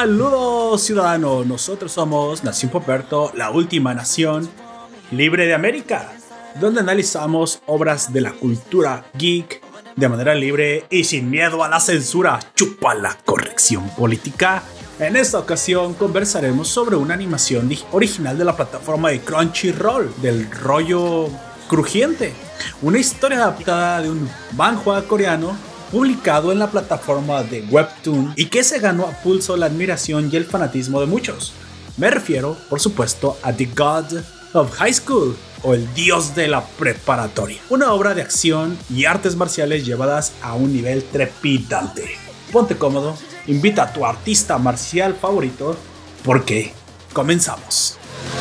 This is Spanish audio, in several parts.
Saludos, ciudadanos. Nosotros somos Nación Poperto, la última nación libre de América, donde analizamos obras de la cultura geek de manera libre y sin miedo a la censura. Chupa la corrección política. En esta ocasión conversaremos sobre una animación original de la plataforma de Crunchyroll, del rollo crujiente. Una historia adaptada de un manhwa coreano publicado en la plataforma de Webtoon y que se ganó a pulso la admiración y el fanatismo de muchos. Me refiero, por supuesto, a The God of High School, o el dios de la preparatoria. Una obra de acción y artes marciales llevadas a un nivel trepidante. Ponte cómodo, invita a tu artista marcial favorito, porque comenzamos.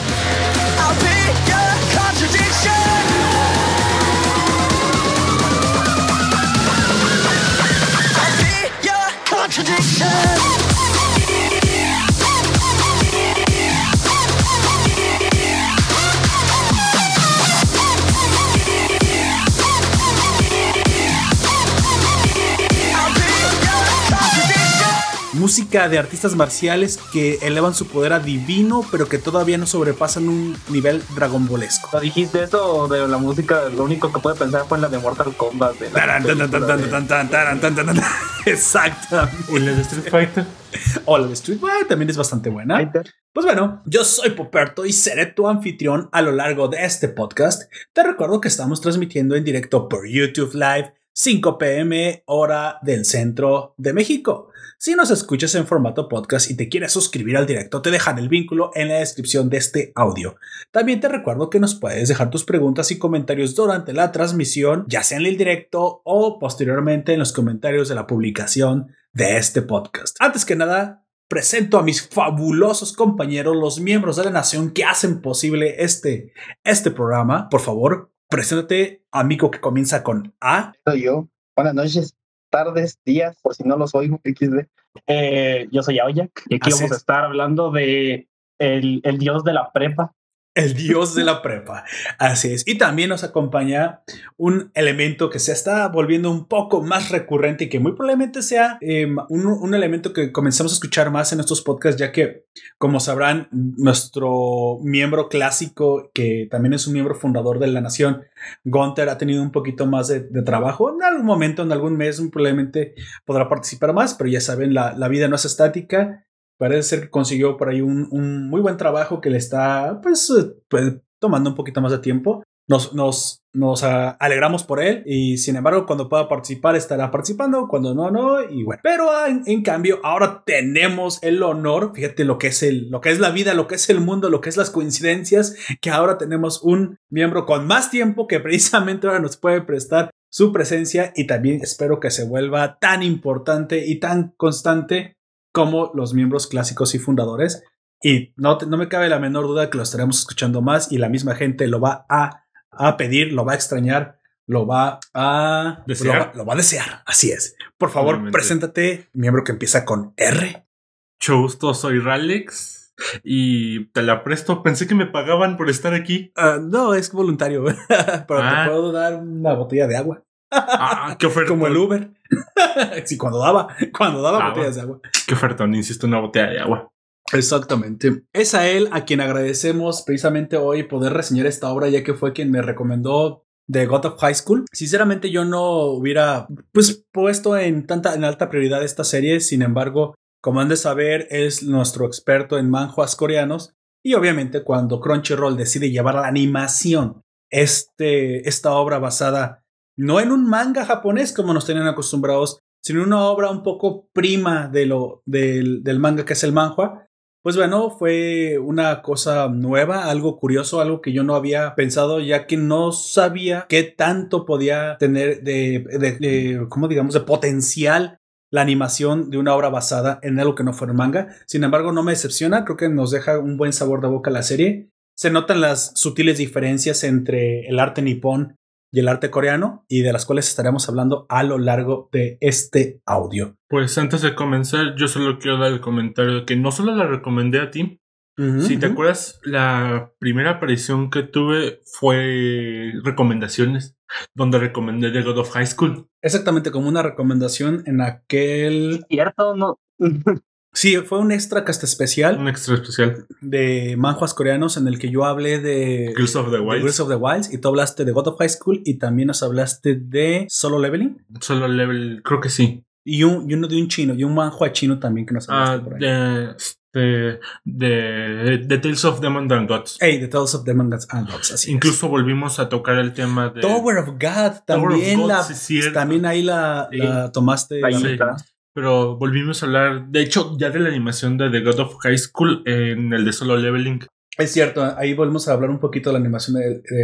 Música de artistas marciales que elevan su poder a divino, pero que todavía no sobrepasan un nivel dragonbolesco. ¿No dijiste eso de la música? Lo único que pude pensar fue en la de Mortal Kombat. Exactamente. ¿Y la de Street Fighter? O la de Street Fighter también es bastante buena. Pues bueno, yo soy Poperto y seré tu anfitrión a lo largo de este podcast. Te recuerdo que estamos transmitiendo en directo por YouTube Live, 5 p.m. hora del centro de México. Si nos escuchas en formato podcast y te quieres suscribir al directo, te dejan el vínculo en la descripción de este audio. También te recuerdo que nos puedes dejar tus preguntas y comentarios durante la transmisión, ya sea en el directo o posteriormente en los comentarios de la publicación de este podcast. Antes que nada, presento a mis fabulosos compañeros, los miembros de la nación que hacen posible este programa. Por favor, preséntate, amigo que comienza con A. Soy yo. Buenas noches, tardes, días, por si no los oigo. Yo soy Aoyak y aquí vamos a estar hablando de el dios de la prepa. El dios de la prepa, así es. Y también nos acompaña un elemento que se está volviendo un poco más recurrente y que muy probablemente sea un elemento que comenzamos a escuchar más en estos podcasts, ya que, como sabrán, nuestro miembro clásico, que también es un miembro fundador de la nación, Gunter, ha tenido un poquito más de trabajo. En algún momento, en algún mes, muy probablemente podrá participar más, pero ya saben, la vida no es estática. Parece ser que consiguió por ahí un muy buen trabajo que le está pues tomando un poquito más de tiempo. Nos alegramos por él y sin embargo cuando pueda participar estará participando, cuando no y bueno. Pero en cambio ahora tenemos el honor, fíjate lo que es la vida, lo que es el mundo, lo que es las coincidencias, que ahora tenemos un miembro con más tiempo que precisamente ahora nos puede prestar su presencia y también espero que se vuelva tan importante y tan constante como los miembros clásicos y fundadores, y no me cabe la menor duda que lo estaremos escuchando más y la misma gente lo va a pedir, lo va a extrañar, lo va a desear. Lo va a desear, así es. Por favor, Obviamente. preséntate, miembro que empieza con R. Mucho gusto, soy Ralex y te la presto. Pensé que me pagaban por estar aquí. No, es voluntario, pero te puedo dar una botella de agua. Qué oferta. Como el Uber. Sí, cuando daba botellas de agua. Qué ofertón, insisto, una botella de agua. Exactamente. Es a él a quien agradecemos precisamente hoy poder reseñar esta obra, ya que fue quien me recomendó The God of High School. Sinceramente yo no hubiera puesto en alta prioridad esta serie. Sin embargo, como han de saber, es nuestro experto en manhwas coreanos y obviamente cuando Crunchyroll decide llevar a la animación esta obra basada no en un manga japonés como nos tenían acostumbrados, sino una obra un poco prima del manga que es el manhwa. Pues bueno, fue una cosa nueva, algo curioso, algo que yo no había pensado, ya que no sabía qué tanto podía tener ¿cómo digamos? De potencial la animación de una obra basada en algo que no fuera manga. Sin embargo, no me decepciona, creo que nos deja un buen sabor de boca la serie. Se notan las sutiles diferencias entre el arte nipón y el arte coreano, y de las cuales estaremos hablando a lo largo de este audio. Pues antes de comenzar, yo solo quiero dar el comentario de que no solo la recomendé a ti. Si te acuerdas, la primera aparición que tuve fue recomendaciones, donde recomendé The God of High School. Exactamente, como una recomendación en aquel... ¿Cierto? No. Sí, fue un extra cast especial. Un extra especial. De manhwas coreanos en el que yo hablé de Girls of the Wilds. Girls of the Wilds. Y tú hablaste de God of High School y también nos hablaste de Solo Leveling. Solo Level, creo que sí. Y uno de un chino, y un manhwa chino también que nos hablaste por ahí. De Tales of Demon and Gods. Hey, The Tales of Demon and Gods. Así incluso volvimos a tocar el tema de Tower of God. También, Tower of God, sí, también ahí la tomaste. Sí. Pero volvimos a hablar, de hecho, ya de la animación de The God of High School en el de Solo Leveling. Es cierto, ahí volvemos a hablar un poquito de la animación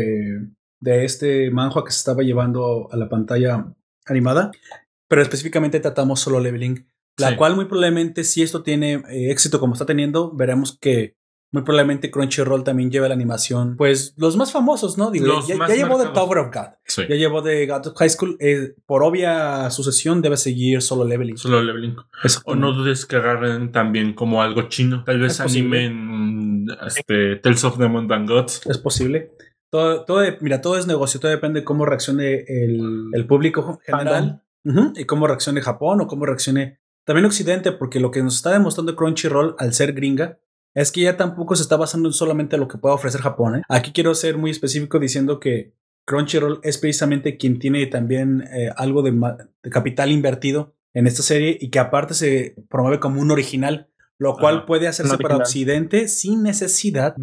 de este manhwa que se estaba llevando a la pantalla animada, pero específicamente tratamos Solo Leveling, la cual muy probablemente, si esto tiene éxito como está teniendo, veremos que muy probablemente Crunchyroll también lleva la animación, pues los más famosos, ¿no? Digo, ya llevó de Tower of God, ya llevó de God of High School, por obvia sucesión debe seguir Solo Leveling. Solo Leveling. O no dudes que agarren también como algo chino, tal vez animen Tales of Demon and Gods. Es posible. Mira, todo es negocio, todo depende de cómo reaccione el público general y cómo reaccione Japón o cómo reaccione también Occidente, porque lo que nos está demostrando Crunchyroll al ser gringa es que ya tampoco se está basando en solamente lo que pueda ofrecer Japón. Aquí quiero ser muy específico diciendo que Crunchyroll es precisamente quien tiene también algo de capital invertido en esta serie y que aparte se promueve como un original, lo cual puede hacerse para Occidente sin necesidad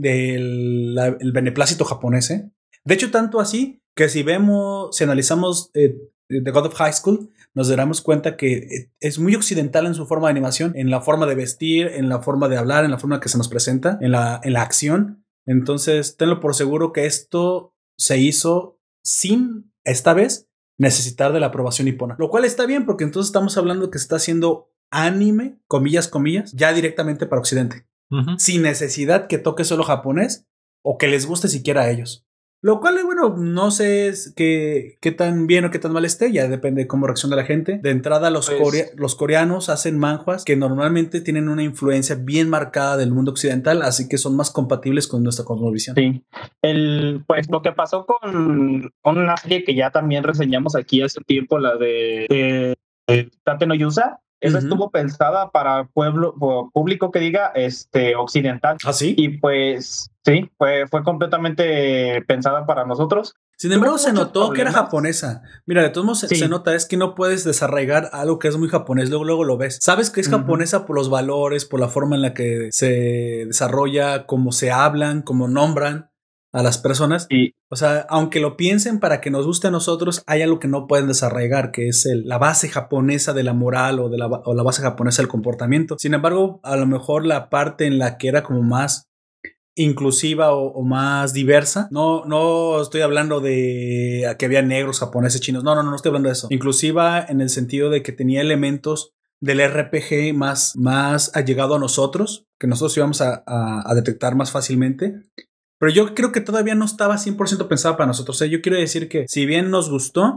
del beneplácito japonés. De hecho, tanto así que si analizamos The God of High School, nos daremos cuenta que es muy occidental en su forma de animación, en la forma de vestir, en la forma de hablar, en la forma que se nos presenta, en la acción. Entonces, tenlo por seguro que esto se hizo sin, esta vez, necesitar de la aprobación nipona. Lo cual está bien, porque entonces estamos hablando de que se está haciendo anime, comillas, ya directamente para Occidente. Sin necesidad que toque solo japonés o que les guste siquiera a ellos. Lo cual, bueno, no sé qué tan bien o qué tan mal esté, ya depende de cómo reacciona la gente. De entrada, los coreanos hacen manhwas que normalmente tienen una influencia bien marcada del mundo occidental, así que son más compatibles con nuestra cosmovisión. Sí. Pues lo que pasó con una serie que ya también reseñamos aquí hace tiempo, la de Tate no Yusa. Esa estuvo pensada para público que diga occidental. ¿Ah, sí? Y pues sí, fue completamente pensada para nosotros. Sin embargo, se notó que era japonesa. Mira, de todos modos se nota, es que no puedes desarraigar algo que es muy japonés, luego lo ves. Sabes que es japonesa por los valores, por la forma en la que se desarrolla, cómo se hablan, cómo nombran a las personas. O sea, aunque lo piensen para que nos guste a nosotros, hay algo que no pueden desarraigar, que es la base japonesa de la moral o la base japonesa del comportamiento. Sin embargo, a lo mejor la parte en la que era como más inclusiva o más diversa. No estoy hablando de que había negros, japoneses, chinos. No estoy hablando de eso. Inclusiva en el sentido de que tenía elementos del RPG más allegado a nosotros, que nosotros íbamos a detectar más fácilmente. Pero yo creo que todavía no estaba 100% pensada para nosotros. Yo quiero decir que si bien nos gustó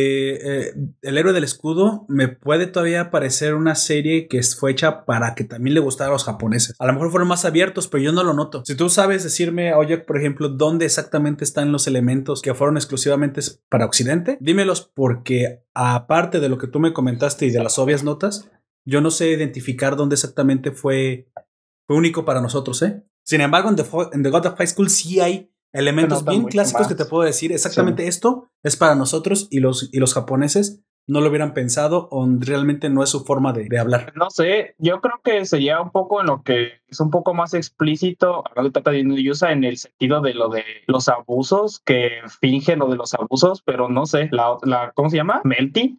El héroe del escudo, me puede todavía parecer una serie que fue hecha para que también le gustara a los japoneses. A lo mejor fueron más abiertos, pero yo no lo noto. Si tú sabes decirme, oye, por ejemplo, dónde exactamente están los elementos que fueron exclusivamente para Occidente, dímelos, porque aparte de lo que tú me comentaste y de las obvias notas, yo no sé identificar dónde exactamente fue único para nosotros, Sin embargo, en The God of High School sí hay elementos bien clásicos que te puedo decir exactamente esto es para nosotros y los japoneses no lo hubieran pensado o realmente no es su forma de hablar. No sé, yo creo que sería un poco en lo que es un poco más explícito en el sentido de lo de los abusos, que fingen lo de los abusos, pero no sé, ¿cómo se llama? Malti.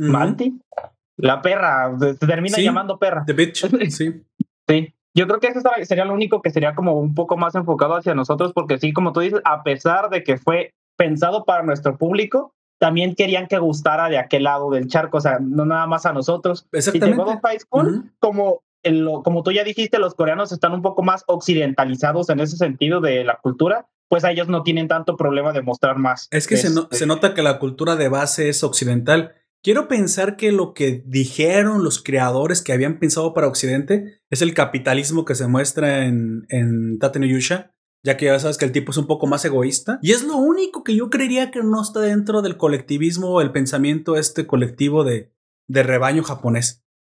La perra, se termina llamando perra. The bitch, sí. Sí. Yo creo que eso sería lo único que sería como un poco más enfocado hacia nosotros, porque sí, como tú dices, a pesar de que fue pensado para nuestro público, también querían que gustara de aquel lado del charco, o sea, no nada más a nosotros. Exactamente. Y The God of High School, como tú ya dijiste, los coreanos están un poco más occidentalizados en ese sentido de la cultura, pues ellos no tienen tanto problema de mostrar más. Es que se nota que la cultura de base es occidental. Quiero pensar que lo que dijeron los creadores que habían pensado para Occidente es el capitalismo que se muestra en Tate no Yusha, ya que ya sabes que el tipo es un poco más egoísta. Y es lo único que yo creería que no está dentro del colectivismo o el pensamiento colectivo de rebaño japonés.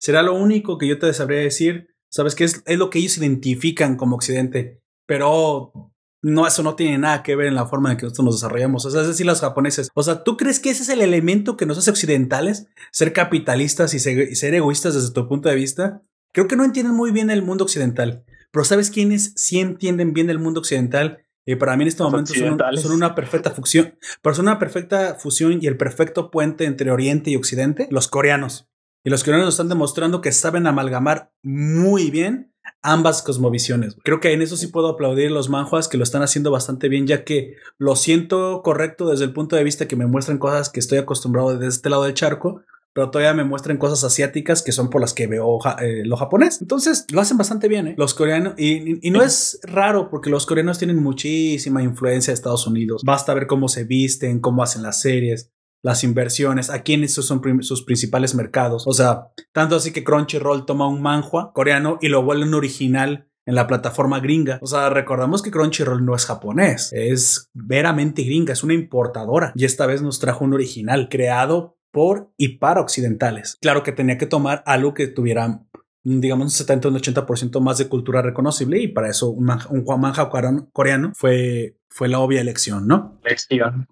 Será lo único que yo te sabría decir. Sabes que es lo que ellos identifican como Occidente, pero no, eso no tiene nada que ver en la forma en que nosotros nos desarrollamos. O sea, es decir, los japoneses. O sea, ¿tú crees que ese es el elemento que nos hace occidentales? Ser capitalistas y ser egoístas desde tu punto de vista. Creo que no entienden muy bien el mundo occidental. Pero ¿sabes quiénes sí entienden bien el mundo occidental? Para mí en este momento son una perfecta fusión. Pero son una perfecta fusión y el perfecto puente entre Oriente y Occidente. Los coreanos. Y los coreanos nos están demostrando que saben amalgamar muy bien ambas cosmovisiones. Creo que en eso sí puedo aplaudir a los manhwas que lo están haciendo bastante bien, ya que lo siento correcto desde el punto de vista que me muestran cosas que estoy acostumbrado desde este lado del charco, pero todavía me muestran cosas asiáticas que son por las que veo lo japonés. Entonces lo hacen bastante bien, los coreanos. Y no es raro porque los coreanos tienen muchísima influencia de Estados Unidos. Basta ver cómo se visten, cómo hacen las series, las inversiones, aquí en esos son sus principales mercados. O sea, tanto así que Crunchyroll toma un manhwa coreano y lo vuelve un original en la plataforma gringa. O sea, recordamos que Crunchyroll no es japonés, es veramente gringa, es una importadora. Y esta vez nos trajo un original creado por y para occidentales. Claro que tenía que tomar algo que tuviera, digamos, un 70 o un 80% más de cultura reconocible, y para eso un manhwa coreano fue la obvia elección, ¿no? Elección.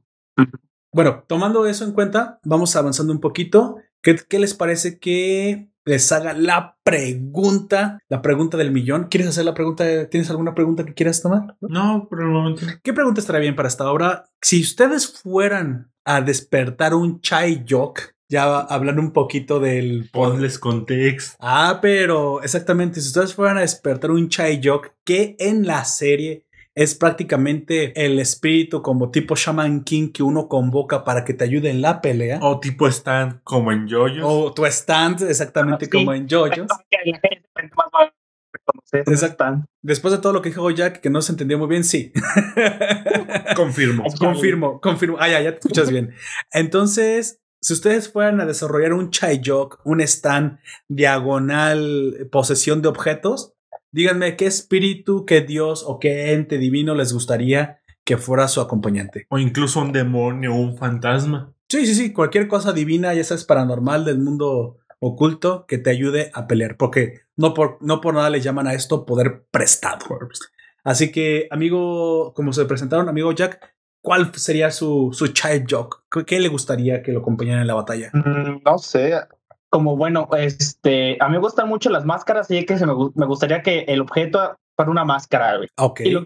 Bueno, tomando eso en cuenta, vamos avanzando un poquito. ¿Qué les parece que les haga la pregunta del millón? ¿Quieres hacer la pregunta? ¿Tienes alguna pregunta que quieras tomar? No, por el momento. ¿Qué pregunta estaría bien para esta obra? Si ustedes fueran a despertar un Chae-yok, ya hablando un poquito del... Ponles contexto. Pero exactamente, si ustedes fueran a despertar un Chae-yok, que en la serie es prácticamente el espíritu como tipo Shaman King que uno convoca para que te ayude en la pelea. O tipo stand como en JoJo's. O tu stand exactamente como en JoJo's. Exacto. Después de todo lo que dijo Jack, que no se entendió muy bien, sí. Confirmo. Ya te escuchas bien. Entonces, si ustedes fueran a desarrollar un Chae-yok, un stand diagonal posesión de objetos, díganme qué espíritu, qué dios o qué ente divino les gustaría que fuera su acompañante. O incluso un demonio o un fantasma. Sí. Cualquier cosa divina, ya sabes, paranormal del mundo oculto que te ayude a pelear. Porque no por nada le llaman a esto poder prestado. Así que, amigo, como se presentaron, amigo Jack, ¿cuál sería su Chae-yok? ¿Qué le gustaría que lo acompañara en la batalla? No sé. Como bueno, a mí me gustan mucho las máscaras, y que me gustaría que el objeto fuera una máscara, güey. Okay. Y lo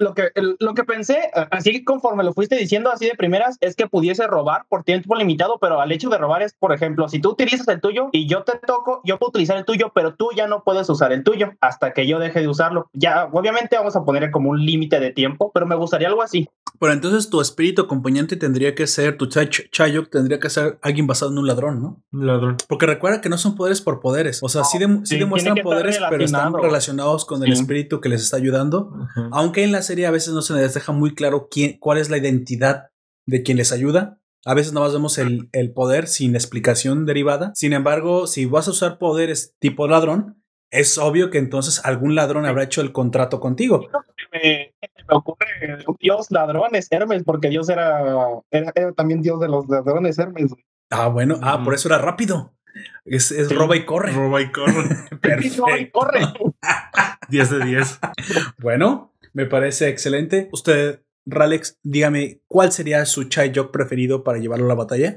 que pensé, así conforme lo fuiste diciendo así de primeras, es que pudiese robar por tiempo limitado, pero al hecho de robar es, por ejemplo, si tú utilizas el tuyo y yo te toco, yo puedo utilizar el tuyo, pero tú ya no puedes usar el tuyo hasta que yo deje de usarlo. Ya, obviamente vamos a poner como un límite de tiempo, pero me gustaría algo así. Pero entonces tu espíritu acompañante tendría que ser, tu Chae-yok tendría que ser alguien basado en un ladrón, ¿no? Un ladrón. Porque recuerda que no son poderes por poderes. O sea, sí demuestran poderes, pero están relacionados con el espíritu que les está ayudando. Uh-huh. Aunque en la serie a veces no se les deja muy claro cuál es la identidad de quien les ayuda. A veces nada más vemos el poder sin explicación derivada. Sin embargo, si vas a usar poderes tipo ladrón, es obvio que entonces algún ladrón habrá hecho el contrato contigo. Me ocurre un dios ladrones, Hermes, porque Dios era también dios de los ladrones, Hermes. Bueno, por eso era rápido. Es roba y corre. Perfecto. Roba y corre. 10 de 10. Bueno, me parece excelente. Usted, Ralex, dígame, ¿cuál sería su Chae-yok preferido para llevarlo a la batalla?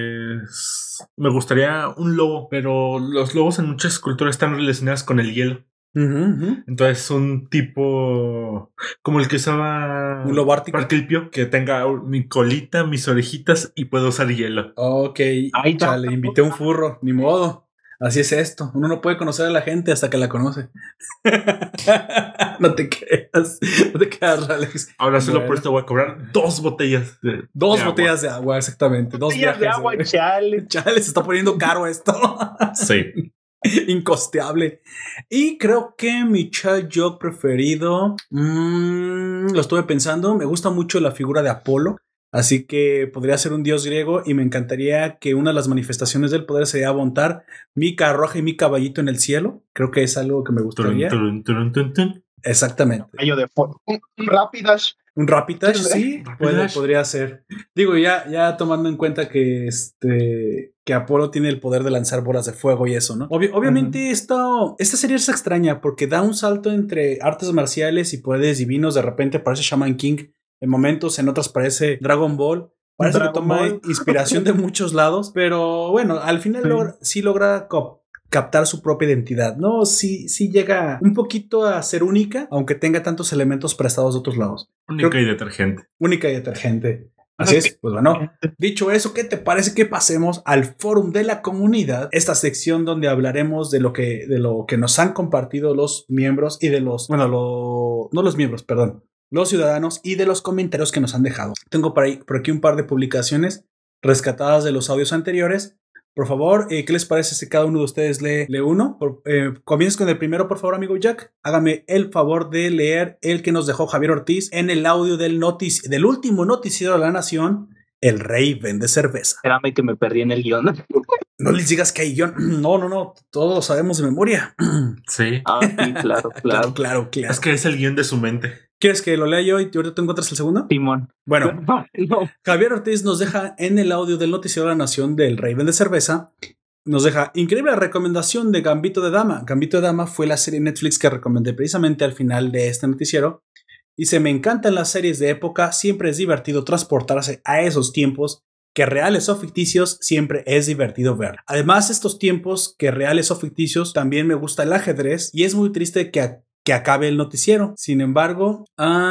Pues me gustaría un lobo, pero los lobos en muchas culturas están relacionados con el hielo. Uh-huh. Entonces un tipo como el que usaba un lobo ártico, Parquilpio, que tenga mi colita, mis orejitas y puedo usar hielo. Ok, chale, invité un furro, ni modo. Así es esto. Uno no puede conocer a la gente hasta que la conoce. No te creas, Alex. Ahora solo por esto voy a cobrar 2 botellas de botellas de agua, exactamente. 2 viajes de agua, chale, se está poniendo caro esto. Sí. Incosteable. Y creo que mi Chae-yok preferido, lo estuve pensando, me gusta mucho la figura de Apolo, así que podría ser un dios griego y me encantaría que una de las manifestaciones del poder sería montar mi carruaje y mi caballito en el cielo. Creo que es algo que me gustaría. Exactamente. Rapidash. Un Rapidash, sí, podría ser. Digo, ya tomando en cuenta que Apolo tiene el poder de lanzar bolas de fuego y eso, ¿no? Obviamente esta serie es extraña porque da un salto entre artes marciales y poderes divinos. De repente parece Shaman King en momentos, en otras parece Dragon Ball. Parece que toma inspiración de muchos lados, pero bueno, al final sí logra captar su propia identidad, ¿no? Sí llega un poquito a ser única, aunque tenga tantos elementos prestados de otros lados. Única y detergente. Así es, pues bueno, dicho eso, ¿qué te parece que pasemos al fórum de la comunidad? Esta sección donde hablaremos de lo que nos han compartido los miembros y de los ciudadanos y de los comentarios que nos han dejado. Tengo por aquí un par de publicaciones rescatadas de los audios anteriores. Por favor, ¿qué les parece si cada uno de ustedes lee uno? Comienza con el primero, por favor, amigo Jack. Hágame el favor de leer el que nos dejó Javier Ortiz en el audio del último noticiero de la nación, El Rey Vende Cerveza. Espérame que me perdí en el guión. No les digas que hay guión. No, todos lo sabemos de memoria. Sí. Sí, claro. Es que es el guión de su mente. ¿Quieres que lo lea yo y ahorita te encuentras el segundo? Simón. Bueno, no. Javier Ortiz nos deja en el audio del noticiero de la nación del Rey Vende Cerveza. Nos deja increíble recomendación de Gambito de Dama. Gambito de Dama fue la serie Netflix que recomendé precisamente al final de este noticiero. Dice, me encantan las series de época. Siempre es divertido transportarse a esos tiempos que reales o ficticios, siempre es divertido ver. Además, estos tiempos que reales o ficticios, también me gusta el ajedrez y es muy triste que acabe el noticiero. Sin embargo,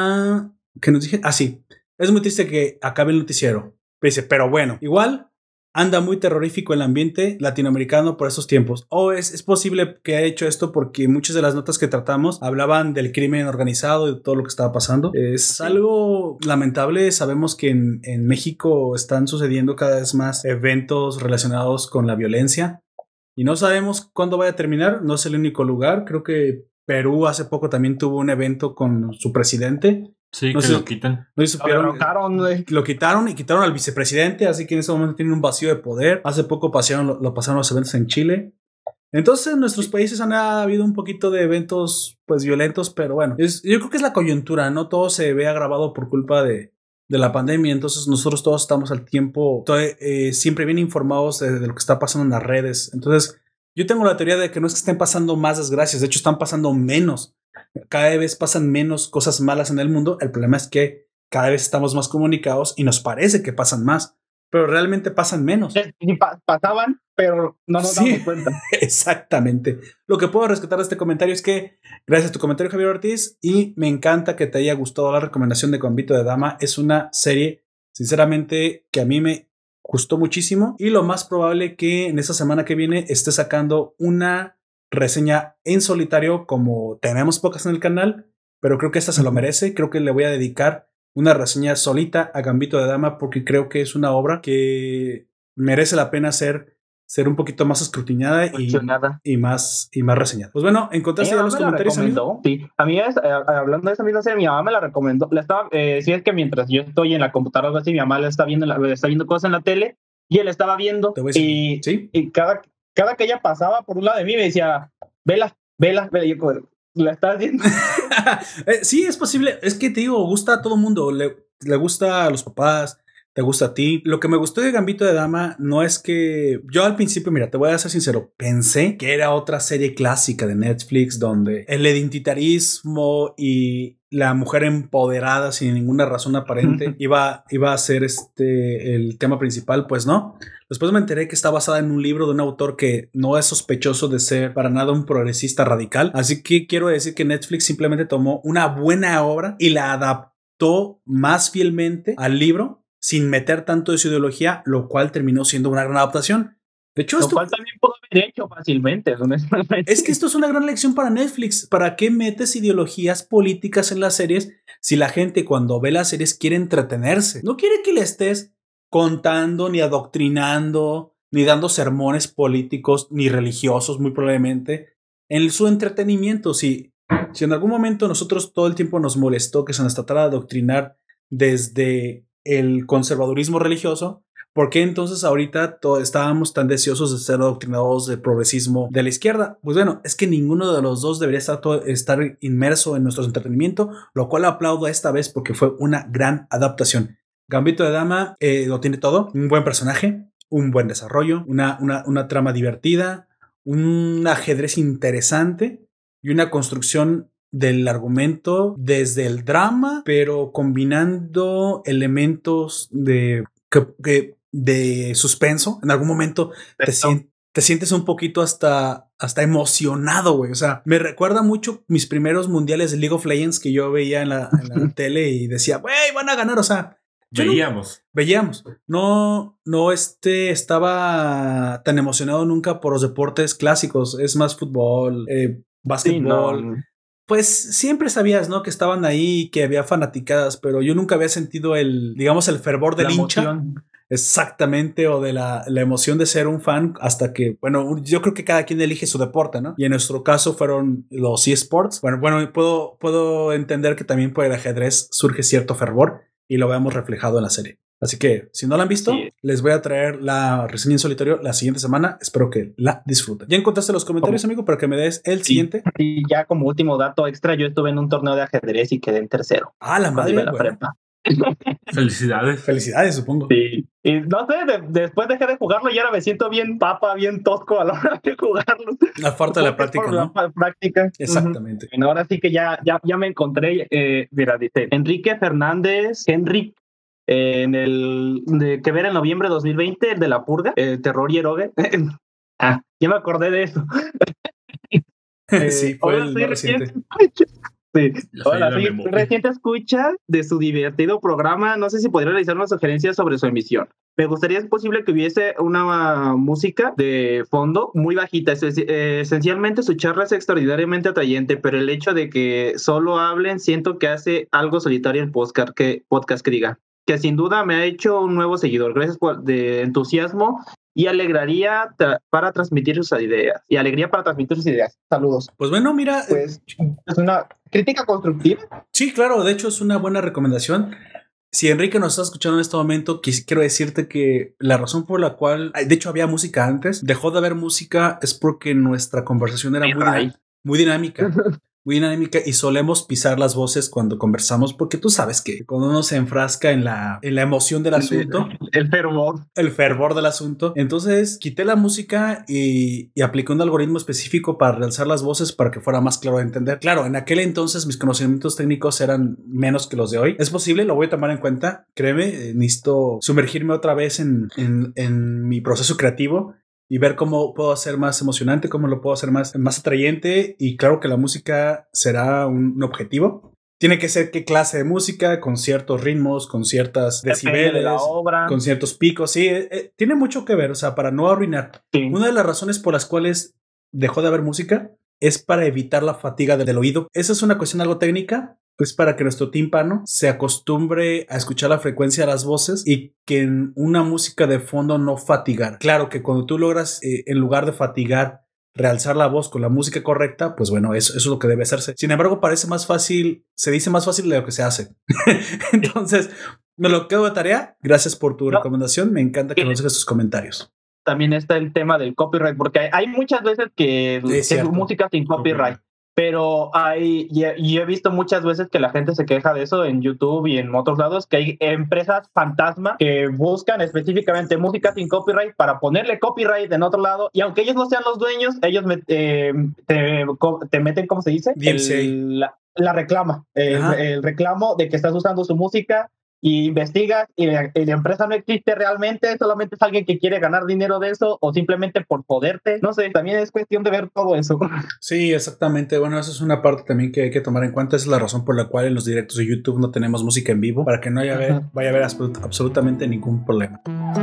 ¿qué nos dije? Sí, es muy triste que acabe el noticiero. Pero dice, pero bueno, igual anda muy terrorífico el ambiente latinoamericano por esos tiempos. Es posible que haya hecho esto porque muchas de las notas que tratamos hablaban del crimen organizado y de todo lo que estaba pasando. Es algo lamentable. Sabemos que en México están sucediendo cada vez más eventos relacionados con la violencia y no sabemos cuándo vaya a terminar. No es el único lugar. Creo que Perú hace poco también tuvo un evento con su presidente. Sí, no que lo quitan. No supieron. Lo quitaron y quitaron al vicepresidente, así que en ese momento tienen un vacío de poder. Hace poco lo pasaron los eventos en Chile. Entonces en nuestros países ha habido un poquito de eventos pues violentos, pero bueno, yo creo que es la coyuntura, ¿no? Todo se ve agravado por culpa de la pandemia, entonces nosotros todos estamos al tiempo, siempre bien informados de lo que está pasando en las redes. Entonces yo tengo la teoría de que no es que estén pasando más desgracias, de hecho están pasando menos. Cada vez pasan menos cosas malas en el mundo. El problema es que cada vez estamos más comunicados y nos parece que pasan más, pero realmente pasan menos. Pasaban, pero no nos damos cuenta. Exactamente. Lo que puedo rescatar de este comentario es que gracias a tu comentario, Javier Ortiz, y me encanta que te haya gustado la recomendación de Gambito de Dama. Es una serie, sinceramente, que a mí me gustó muchísimo y lo más probable que en esta semana que viene esté sacando una reseña en solitario, como tenemos pocas en el canal, pero creo que esta se lo merece. Creo que le voy a dedicar una reseña solita a Gambito de Dama porque creo que es una obra que merece la pena ser un poquito más escrutinada y más reseñada. Pues bueno, ¿encontraste ya los comentarios, amigo? Sí, a mí hablando de esa misma serie, mi mamá me la recomendó. Si es que mientras yo estoy en la computadora así, mi mamá está viendo cosas en la tele y él estaba viendo y cada que ella pasaba por un lado de mí me decía, vela, yo como, ¿la estás viendo? Sí, es posible. Es que te digo, gusta a todo mundo. Le gusta a los papás, te gusta a ti. Lo que me gustó de Gambito de Dama no es que yo al principio, mira, te voy a ser sincero, pensé que era otra serie clásica de Netflix donde el identitarismo y la mujer empoderada sin ninguna razón aparente iba a ser el tema principal. Pues no. Después me enteré que está basada en un libro de un autor que no es sospechoso de ser para nada un progresista radical. Así que quiero decir que Netflix simplemente tomó una buena obra y la adaptó más fielmente al libro sin meter tanto de su ideología, lo cual terminó siendo una gran adaptación. De hecho, lo cual también pudo haber hecho fácilmente. Es que esto es una gran lección para Netflix. ¿Para qué metes ideologías políticas en las series si la gente cuando ve las series quiere entretenerse? No quiere que le estés contando, ni adoctrinando, ni dando sermones políticos, ni religiosos, muy probablemente, en su entretenimiento. Si en algún momento nosotros todo el tiempo nos molestó que se nos tratara de adoctrinar desde el conservadurismo religioso, ¿Por qué entonces ahorita estábamos tan deseosos de ser adoctrinados del progresismo de la izquierda? Pues bueno, es que ninguno de los dos debería estar inmerso en nuestro entretenimiento, lo cual aplaudo esta vez porque fue una gran adaptación. Gambito de Dama lo tiene todo, un buen personaje, un buen desarrollo, una trama divertida, un ajedrez interesante y una construcción del argumento desde el drama, pero combinando elementos de suspenso. En algún momento te sientes un poquito hasta emocionado, güey. O sea, me recuerda mucho mis primeros mundiales de League of Legends que yo veía en la tele y decía, güey, van a ganar. O sea, veíamos. No estaba tan emocionado nunca por los deportes clásicos. Es más fútbol, básquetbol. Sí, no. Pues siempre sabías, ¿no? Que estaban ahí, que había fanaticadas, pero yo nunca había sentido el fervor del hincha. Exactamente, o de la emoción de ser un fan hasta que, bueno, yo creo que cada quien elige su deporte, ¿no? Y en nuestro caso fueron los eSports. Bueno, puedo entender que también por el ajedrez surge cierto fervor y lo vemos reflejado en la serie. Así que, si no la han visto, sí, les voy a traer la reseña en solitario la siguiente semana. Espero que la disfruten. ¿Ya encontraste los comentarios, amigo, para que me des el siguiente? Y ya como último dato extra, yo estuve en un torneo de ajedrez y quedé en tercero. Ah, la madre de la prepa. Felicidades, supongo. Sí. Y no sé, después dejé de jugarlo y ahora me siento bien bien tosco a la hora de jugarlo. La falta de la práctica, ¿no? La práctica. Exactamente. Bueno, ahora sí que ya me encontré. Mira, dice Enrique Fernández, en el que ver en noviembre de 2020, el de La Purga, Terror y Eroge. Ya me acordé de eso. Sí, fue el más reciente. Sí. Hola, soy reciente escucha de su divertido programa. No sé si podría realizar una sugerencia sobre su emisión. Me gustaría, es posible, que hubiese una música de fondo muy bajita. Esencialmente su charla es extraordinariamente atrayente, pero el hecho de que solo hablen siento que hace algo solitario el podcast que diga. Que sin duda me ha hecho un nuevo seguidor. Gracias por de entusiasmo y alegría para transmitir sus ideas. Saludos. Pues bueno, mira. Pues es una crítica constructiva. Sí, claro, de hecho es una buena recomendación. Si Enrique nos está escuchando en este momento, quiero decirte que la razón por la cual, de hecho había música antes, dejó de haber música es porque nuestra conversación era muy dinámica. Muy dinámica y solemos pisar las voces cuando conversamos porque tú sabes que cuando uno se enfrasca en la emoción del asunto, el fervor del asunto, entonces quité la música y apliqué un algoritmo específico para realzar las voces para que fuera más claro de entender. Claro, en aquel entonces mis conocimientos técnicos eran menos que los de hoy. Es posible, lo voy a tomar en cuenta. Créeme, necesito sumergirme otra vez en mi proceso creativo y ver cómo puedo hacer más emocionante, cómo lo puedo hacer más atrayente. Y claro que la música será un objetivo. Tiene que ser qué clase de música, con ciertos ritmos, con ciertas decibeles, de la obra, con ciertos picos. Sí, tiene mucho que ver, o sea, para no arruinar. Sí. Una de las razones por las cuales dejó de haber música es para evitar la fatiga del oído. Esa es una cuestión algo técnica. Es para que nuestro tímpano se acostumbre a escuchar la frecuencia de las voces y que en una música de fondo no fatigar. Claro que cuando tú logras, en lugar de fatigar, realzar la voz con la música correcta, pues bueno, eso es lo que debe hacerse. Sin embargo, parece más fácil, se dice más fácil de lo que se hace. Entonces, me lo quedo de tarea. Gracias por tu recomendación. Me encanta que nos dejes tus comentarios. También está el tema del copyright, porque hay muchas veces que es música sin copyright. Pero yo he visto muchas veces que la gente se queja de eso en YouTube y en otros lados, que hay empresas fantasma que buscan específicamente música sin copyright para ponerle copyright en otro lado, y aunque ellos no sean los dueños, ellos te meten, ¿cómo se dice? La reclama, el reclamo de que estás usando su música. Y investigas y la empresa no existe realmente, solamente es alguien que quiere ganar dinero de eso o simplemente por poderte. No sé, también es cuestión de ver todo eso. Sí, exactamente. Bueno, eso es una parte también que hay que tomar en cuenta. Esa es la razón por la cual en los directos de YouTube no tenemos música en vivo, para que no vaya a haber absolutamente ningún problema.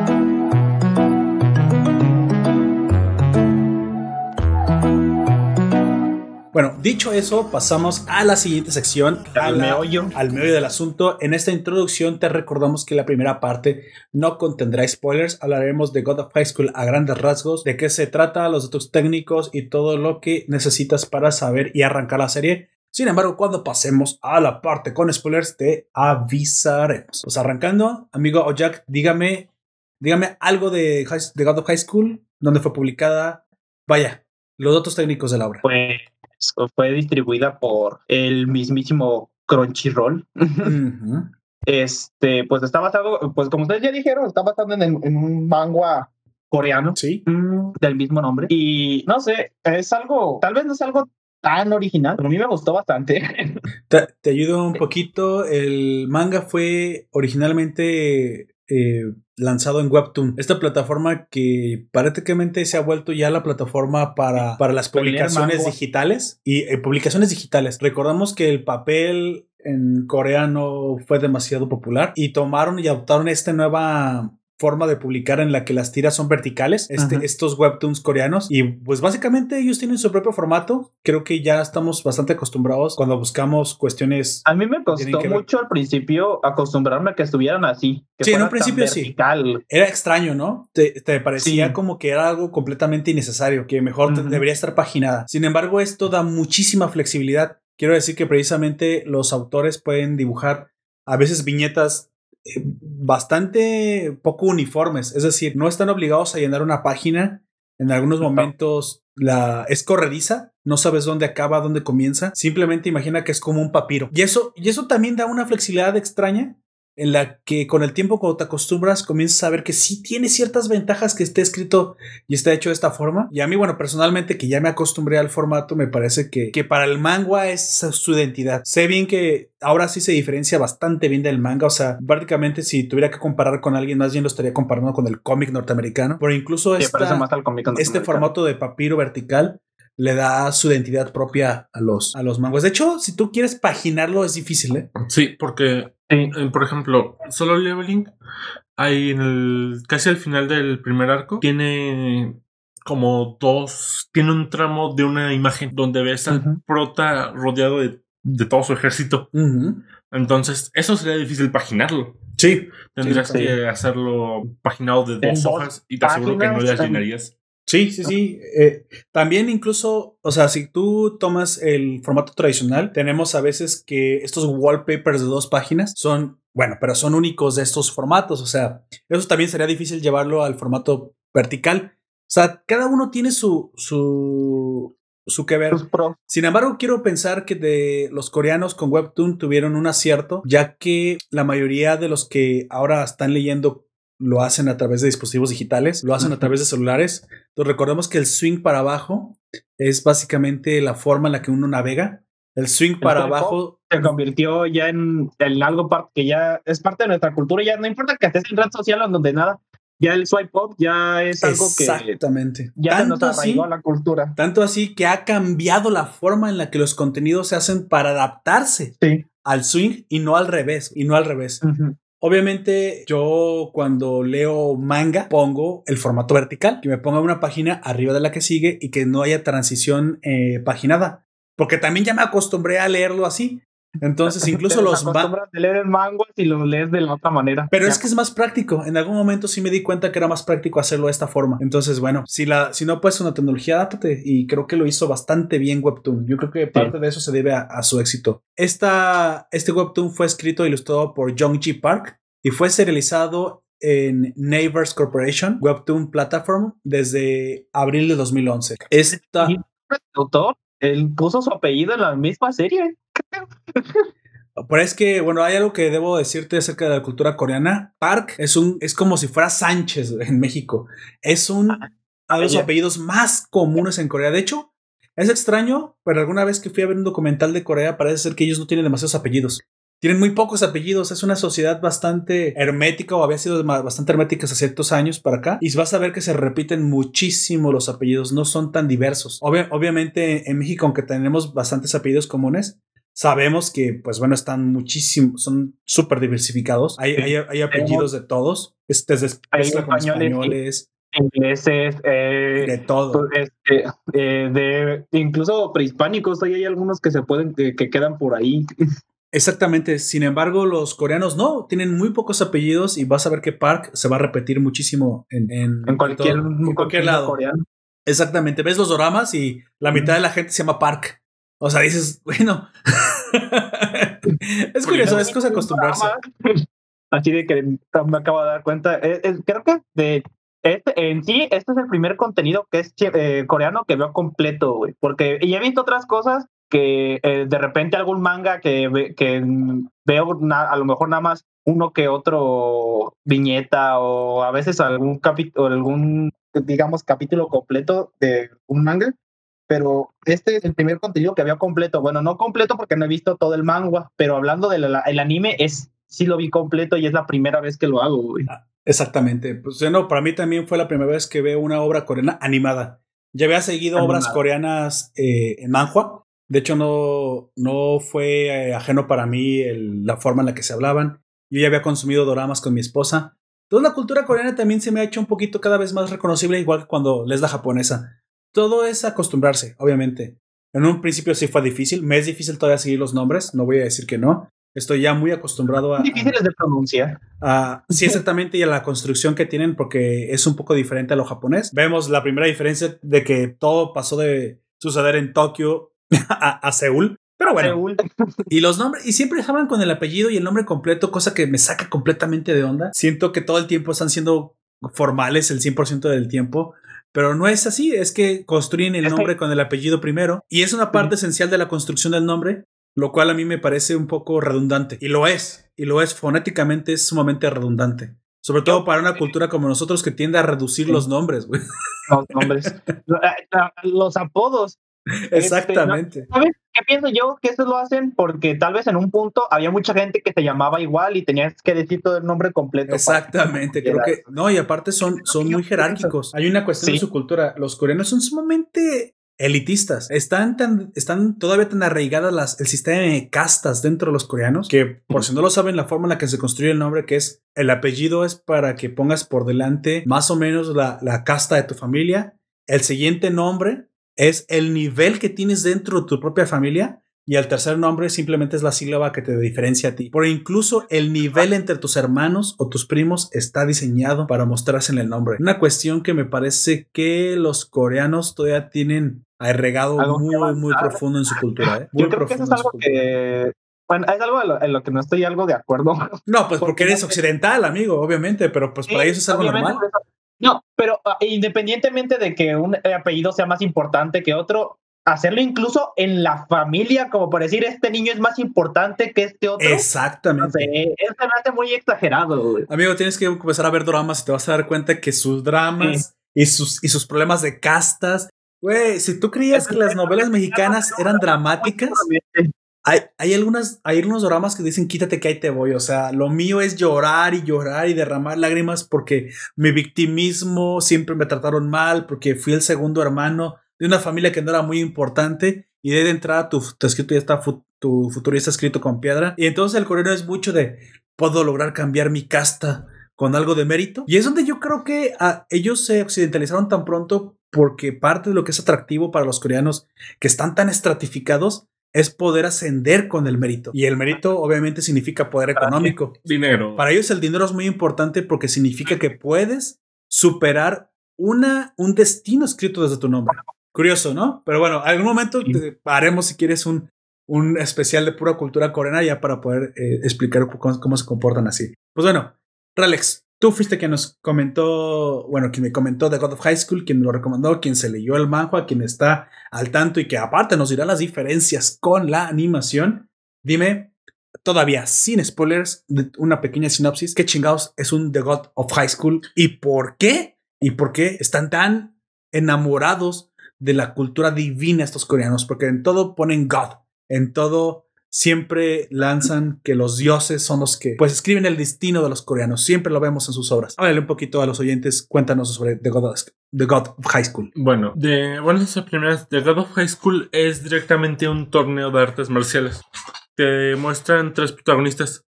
Bueno, dicho eso, pasamos a la siguiente sección, al meollo del asunto. En esta introducción te recordamos que la primera parte no contendrá spoilers. Hablaremos de God of High School a grandes rasgos, de qué se trata, los datos técnicos y todo lo que necesitas para saber y arrancar la serie. Sin embargo, cuando pasemos a la parte con spoilers, te avisaremos. Pues arrancando, amigo Ojak, dígame dígame algo de God of High School, dónde fue publicada, vaya, los datos técnicos de la obra. Pues fue distribuida por el mismísimo Crunchyroll. Uh-huh. Pues está basado, pues como ustedes ya dijeron, está basado en un manga coreano, sí, del mismo nombre. Y no sé, es algo, tal vez no es algo tan original, pero a mí me gustó bastante. Te ayudo un poquito. El manga fue originalmente lanzado en Webtoon, esta plataforma que prácticamente se ha vuelto ya la plataforma para las publicaciones digitales y publicaciones digitales. Recordamos que el papel en coreano fue demasiado popular y tomaron y adoptaron esta nueva forma de publicar en la que las tiras son verticales, estos webtoons coreanos, y pues básicamente ellos tienen su propio formato. Creo que ya estamos bastante acostumbrados cuando buscamos cuestiones. A mí me costó mucho al principio acostumbrarme a que estuvieran así. Que sí, en un principio sí. Era extraño, ¿no? Te parecía como que era algo completamente innecesario, que mejor debería estar paginada. Sin embargo, esto da muchísima flexibilidad. Quiero decir que precisamente los autores pueden dibujar a veces viñetas bastante poco uniformes, es decir, no están obligados a llenar una página. En algunos momentos es corrediza, no sabes dónde acaba, dónde comienza, simplemente imagina que es como un papiro, y eso también da una flexibilidad extraña en la que con el tiempo, cuando te acostumbras, comienzas a ver que sí tiene ciertas ventajas que esté escrito y está hecho de esta forma. Y a mí, bueno, personalmente, que ya me acostumbré al formato, me parece que para el manga es su identidad. Sé bien que ahora sí se diferencia bastante bien del manga, o sea, prácticamente si tuviera que comparar con alguien, más bien lo estaría comparando con el cómic norteamericano, pero incluso este formato de papiro vertical le da su identidad propia a los manguas. De hecho, si tú quieres paginarlo es difícil, ¿eh? Sí, porque por ejemplo, Solo Leveling, hay casi al final del primer arco, tiene un tramo de una imagen donde ves al prota rodeado de todo su ejército. Entonces, eso sería difícil paginarlo. Sí. Tendrías que hacerlo paginado de 2 hojas y te aseguro que no las llenarías. Sí. También incluso, o sea, si tú tomas el formato tradicional, tenemos a veces que estos wallpapers de 2 páginas son, bueno, pero son únicos de estos formatos. O sea, eso también sería difícil llevarlo al formato vertical. O sea, cada uno tiene su que ver. Sin embargo, quiero pensar que de los coreanos con Webtoon tuvieron un acierto, ya que la mayoría de los que ahora están leyendo lo hacen a través de dispositivos digitales, lo hacen a través de celulares. Entonces recordemos que el swing para abajo es básicamente la forma en la que uno navega. El swing para abajo se convirtió ya en algo que ya es parte de nuestra cultura. Ya no importa que estés en red social o donde nada, ya el swipe up ya es algo exactamente. Que ya se nos arraigó a la cultura. Tanto así que ha cambiado la forma en la que los contenidos se hacen para adaptarse al swing y no al revés. Obviamente yo cuando leo manga pongo el formato vertical, que me ponga una página arriba de la que sigue y que no haya transición paginada, porque también ya me acostumbré a leerlo así. Entonces incluso los acostumbras a leer el manga y lo lees de la otra manera. Pero es que es más práctico. En algún momento sí me di cuenta que era más práctico hacerlo de esta forma. Entonces bueno, si no puedes una tecnología, adáptate, y creo que lo hizo bastante bien Webtoon. Yo creo que parte de eso se debe a su éxito. Este Webtoon fue escrito e ilustrado por Young-G Park y fue serializado en Neighbors Corporation Webtoon Platform desde abril de 2011. ¿El autor? Él puso su apellido en la misma serie. Pero es que, bueno, hay algo que debo decirte acerca de la cultura coreana. Park es como si fuera Sánchez en México. Es uno de los apellidos más comunes en Corea. De hecho, es extraño, pero alguna vez que fui a ver un documental de Corea, parece ser que ellos no tienen demasiados apellidos. Tienen muy pocos apellidos. Es una sociedad bastante hermética, o había sido bastante hermética hace ciertos años para acá. Y vas a ver que se repiten muchísimo los apellidos. No son tan diversos. Obviamente en México, aunque tenemos bastantes apellidos comunes, sabemos que, pues bueno, son súper diversificados. Hay apellidos de todos. Desde españoles, ingleses, de todo. Incluso prehispánicos. Hay algunos que se pueden, que quedan por ahí. Exactamente. Sin embargo, los coreanos no, tienen muy pocos apellidos, y vas a ver que Park se va a repetir muchísimo en cualquier lado. Coreano. Exactamente. Ves los doramas y la mitad de la gente se llama Park. O sea, dices, bueno. Es curioso, es cosa de acostumbrarse. Así de que me acabo de dar cuenta. Creo que este es el primer contenido que es coreano que veo completo, güey. Porque ya he visto otras cosas que de repente algún manga que veo a lo mejor nada más uno que otro viñeta o a veces algún digamos, capítulo completo de un manga. Pero este es el primer contenido que veo completo. Bueno, no completo porque no he visto todo el manga, pero hablando del anime, sí lo vi completo y es la primera vez que lo hago, güey. Exactamente. Pues no, para mí también fue la primera vez que veo una obra coreana animada. Ya había seguido obras coreanas en manhwa. De hecho, no fue ajeno para mí la forma en la que se hablaban. Yo ya había consumido doramas con mi esposa. Toda la cultura coreana también se me ha hecho un poquito cada vez más reconocible, igual que cuando lees la japonesa. Todo es acostumbrarse, obviamente. En un principio sí fue difícil. Me es difícil todavía seguir los nombres. No voy a decir que no. Estoy ya muy acostumbrado a... Difíciles de pronunciar. Sí, exactamente, y a la construcción que tienen, porque es un poco diferente a lo japonés. Vemos la primera diferencia de que todo pasó de suceder en Tokio a Seúl. Pero bueno, Seúl. Y los nombres, y siempre hablan con el apellido y el nombre completo, cosa que me saca completamente de onda. Siento que todo el tiempo están siendo formales el 100% del tiempo. Pero no es así, es que construyen el nombre con el apellido primero. Y es una parte esencial de la construcción del nombre, lo cual a mí me parece un poco redundante. Y lo es, fonéticamente es sumamente redundante. Sobre todo para una cultura como nosotros que tiende a reducir los nombres, güey. Los nombres. Los apodos. Exactamente. ¿Sabes qué pienso yo? Que eso lo hacen porque tal vez en un punto había mucha gente que se llamaba igual y tenías que decir todo el nombre completo. Exactamente, creo que... No, y aparte son muy jerárquicos. Hay una cuestión de su cultura. Los coreanos son sumamente elitistas. Están todavía tan arraigadas el sistema de castas dentro de los coreanos que, por si no lo saben, la forma en la que se construye el nombre, que es el apellido, es para que pongas por delante más o menos la casta de tu familia. El siguiente nombre es el nivel que tienes dentro de tu propia familia, y el tercer nombre simplemente es la sílaba que te diferencia a ti. Pero incluso el nivel entre tus hermanos o tus primos está diseñado para mostrarse en el nombre. Una cuestión que me parece que los coreanos todavía tienen agregado muy profundo en su cultura. Yo creo que eso es algo que... Bueno, es algo en lo que no estoy algo de acuerdo. No, pues porque eres occidental, amigo, obviamente, pero pues para ellos es algo normal. No, pero independientemente de que un apellido sea más importante que otro, hacerlo incluso en la familia, como por decir, este niño es más importante que este otro. Exactamente. No sé, eso me hace muy exagerado, güey. Amigo, tienes que empezar a ver dramas y te vas a dar cuenta que sus dramas y sus problemas de castas, güey, si tú creías que las novelas mexicanas eran dramáticas, hay algunos dramas que dicen quítate que ahí te voy. O sea, lo mío es llorar y derramar lágrimas porque mi victimismo siempre me trataron mal, porque fui el segundo hermano de una familia que no era muy importante, y de entrada tu escrito ya está, tu futuro ya está escrito con piedra. Y entonces el coreano es mucho de puedo lograr cambiar mi casta con algo de mérito, y es donde yo creo que ellos se occidentalizaron tan pronto, porque parte de lo que es atractivo para los coreanos que están tan estratificados es poder ascender con el mérito. Y el mérito obviamente significa poder económico. Dinero. Para ellos el dinero es muy importante porque significa que puedes superar un destino escrito desde tu nombre. Curioso, ¿no? Pero bueno, algún momento haremos, si quieres, un especial de pura cultura coreana ya para poder explicar cómo se comportan así. Pues bueno, Ralex, tú fuiste quien nos comentó, quien me comentó de God of High School, quien me lo recomendó, quien se leyó el manhwa, quien está al tanto y que aparte nos dirá las diferencias con la animación. Dime, todavía sin spoilers, una pequeña sinopsis, ¿qué chingados es un The God of High School? ¿Y por qué? ¿Y por qué están tan enamorados de la cultura divina estos coreanos? Porque en todo ponen God, en todo... Siempre lanzan que los dioses son los que pues escriben el destino de los coreanos. Siempre lo vemos en sus obras. Háblale un poquito a los oyentes. Cuéntanos sobre The God of High School. Bueno, esas primeras The God of High School es directamente un torneo de artes marciales. Te muestran tres protagonistas: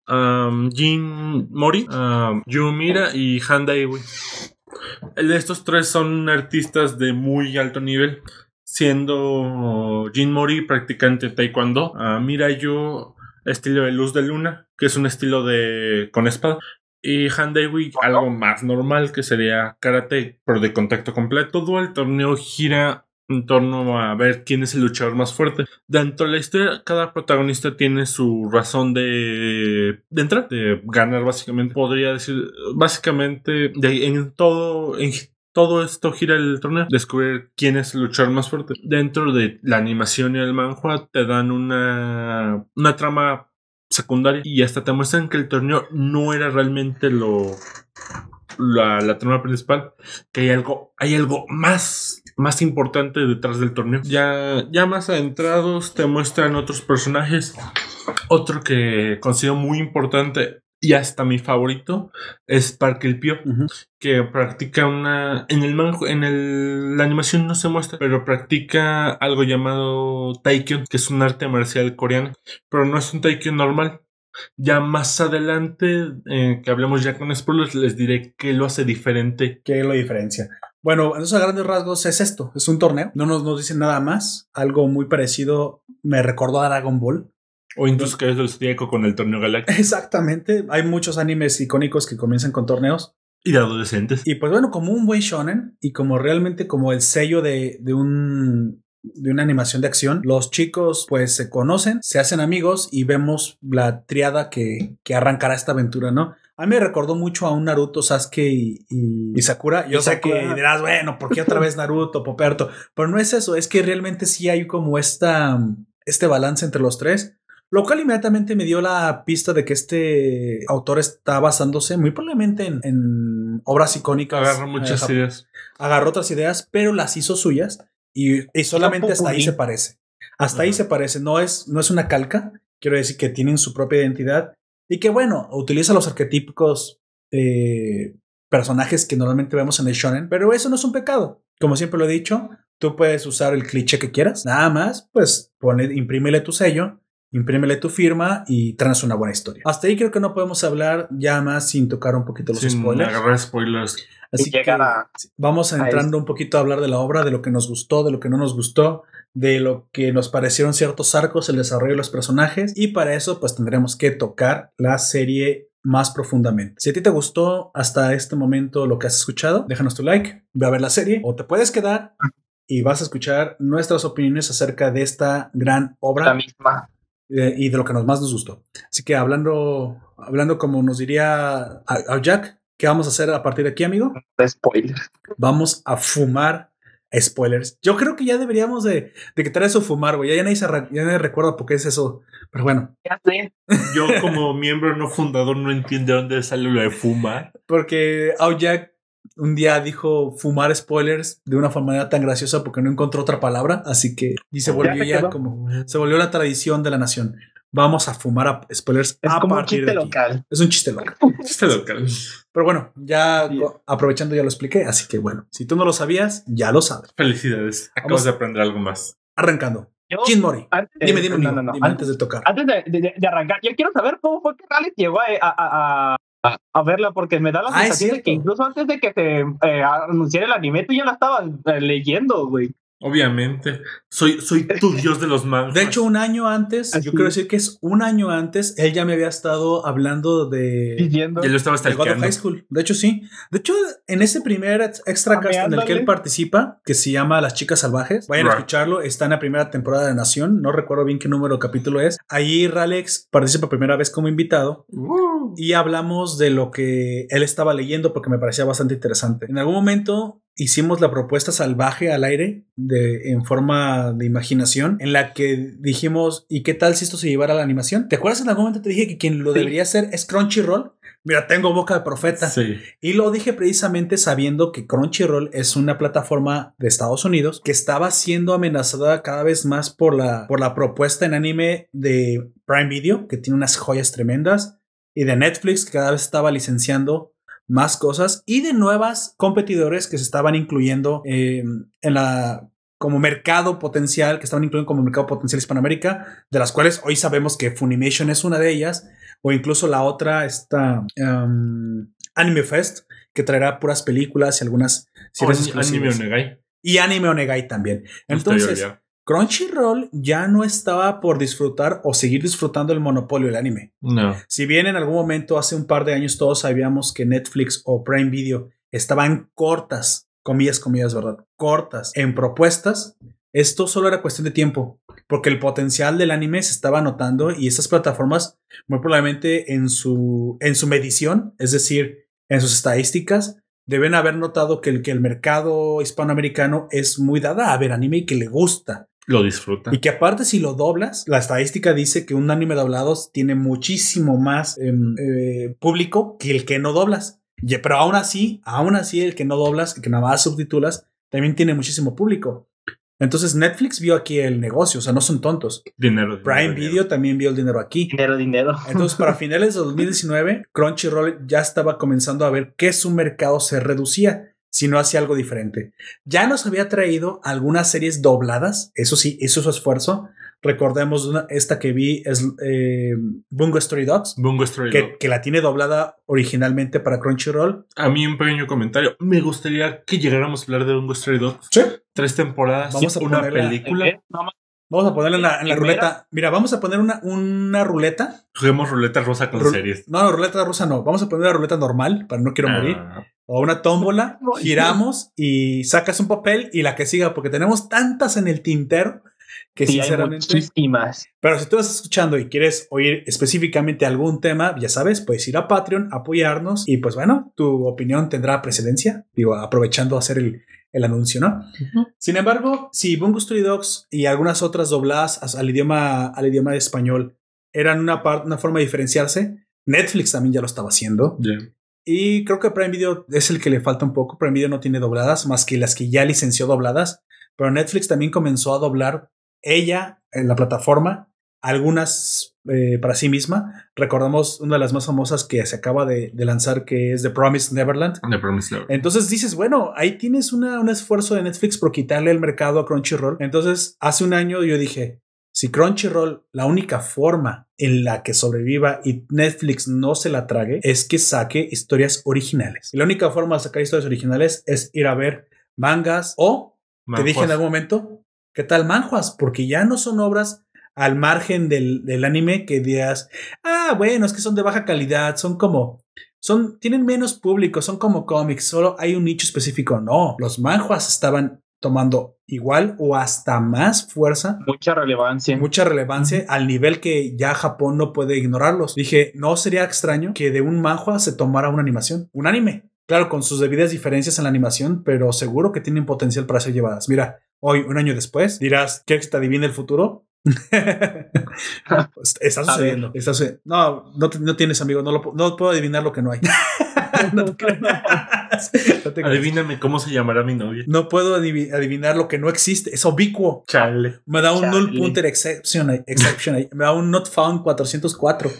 Jin Mori, Yu Mira y Han Dae-wi. De estos tres son artistas de muy alto nivel, siendo Jin Mori practicante de taekwondo, Mirayu estilo de luz de luna, que es un estilo con espada, y Han Dae-wi algo más normal, que sería karate, pero de contacto completo. Todo el torneo gira en torno a ver quién es el luchador más fuerte. Dentro de la historia, cada protagonista tiene su razón de entrar, de ganar, básicamente. Podría decir, básicamente, en todo esto gira el torneo. Descubrir quién es el luchador más fuerte. Dentro de la animación y el manhwa te dan una trama secundaria y hasta te muestran que el torneo no era realmente la trama principal, que hay algo más importante detrás del torneo. Ya más adentrados te muestran otros personajes. Otro que considero muy importante y hasta mi favorito es Park Il-pyo, que practica la animación no se muestra, pero practica algo llamado Taekyon, que es un arte marcial coreano, pero no es un Taekyon normal. Ya más adelante, que hablemos ya con spoilers, les diré qué lo hace diferente. ¿Qué lo diferencia? Bueno, en esos grandes rasgos es esto, es un torneo, no nos dicen nada más, algo muy parecido, me recordó a Dragon Ball. O incluso que es el zodíaco con el torneo galáctico. Exactamente, hay muchos animes icónicos que comienzan con torneos. Y de adolescentes. Y pues bueno, como un buen shonen y como realmente como el sello de una animación de acción, los chicos pues se conocen, se hacen amigos y vemos la triada que arrancará esta aventura, ¿no? A mí me recordó mucho a un Naruto, Sasuke y Sakura. Yo sé que dirás, bueno, ¿por qué otra vez Naruto, Poperto? Pero no es eso, es que realmente sí hay como este balance entre los tres. Lo cual inmediatamente me dio la pista de que este autor está basándose muy probablemente en obras icónicas. Agarró muchas ideas. Agarró otras ideas, pero las hizo suyas y solamente hasta ahí se parece. Hasta ahí se parece. No es una calca. Quiero decir que tienen su propia identidad y que, bueno, utiliza los arquetípicos personajes que normalmente vemos en el shonen, pero eso no es un pecado. Como siempre lo he dicho, tú puedes usar el cliché que quieras. Nada más, pues imprímele tu sello, imprímele tu firma y traes una buena historia. Hasta ahí creo que no podemos hablar ya más sin tocar un poquito los spoilers. Sin agarrar spoilers. Así que vamos entrando un poquito a hablar de la obra, de lo que nos gustó, de lo que no nos gustó, de lo que nos parecieron ciertos arcos, el desarrollo de los personajes, y para eso pues tendremos que tocar la serie más profundamente. Si a ti te gustó hasta este momento lo que has escuchado, déjanos tu like, ve a ver la serie o te puedes quedar y vas a escuchar nuestras opiniones acerca de esta gran obra. La misma. Y de lo que más nos gustó. Así que hablando como nos diría a Jack, ¿qué vamos a hacer a partir de aquí, amigo? Spoilers. Vamos a fumar spoilers. Yo creo que ya deberíamos de quitar eso fumar, güey. Ya nadie recuerda por qué es eso. Pero bueno. Ya sé. Yo como miembro no fundador no entiendo de dónde sale lo de fumar. Porque Jack un día dijo fumar spoilers de una manera tan graciosa porque no encontró otra palabra, así que y se volvió la tradición de la nación. Vamos a fumar a spoilers. Es como un chiste local. Es un chiste local. Chiste local. Pero bueno, ya aprovechando ya lo expliqué, así que bueno, si tú no lo sabías, ya lo sabes. Felicidades. Acabas de aprender algo más. Arrancando. Jin Mori. Dime, dime antes de tocar. Antes de arrancar, yo quiero saber cómo fue que Raleigh llegó a verla, porque me da la sensación de que incluso antes de que se anunciara el anime, tú ya la estabas leyendo, güey. Obviamente. Soy tu dios de los mangas. De hecho, un año antes, yo quiero decir que es un año antes, él ya me había estado hablando Ya lo estaba stalkeando. God of High School. De hecho, sí. De hecho, en ese primer extra cast en el que él participa, que se llama Las Chicas Salvajes, vayan a escucharlo, está en la primera temporada de Nación, no recuerdo bien qué número o capítulo es. Ahí Ralex participa por primera vez como invitado y hablamos de lo que él estaba leyendo porque me parecía bastante interesante. En algún momento hicimos la propuesta salvaje al aire en forma de imaginación, en la que dijimos, ¿y qué tal si esto se llevara a la animación? ¿Te acuerdas que en algún momento te dije que quien lo debería hacer es Crunchyroll? Mira, tengo boca de profeta. Sí. Y lo dije precisamente sabiendo que Crunchyroll es una plataforma de Estados Unidos que estaba siendo amenazada cada vez más por la propuesta en anime de Prime Video, que tiene unas joyas tremendas, y de Netflix, que cada vez estaba licenciando más cosas, y de nuevas competidores que se estaban incluyendo como mercado potencial, que estaban incluyendo como mercado potencial Hispanoamérica, de las cuales hoy sabemos que Funimation es una de ellas, o incluso la otra, Anime Fest, que traerá puras películas y algunas series exclusivas. Anime Onegai. Y Anime Onegai también. Entonces, Crunchyroll ya no estaba por disfrutar o seguir disfrutando el monopolio del anime. No. Si bien en algún momento, hace un par de años, todos sabíamos que Netflix o Prime Video estaban cortas comillas, ¿verdad? Cortas en propuestas, esto solo era cuestión de tiempo, porque el potencial del anime se estaba notando y esas plataformas muy probablemente en su medición, es decir, en sus estadísticas, deben haber notado que el mercado hispanoamericano es muy dada a ver anime y que le gusta. Lo disfruta. Y que aparte si lo doblas, la estadística dice que un anime doblado tiene muchísimo más público que el que no doblas. Pero aún así el que no doblas, el que nada más subtitulas, también tiene muchísimo público. Entonces Netflix vio aquí el negocio, o sea, no son tontos. Dinero. Prime Video también vio el dinero aquí. Dinero. Entonces, para finales de 2019, Crunchyroll ya estaba comenzando a ver que su mercado se reducía si no hacía algo diferente. Ya nos había traído algunas series dobladas, eso sí, hizo su esfuerzo. Recordemos esta que vi es Bungo Stray Dogs. Bungo Stray Dogs. Que la tiene doblada originalmente para Crunchyroll. A mí un pequeño comentario. Me gustaría que llegáramos a hablar de Bungo Stray Dogs. Sí. 3 temporadas. Vamos a una ponerla, película. Vamos a ponerla en la ruleta. Mira, vamos a poner una ruleta. Juguemos ruleta rusa con series. No, ruleta rusa no. Vamos a poner la ruleta normal para No Quiero Morir. O una tómbola. Giramos y sacas un papel y la que siga, porque tenemos tantas en el tintero que sí, sinceramente. Hay muchísimas. Pero si tú estás escuchando y quieres oír específicamente algún tema, ya sabes, puedes ir a Patreon, apoyarnos y pues bueno, tu opinión tendrá precedencia. Digo, aprovechando a hacer el anuncio, ¿no? Uh-huh. Sin embargo, si Bungo Stray Dogs y algunas otras dobladas al idioma de español eran una forma de diferenciarse, Netflix también ya lo estaba haciendo. Yeah. Y creo que Prime Video es el que le falta un poco. Prime Video no tiene dobladas más que las que ya licenció dobladas, pero Netflix también comenzó a doblar ella en la plataforma, algunas para sí misma. Recordamos una de las más famosas que se acaba de lanzar, que es The Promised Neverland. The Promised Neverland. Entonces dices, bueno, ahí tienes un esfuerzo de Netflix por quitarle el mercado a Crunchyroll. Entonces hace un año yo dije, si Crunchyroll, la única forma en la que sobreviva y Netflix no se la trague es que saque historias originales. Y la única forma de sacar historias originales es ir a ver mangas o, te dije en algún momento, ¿qué tal manhwas? Porque ya no son obras al margen del anime que digas, bueno, es que son de baja calidad, tienen menos público, son como cómics, solo hay un nicho específico. No, los manhwas estaban tomando igual o hasta más fuerza. Mucha relevancia. Uh-huh. Al nivel que ya Japón no puede ignorarlos. Dije, no sería extraño que de un manhwa se tomara una animación, un anime. Claro, con sus debidas diferencias en la animación, pero seguro que tienen potencial para ser llevadas. Mira, hoy, un año después, dirás, ¿quieres que te adivine el futuro? Está sucediendo. No tienes amigo, no puedo adivinar lo que no hay. No te creo. Adivíname cómo se llamará mi novia. No puedo adivinar lo que no existe. Es ubicuo. Chale. Me da un null pointer exception. Me da un not found 404.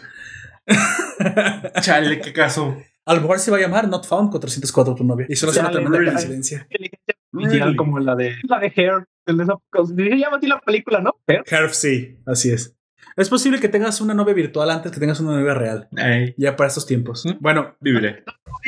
Chale, qué caso. A lo mejor se va a llamar Not Found 404 tu novia. Y solo es una tremenda coincidencia. Como la de Hair. Se llama así la película, ¿no? Hair, sí, así es. Es posible que tengas una novia virtual antes que tengas una novia real. Ay. Ya para estos tiempos. Bueno, viviré.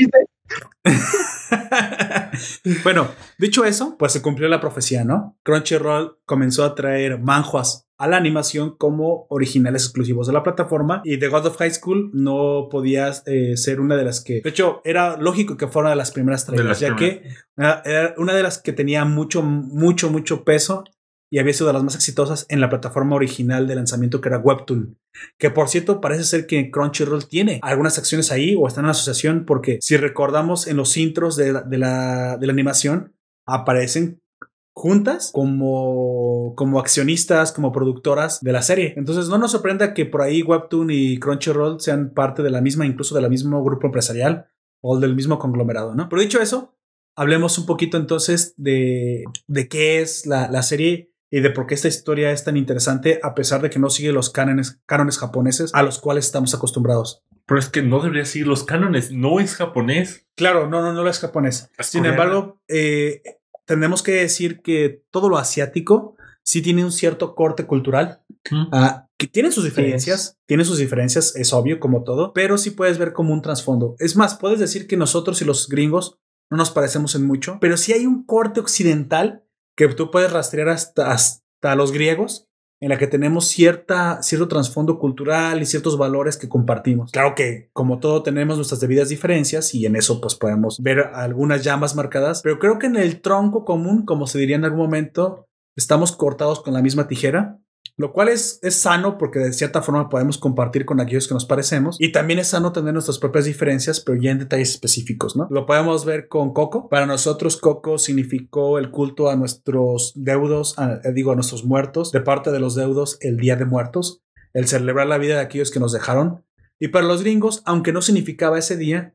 Bueno, dicho eso, pues se cumplió la profecía, ¿no? Crunchyroll comenzó a traer manhwas a la animación como originales exclusivos de la plataforma y The God of High School no podía ser una de las que... De hecho, era lógico que fuera una de las primeras traídas, que era una de las que tenía mucho peso y había sido de las más exitosas en la plataforma original de lanzamiento, que era Webtoon. Que por cierto, parece ser que Crunchyroll tiene algunas acciones ahí o están en asociación, porque si recordamos en los intros de la animación, aparecen juntas como accionistas, como productoras de la serie. Entonces no nos sorprenda que por ahí Webtoon y Crunchyroll sean parte de la misma, incluso del mismo grupo empresarial o del mismo conglomerado, ¿no? Pero dicho eso, hablemos un poquito entonces de qué es la serie y de por qué esta historia es tan interesante, a pesar de que no sigue los cánones japoneses a los cuales estamos acostumbrados. Pero es que no debería seguir los cánones, no es japonés. Claro, no es japonés. Sin embargo, tenemos que decir que todo lo asiático sí tiene un cierto corte cultural, que tiene sus diferencias, es obvio, como todo, pero sí puedes ver como un trasfondo. Es más, puedes decir que nosotros y los gringos no nos parecemos en mucho, pero sí hay un corte occidental que tú puedes rastrear hasta los griegos en la que tenemos cierto trasfondo cultural y ciertos valores que compartimos. Claro que, como todo, tenemos nuestras debidas diferencias y en eso pues podemos ver algunas llamas marcadas, pero creo que en el tronco común, como se diría en algún momento, estamos cortados con la misma tijera, lo cual es sano porque de cierta forma podemos compartir con aquellos que nos parecemos, y también es sano tener nuestras propias diferencias, pero ya en detalles específicos, ¿no? Lo podemos ver con Coco. Para nosotros Coco significó el culto a nuestros deudos, a nuestros muertos, de parte de los deudos, el Día de Muertos, el celebrar la vida de aquellos que nos dejaron. Y para los gringos, aunque no significaba ese día,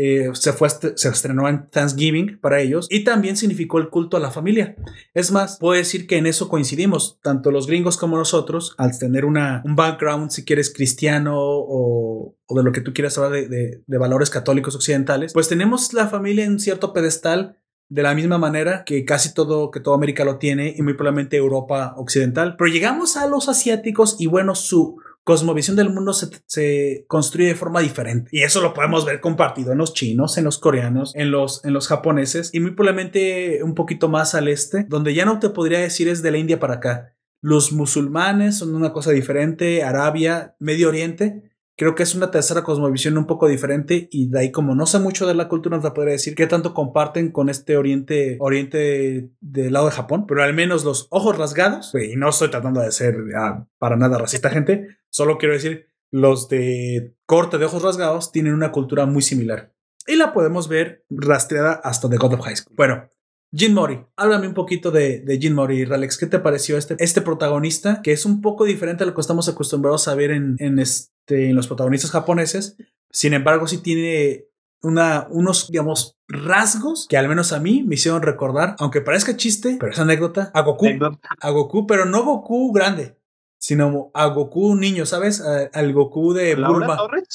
se estrenó en Thanksgiving para ellos, y también significó el culto a la familia. Es más, puedo decir que en eso coincidimos, tanto los gringos como nosotros, al tener un background, si quieres, cristiano o de lo que tú quieras hablar de valores católicos occidentales, pues tenemos la familia en cierto pedestal, de la misma manera que que toda América lo tiene, y muy probablemente Europa occidental. Pero llegamos a los asiáticos y bueno, su cosmovisión del mundo se construye de forma diferente, y eso lo podemos ver compartido en los chinos, en los coreanos, en los japoneses, y muy probablemente un poquito más al este, donde ya no te podría decir es de la India para acá. Los musulmanes son una cosa diferente, Arabia, Medio Oriente. Creo que es una tercera cosmovisión un poco diferente, y de ahí, como no sé mucho de la cultura, no te podría decir qué tanto comparten con este oriente del lado de Japón, pero al menos los ojos rasgados, y no estoy tratando de ser para nada racista, gente, solo quiero decir, los de corte de ojos rasgados tienen una cultura muy similar, y la podemos ver rastreada hasta The God of High School. Bueno, Jin Mori, háblame un poquito de Jin Mori, Ralex. ¿Qué te pareció este protagonista, que es un poco diferente a lo que estamos acostumbrados a ver en los protagonistas japoneses? Sin embargo, sí tiene unos, digamos, rasgos que al menos a mí me hicieron recordar, aunque parezca chiste, pero es anécdota, a Goku, pero no Goku grande, sino a Goku niño, ¿sabes? Al Goku de Bulma.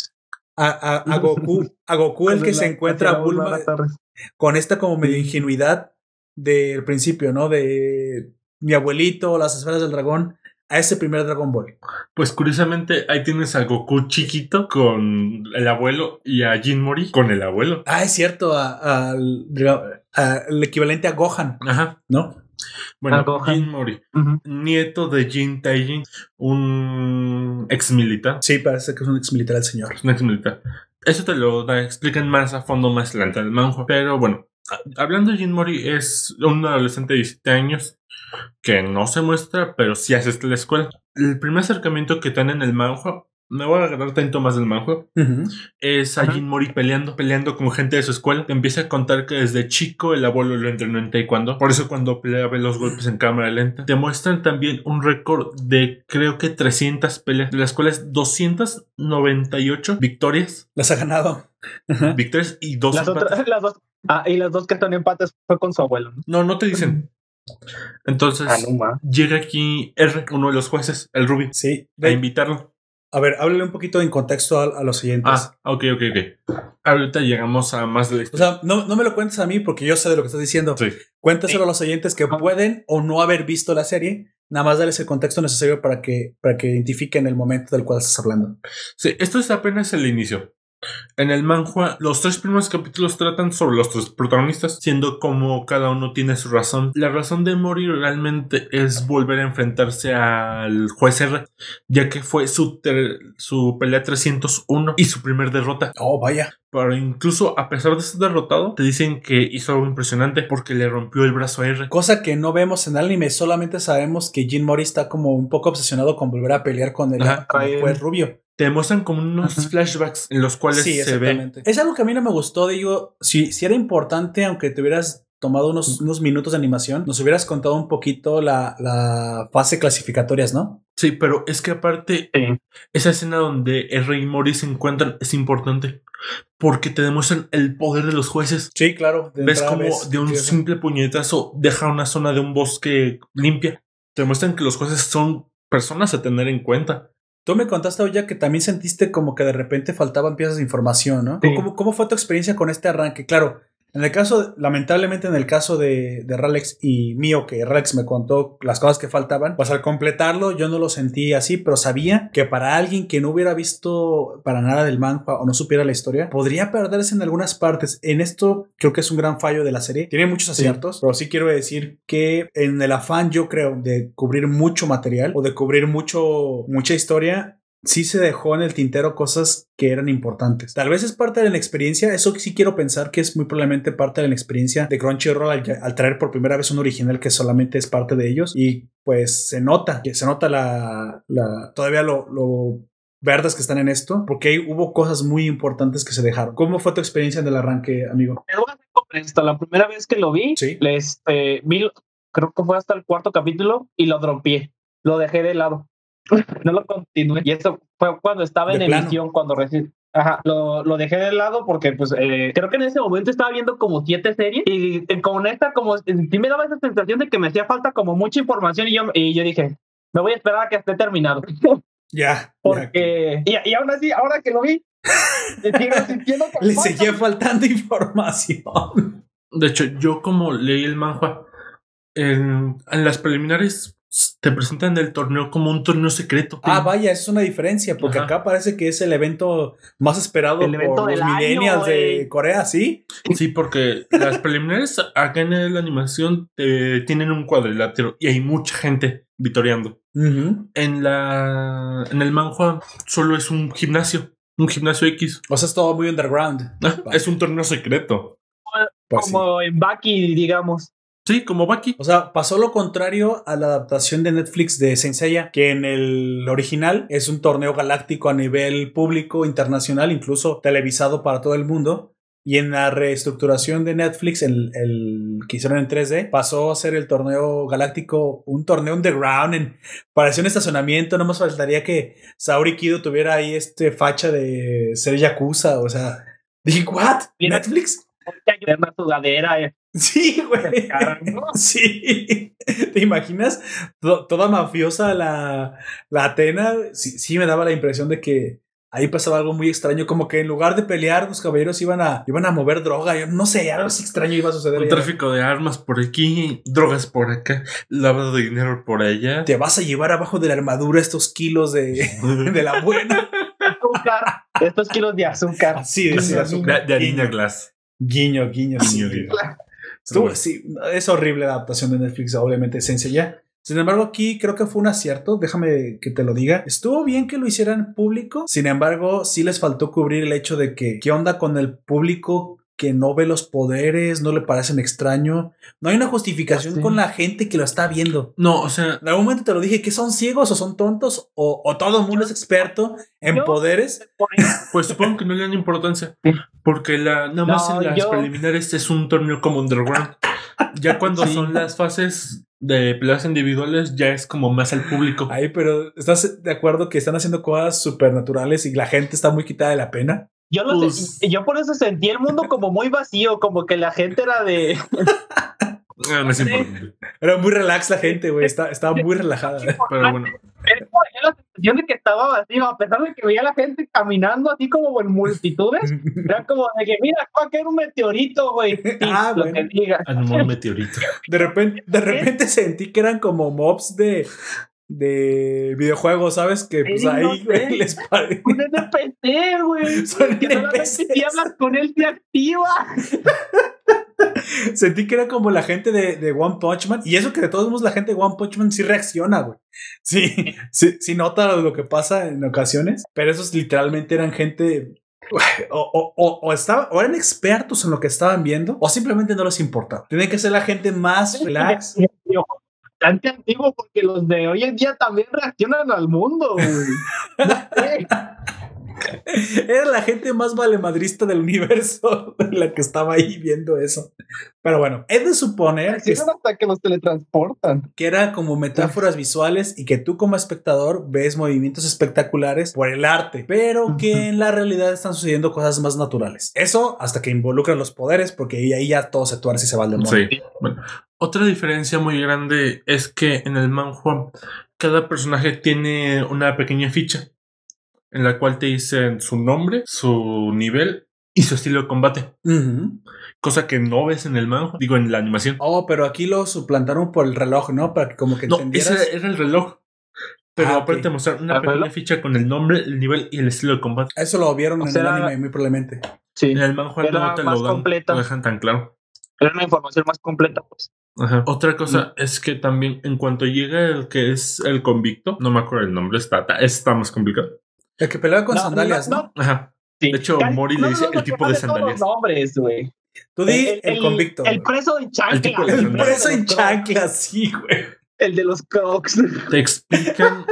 A Goku el que se encuentra a Bulma con esta como medio ingenuidad del principio, ¿no? De mi abuelito, las esferas del dragón, a ese primer Dragon Ball. Pues curiosamente ahí tienes a Goku chiquito con el abuelo y a Jin Mori con el abuelo. Es cierto, al equivalente a Gohan. Ajá. ¿No? Bueno, Jin Mori, nieto de Jin Taijin, un ex militar. Sí, parece que es un ex militar el señor. Es un ex militar. Eso te lo explican más a fondo más adelante del manga. Pero bueno, hablando de Jin Mori, es un adolescente de 17 años que no se muestra, pero sí asiste a la escuela. El primer acercamiento que tiene en el manga, me voy a agarrar tanto más del manga, es a Jin Mori peleando con gente de su escuela. Te empieza a contar que desde chico el abuelo lo entrenó en taekwondo, por eso cuando pelea ve los golpes en cámara lenta. Te muestran también un récord de creo que 300 peleas, de las cuales 298 victorias. Las ha ganado. Victorias y dos empates. Y las dos que están empates fue con su abuelo, ¿no? No te dicen. Entonces llega aquí R, uno de los jueces, el Ruby, sí, a invitarlo. A ver, háblale un poquito en contexto a los siguientes. Ok. Ahorita llegamos a más de la historia. O sea, no me lo cuentes a mí porque yo sé de lo que estás diciendo. Sí. Cuéntaselo a los oyentes que pueden o no haber visto la serie. Nada más darles el contexto necesario para que identifiquen el momento del cual estás hablando. Sí, esto es apenas el inicio. En el manhwa, los 3 primeros capítulos tratan sobre los 3 protagonistas, siendo como cada uno tiene su razón. La razón de Mori realmente es volver a enfrentarse al juez R, ya que fue su pelea 301 y su primer derrota. Oh, vaya. Pero incluso a pesar de ser derrotado, te dicen que hizo algo impresionante porque le rompió el brazo a R. Cosa que no vemos en el anime, solamente sabemos que Jin Mori está como un poco obsesionado con volver a pelear con el juez rubio. Te muestran como unos flashbacks en los cuales se ve. Es algo que a mí no me gustó. Digo, si era importante, aunque te hubieras tomado unos minutos de animación, nos hubieras contado un poquito la fase clasificatorias, ¿no? Sí, pero es que aparte, esa escena donde R y Mori se encuentran es importante porque te demuestran el poder de los jueces. Sí, claro. Ves como de un simple puñetazo deja una zona de un bosque limpia. Te demuestran que los jueces son personas a tener en cuenta. Tú me contaste hoy que también sentiste como que de repente faltaban piezas de información, ¿no? Sí. ¿Cómo fue tu experiencia con este arranque? Claro, lamentablemente en el caso de Ralex y mío, que Ralex me contó las cosas que faltaban, pues al completarlo yo no lo sentí así, pero sabía que para alguien que no hubiera visto para nada del manga o no supiera la historia, podría perderse en algunas partes. En esto creo que es un gran fallo de la serie. Tiene muchos aciertos, pero sí quiero decir que en el afán, yo creo, de cubrir mucho material o de cubrir mucha historia, sí se dejó en el tintero cosas que eran importantes. Tal vez es parte de la experiencia, eso sí quiero pensar que es muy probablemente parte de la experiencia de Crunchyroll al traer por primera vez un original que solamente es parte de ellos, y pues se nota todavía lo verdes que están en esto, porque hubo cosas muy importantes que se dejaron. ¿Cómo fue tu experiencia en el arranque, amigo? La primera vez que lo vi, ¿sí? Vi, creo que fue hasta el 4º capítulo y lo dropeé, lo dejé de lado. No lo continué. Y eso fue cuando estaba en emisión, cuando recién. Ajá, lo dejé de lado porque pues creo que en ese momento estaba viendo como 7 series y con esta como sí me daba esa sensación de que me hacía falta como mucha información y yo dije, me voy a esperar a que esté terminado. Ya. Porque y aún así, ahora que lo vi, sigo sintiendo que le seguía faltando información. De hecho, yo como leí el manga, en las preliminares te presentan el torneo como un torneo secreto. Vaya, es una diferencia, porque acá parece que es el evento más esperado por los millennials de Corea, ¿sí? Sí, porque las preliminares acá en la animación tienen un cuadrilátero y hay mucha gente vitoreando. Uh-huh. En el manga solo es un gimnasio X. O sea, es todo muy underground. Es un torneo secreto. Pues como en Baki, digamos. Sí, como Baki. O sea, pasó lo contrario a la adaptación de Netflix de Saint Seiya, que en el original es un torneo galáctico a nivel público, internacional, incluso televisado para todo el mundo. Y en la reestructuración de Netflix, el que hicieron en 3D, pasó a ser el torneo galáctico, un torneo underground, parecía un estacionamiento. No más faltaría que Saori Kido tuviera ahí facha de ser yakuza. O sea, dije, ¿what? ¿Netflix? Una sudadera. Sí, güey. Sí. ¿Te imaginas? Toda mafiosa la Atena. Sí, me daba la impresión de que ahí pasaba algo muy extraño, como que en lugar de pelear, los caballeros iban a mover droga. Yo no sé, algo así extraño iba a suceder. Un tráfico de armas por aquí, drogas por acá, lavado de dinero por allá. Te vas a llevar abajo de la armadura estos kilos de la buena. Azúcar. Estos kilos de azúcar. Sí, de azúcar. De harina glass. Guiño. Sí. Sí, es horrible la adaptación de Netflix, obviamente Saint Seiya. Sin embargo, aquí creo que fue un acierto. Déjame que te lo diga. Estuvo bien que lo hicieran público. Sin embargo, sí les faltó cubrir el hecho de que ¿qué onda con el público que no ve los poderes? ¿No le parecen extraño? No hay una justificación con la gente que lo está viendo. No, o sea, en algún momento te lo dije, ¿que son ciegos o son tontos? ¿O todo el mundo es experto en poderes? Pues supongo que no le dan importancia. Porque nada más en las preliminares es un torneo como underground. Ya cuando son las fases de peleas individuales, ya es como más al público. Ay, pero ¿estás de acuerdo que están haciendo cosas supernaturales y la gente está muy quitada de la pena? Yo por eso sentí el mundo como muy vacío, como que la gente era de... No es importante. Era muy relax la gente, güey. Estaba muy relajada. Pero bueno. La sensación de que estaba vacío, a pesar de que veía a la gente caminando así como en multitudes. Era como de que, mira, va a caer un meteorito, güey. Lo que diga. Un meteorito. De repente sentí que eran como mobs de videojuegos, ¿sabes? Que pues ahí, no güey, les parece. Un NPC, güey. Son NPCs. Si hablas con él, se activa. Sentí que era como la gente de One Punch Man. Y eso que de todos modos la gente de One Punch Man sí reacciona, güey. Sí nota lo que pasa en ocasiones. Pero esos literalmente eran gente... O eran expertos en lo que estaban viendo, o simplemente no les importaba. Tienen que ser la gente más relax. Bastante antiguo, porque los de hoy en día también reaccionan al mundo, güey. No sé. Era la gente más valemadrista del universo la que estaba ahí viendo eso. Pero bueno, es de suponer que hasta que los teletransportan, que eran como metáforas visuales y que tú como espectador ves movimientos espectaculares por el arte, pero que en la realidad están sucediendo cosas más naturales. Eso hasta que involucran los poderes, porque ahí ya todo se tuerce y se va al demonio. Sí. Bueno, otra diferencia muy grande es que en el manhwa cada personaje tiene una pequeña ficha en la cual te dicen su nombre, su nivel y su estilo de combate. Uh-huh. Cosa que no ves en el manga, digo, en la animación. Oh, pero aquí lo suplantaron por el reloj, ¿no? Para que como que entendieras. No, ese era el reloj. Pero aparte te mostraron una pequeña ficha con el nombre, el nivel y el estilo de combate. Eso lo vieron en el anime muy probablemente. Sí. En el manga no te lo dejan tan claro. Era una información más completa, pues. Ajá. Otra cosa es que también en cuanto llega el que es el convicto, no me acuerdo el nombre, está más complicado. El que pelea con sandalias, ¿no? Ajá. Sí. De hecho, Mori le dice el tipo de sandalias. Todos los nombres, güey. Tú di el convicto. El preso en chanclas. El preso en chanclas, sí, güey. El de los Crocs. Te explican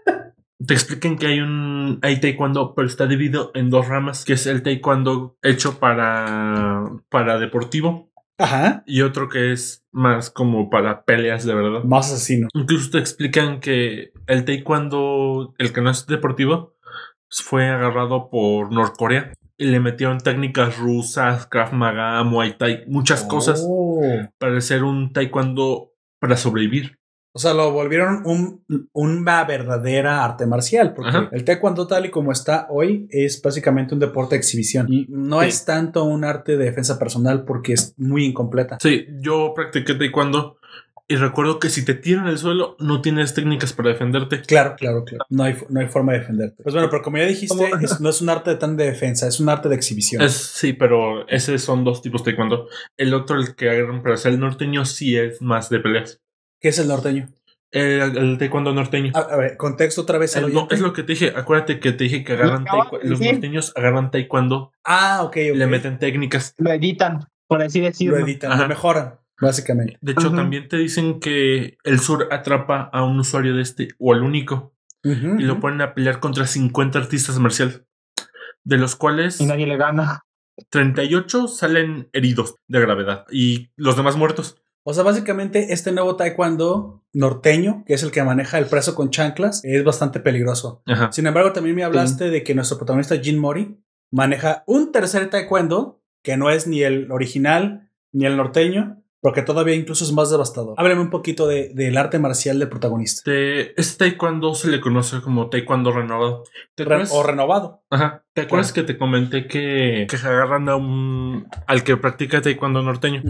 que hay taekwondo, pero está dividido en dos ramas, que es el taekwondo hecho para deportivo. Ajá. Y otro que es más como para peleas de verdad. Más asesino. Incluso te explican que el taekwondo, el que no es deportivo, fue agarrado por Norcorea y le metieron técnicas rusas, Krav Maga, Muay Thai, muchas cosas para hacer un taekwondo para sobrevivir. O sea, lo volvieron una verdadera arte marcial, porque el taekwondo tal y como está hoy es básicamente un deporte de exhibición y no es tanto un arte de defensa personal porque es muy incompleta. Sí, yo practiqué taekwondo y recuerdo que si te tiran al suelo no tienes técnicas para defenderte. Claro. No hay forma de defenderte. Pues bueno, pero como ya dijiste, no es un arte tan de defensa, es un arte de exhibición. Sí, pero esos son dos tipos de taekwondo. El otro, el que agarran para hacer el norteño, sí es más de peleas. ¿Qué es el norteño? El taekwondo norteño. A ver, contexto otra vez. No, es lo que te dije. Acuérdate que te dije que agarran los norteños agarran taekwondo. Ok. Le meten técnicas. Lo editan, por así decirlo. Lo editan, lo mejoran, básicamente. De hecho, también te dicen que el sur atrapa a un usuario de o al único. Y lo ponen a pelear contra 50 artistas marciales. De los cuales... Y nadie le gana. 38 salen heridos de gravedad. Y los demás muertos. O sea, básicamente este nuevo taekwondo norteño, que es el que maneja el preso con chanclas, es bastante peligroso. Ajá. Sin embargo, también me hablaste de que nuestro protagonista Jin Mori maneja un tercer taekwondo, que no es ni el original ni el norteño, porque todavía incluso es más devastador. Háblame un poquito del arte marcial del protagonista. Este taekwondo se le conoce como taekwondo renovado. O renovado. Ajá. ¿Te acuerdas que te comenté que agarran al que practica taekwondo norteño?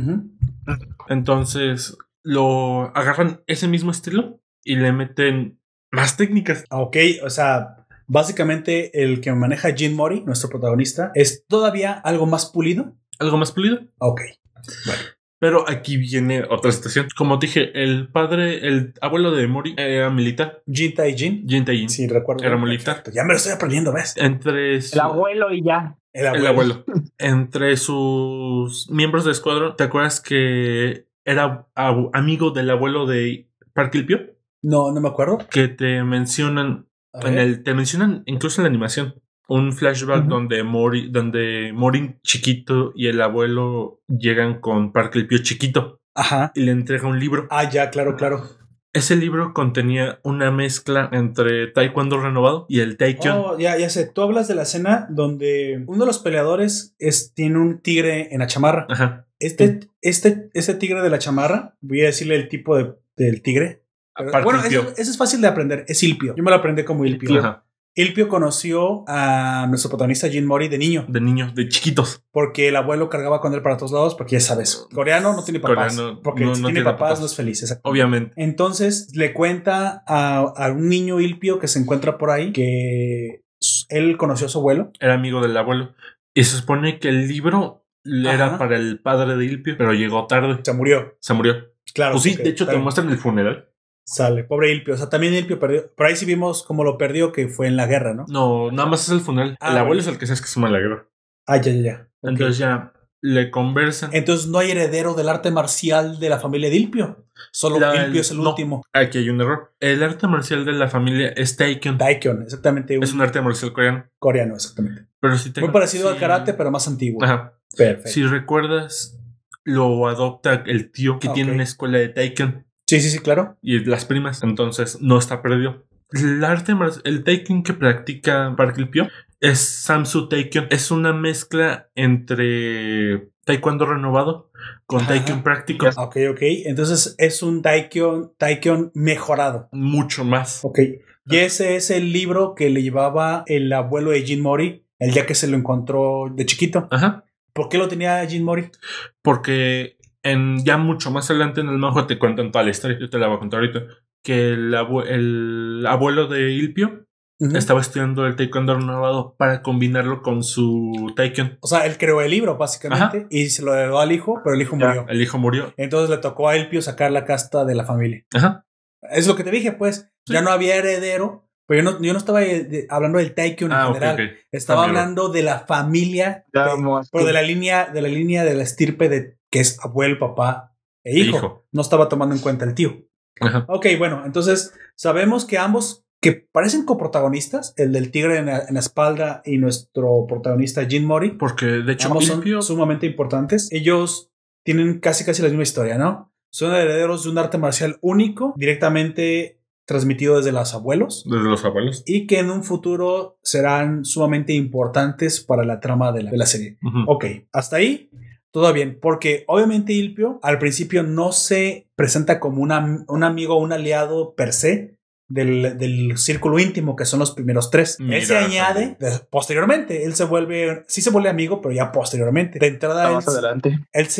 Entonces lo agarran ese mismo estilo y le meten más técnicas. Ok, o sea, básicamente el que maneja Jin Mori, nuestro protagonista, es todavía algo más pulido. ¿Algo más pulido? Ok. Bueno. Pero aquí viene otra situación. Como te dije, el abuelo de Mori era militar. Jin Tae-jin. Sí, recuerdo. Era militar. Perfecto. Ya me lo estoy aprendiendo, ¿ves? El abuelo y ya. El abuelo. Entre sus miembros de escuadrón, ¿te acuerdas que era amigo del abuelo de Park Il-pyo? No me acuerdo. Que te mencionan te mencionan incluso en la animación. Un flashback donde Mori chiquito y el abuelo llegan con Park Il-pyo chiquito. Ajá. Y le entrega un libro. Ya, claro. Ese libro contenía una mezcla entre taekwondo renovado y el taekwondo. Ya sé. Tú hablas de la escena donde uno de los peleadores tiene un tigre en la chamarra. Ajá. Este tigre de la chamarra, voy a decirle el tipo del tigre. Bueno, eso es fácil de aprender. Es Il-pyo. Yo me lo aprendí como Il-pyo. Ajá. Il-pyo conoció a nuestro protagonista Jin Mori de niño. De chiquitos. Porque el abuelo cargaba con él para todos lados, porque ya sabes, coreano no tiene papás. Porque si tiene papás no es feliz. Obviamente. Entonces le cuenta a un niño Il-pyo que se encuentra por ahí que él conoció a su abuelo. Era amigo del abuelo. Y se supone que el libro era para el padre de Il-pyo, pero llegó tarde. Se murió. Claro. Pues sí, de hecho te muestran el funeral. Sale, pobre Il-pyo. O sea, también Il-pyo perdió. Por ahí sí vimos cómo lo perdió, que fue en la guerra, ¿no? No, nada más es el funeral. El abuelo es el que sabes que suma en la guerra. Ya. Entonces ya le conversan. Entonces no hay heredero del arte marcial de la familia de Il-pyo. Solo Il-pyo es el último. Aquí hay un error. El arte marcial de la familia es Taekwondo. Taekwondo, exactamente. Es un arte marcial coreano. Coreano, exactamente. Pero muy parecido al karate, pero más antiguo. Ajá. Perfecto. Si recuerdas, lo adopta el tío que tiene una escuela de Taekwondo. Sí, claro. Y las primas, entonces no está perdido. El Taekwondo que practica Park Il-pyo es Samsu Taekwondo. Es una mezcla entre taekwondo renovado con taekwondo práctico. Ok. Entonces es un taekwondo mejorado. Mucho más. Ok. Y ese es el libro que le llevaba el abuelo de Jin Mori el día que se lo encontró de chiquito. Ajá. ¿Por qué lo tenía Jin Mori? Porque ya mucho más adelante en el manga te cuentan toda la historia. Yo te la voy a contar ahorita. Que el abuelo de Ilpio estaba estudiando el taekwondo renovado para combinarlo con su taekwondo. O sea, él creó el libro, básicamente, y se lo heredó al hijo, pero el hijo murió. El hijo murió. Entonces le tocó a Ilpio sacar la casta de la familia. Ajá. Es lo que te dije, pues. Sí. Ya no había heredero, pero yo no estaba hablando del taekwondo en general. Okay. Estaba hablando de la familia, pero de la línea de la estirpe que es abuelo, papá e hijo. No estaba tomando en cuenta el tío. Ajá. Ok, bueno, entonces sabemos que ambos, que parecen coprotagonistas, el del tigre en la espalda y nuestro protagonista Jin Mori, porque de hecho ambos son sumamente importantes. Ellos tienen casi la misma historia, ¿no? Son herederos de un arte marcial único, directamente transmitido desde los abuelos. Desde los abuelos. Y que en un futuro serán sumamente importantes para la trama de la serie. Ok, hasta ahí todo bien, porque obviamente Ilpio al principio no se presenta como un amigo o un aliado per se del círculo íntimo, que son los primeros tres. Él se añade posteriormente, él sí se vuelve amigo, pero ya posteriormente. De entrada, más adelante.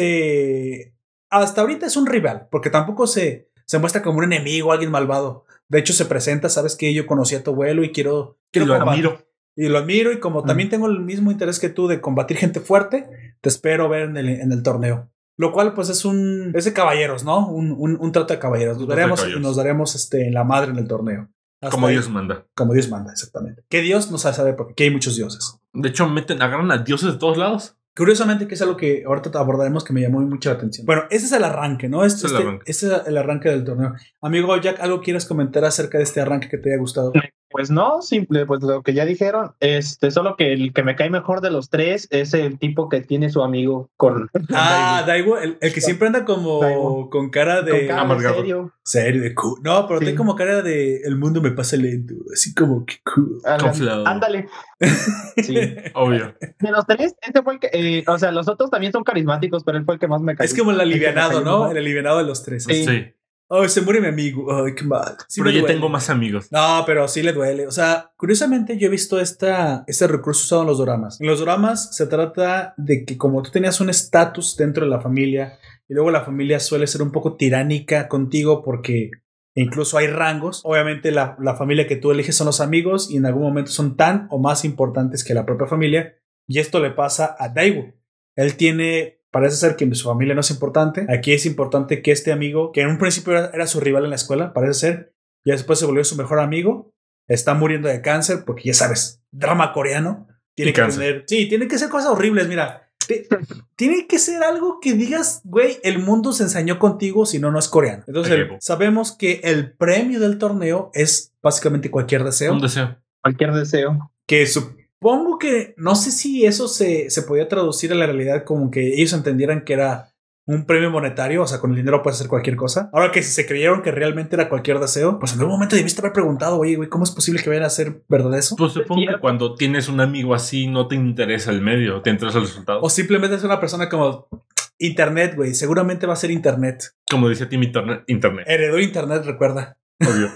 Hasta ahorita es un rival, porque tampoco se muestra como un enemigo, alguien malvado. De hecho, se presenta, sabes que yo conocí a tu abuelo y quiero lo admiro. Y lo admiro, y como también tengo el mismo interés que tú de combatir gente fuerte, te espero ver en el torneo. Lo cual, pues, es de caballeros, ¿no? Un trato de caballeros. Nos veremos y nos daremos la madre en el torneo. Como ahí, Dios manda. Como Dios manda, exactamente. Que Dios no sabe porque hay muchos dioses. De hecho, agarran a dioses de todos lados. Curiosamente, que es algo que ahorita abordaremos, que me llamó mucho la atención. Bueno, ese es el arranque, ¿no? Este es el arranque del torneo. Amigo Jack, ¿algo quieres comentar acerca de este arranque que te haya gustado? Pues no, simple, pues lo que ya dijeron, solo que el que me cae mejor de los tres es el tipo que tiene su amigo con Daigo, el que siempre anda como con cara de amargado. Serio, de cool. No, pero tiene como cara de el mundo me pasa lento, así como que cool. Ándale. Sí, obvio. De los tres, este fue el que, o sea, los otros también son carismáticos, pero él fue el que más me cayó. Es como el alivianado, ¿no? El alivianado de los tres. Sí. Oh, se muere mi amigo. Ay, qué mal. Sí, pero yo tengo más amigos. No, pero sí le duele. O sea, curiosamente yo he visto este recurso usado en los doramas. En los doramas se trata de que como tú tenías un estatus dentro de la familia y luego la familia suele ser un poco tiránica contigo porque incluso hay rangos. Obviamente la familia que tú eliges son los amigos y en algún momento son tan o más importantes que la propia familia. Y esto le pasa a Daigo. Parece ser que su familia no es importante. Aquí es importante que este amigo, que en un principio era su rival en la escuela, parece ser, y después se volvió su mejor amigo, está muriendo de cáncer, porque ya sabes, drama coreano. Tiene que ser cosas horribles, mira. Tiene que ser algo que digas, güey, el mundo se ensañó contigo, si no, no es coreano. Entonces, sabemos que el premio del torneo es básicamente cualquier deseo. Un deseo. Cualquier deseo. Que supongo que no sé si eso se podía traducir a la realidad como que ellos entendieran que era un premio monetario, o sea, con el dinero puedes hacer cualquier cosa. Ahora que si se creyeron que realmente era cualquier deseo, pues en algún momento debiste haber preguntado, oye, güey, ¿cómo es posible que vayan a hacer verdad eso? Pues supongo que cuando tienes un amigo así no te interesa el medio, te interesa el resultado. O simplemente es una persona como internet, güey, seguramente va a ser internet. Como decía Tim, internet. Heredó internet, recuerda. Obvio.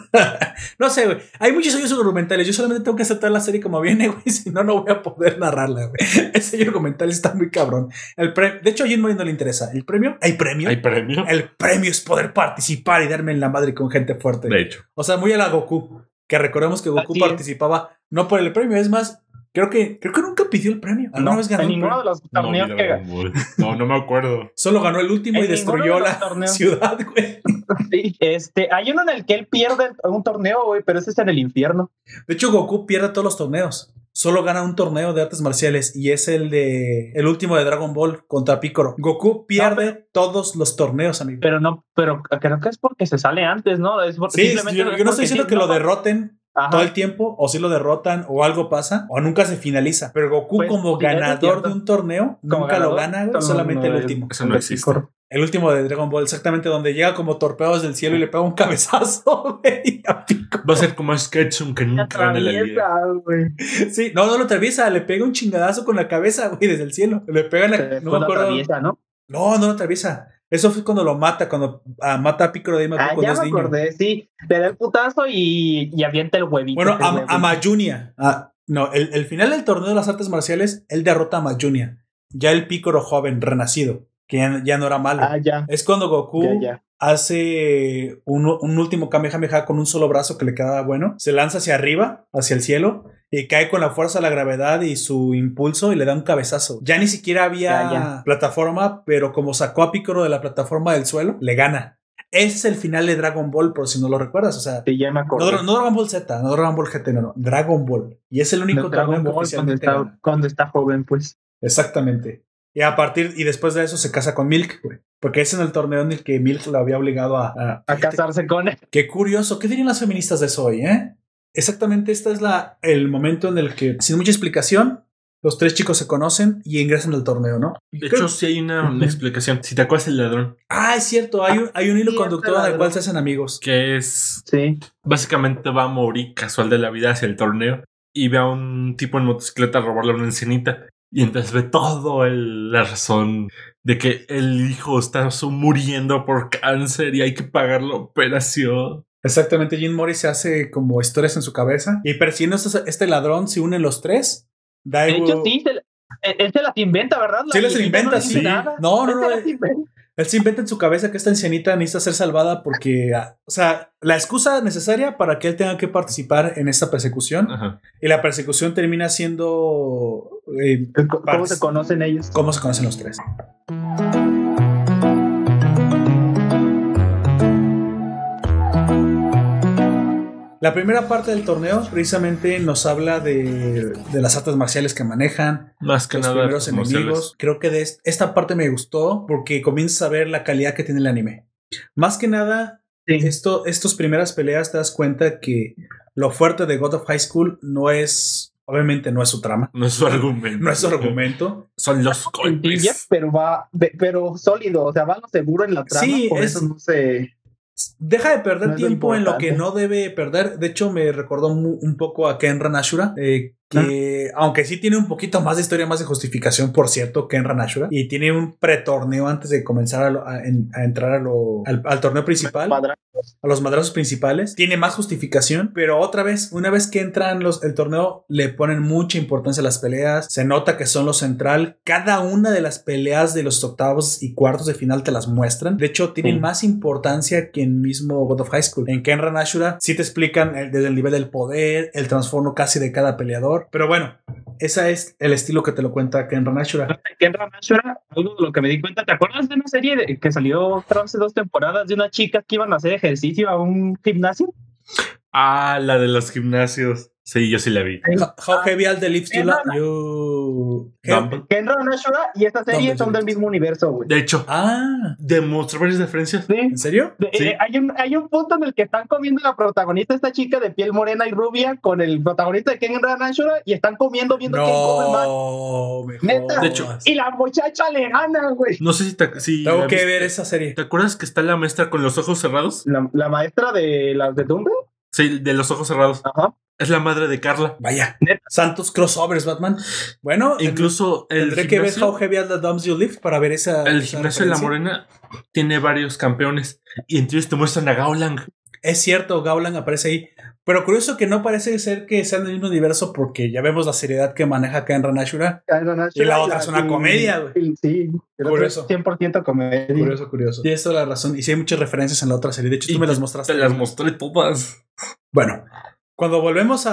No sé, güey. Hay muchos sellos documentales. Yo solamente tengo que aceptar la serie como viene, güey. Si no, no voy a poder narrarla, güey. El sello documental está muy cabrón. De hecho, a Jin Mori no le interesa. ¿El premio? ¿Hay premio? ¿Hay premio? El premio es poder participar y darme en la madre con gente fuerte. De hecho. O sea, muy a la Goku. Que recordemos que Goku participaba no por el premio, es más. Creo que nunca pidió el premio. ¿Alguna vez ganó en ninguno de los torneos que ganó? No me acuerdo. Solo ganó el último y destruyó la ciudad, güey. Sí, hay uno en el que él pierde un torneo, güey, pero ese es en el infierno. De hecho, Goku pierde todos los torneos. Solo gana un torneo de artes marciales y es el último de Dragon Ball contra Piccolo. Goku pierde todos los torneos, amigo. Pero creo que es porque se sale antes, ¿no? Sí, yo no estoy diciendo que lo derroten. Ajá. Todo el tiempo, o si lo derrotan, o algo pasa, o nunca se finaliza. Pero Goku, pues, como ganador de un torneo, nunca lo gana, solamente el último. Eso no existe. El último de Dragon Ball, exactamente, donde llega como torpedos del cielo y le pega un cabezazo, güey, a Piccolo. Va a ser como Sketchum, que nunca gana la liga. Sí, no lo atraviesa, le pega un chingadazo con la cabeza, güey, desde el cielo. Le pega no me acuerdo. Atraviesa, ¿no? No lo atraviesa. Eso fue cuando lo mata, mata a Piccolo de Maku cuando es niño. Ya me acordé, sí. Le da el putazo y avienta el huevito. Bueno, a Mayunia. No, el final del torneo de las artes marciales, él derrota a Mayunia. Ya el Piccolo joven, renacido, que ya no era malo. Ya. Es cuando Goku Ya. hace un último Kamehameha con un solo brazo que le quedaba bueno. Se lanza hacia arriba, hacia el cielo, y cae con la fuerza de la gravedad y su impulso y le da un cabezazo. Ya ni siquiera había plataforma, pero como sacó a Piccolo de la plataforma del suelo, le gana. Ese es el final de Dragon Ball, por si no lo recuerdas. O sea, sí, ya me acuerdo. No Dragon Ball Z, no Dragon Ball GT, no. Dragon Ball. Y es el único torneo que oficialmente cuando está joven, pues. Exactamente. Y después de eso se casa con Milk, güey. Porque ese es el torneo en el que Milk lo había obligado a casarse con él. Qué curioso. ¿Qué dirían las feministas de eso hoy, Exactamente, este es el momento en el que, sin mucha explicación, los tres chicos se conocen y ingresan al torneo, ¿no? De hecho, sí hay una explicación. Si te acuerdas el ladrón. Ah, es cierto. Hay un hilo conductor en el cual se hacen amigos. Que es... Sí. Básicamente va a morir casual de la vida hacia el torneo y ve a un tipo en motocicleta robarle una encinita. Y entonces ve todo la razón de que el hijo está muriendo por cáncer y hay que pagar la operación. Exactamente, Jim Morris se hace como historias en su cabeza. Y persiguiendo este ladrón, se unen los tres. De hecho, sí, él se las inventa, ¿verdad? Sí, les inventa, sí. No. Él se inventa en su cabeza que esta ancianita necesita ser salvada porque, o sea, la excusa necesaria para que él tenga que participar en esta persecución. Ajá. Y la persecución termina siendo... ¿Cómo se conocen ellos? ¿Cómo se conocen los tres? La primera parte del torneo precisamente nos habla de las artes marciales que manejan. Más que los nada primeros enemigos. Creo que de esta parte me gustó porque comienzas a ver la calidad que tiene el anime. Más que nada, sí. Estos primeras peleas te das cuenta que lo fuerte de God of High School obviamente no es su trama. No es su argumento. No es su argumento. Son los golpes. Pero sólido, o sea, va lo seguro en la trama. Sí, por eso no se... Deja de perder tiempo en lo que no debe perder. De hecho, me recordó un poco a Ken Ranashura, que aunque sí tiene un poquito más de historia, más de justificación, por cierto, Ken Ranashura, y tiene un pretorneo antes de comenzar a entrar al torneo principal, a los madrazos principales. Tiene más justificación, pero otra vez, una vez que entran el torneo, le ponen mucha importancia a las peleas. Se nota que son lo central. Cada una de las peleas de los octavos y cuartos de final te las muestran. De hecho, tienen más importancia que en mismo God of High School. En Ken Ranashura sí te explican desde el nivel del poder, el trasfondo casi de cada peleador. Pero bueno, ese es el estilo que te lo cuenta Ken Ranashura. Ken Ranashura, algo de lo que me di cuenta, ¿te acuerdas de una serie que salió hace 2 temporadas de unas chicas que iban a hacer ejercicio a un gimnasio? Ah, la de los gimnasios. Sí, yo sí la vi. How heavy are the lifts you... Ken Ranashura y esta serie son del mismo universo, güey. De hecho, demostró varias diferencias. ¿Sí? ¿En serio? Sí. Hay un punto en el que están comiendo la protagonista, esta chica de piel morena y rubia, con el protagonista de Ken Ranashura, y están comiendo viendo quién come más. Neta. De hecho, y la muchacha le gana, güey. No sé si tengo que ver esa serie. ¿Te acuerdas que está la maestra con los ojos cerrados? La maestra de las de Dumbo. Sí, de los ojos cerrados. Ajá. Es la madre de Carla. Vaya. ¿Neta? Santos crossovers, Batman. Bueno, incluso tendré que ver How Heavy Are the Dumps You Lift para ver esa. El gimnasio de la Morena tiene varios campeones y entre ellos te muestran a Gaulang. Es cierto, Gaulang aparece ahí. Pero curioso que no parece ser que sean del mismo universo porque ya vemos la seriedad que maneja Ken Ranashura. Y la otra es una comedia, güey. Sí, curioso. 100% comedia. Curioso. Tienes toda la razón. Y sí hay muchas referencias en la otra serie. De hecho, tú me las mostraste. Te las mostré todas. Bueno, cuando volvemos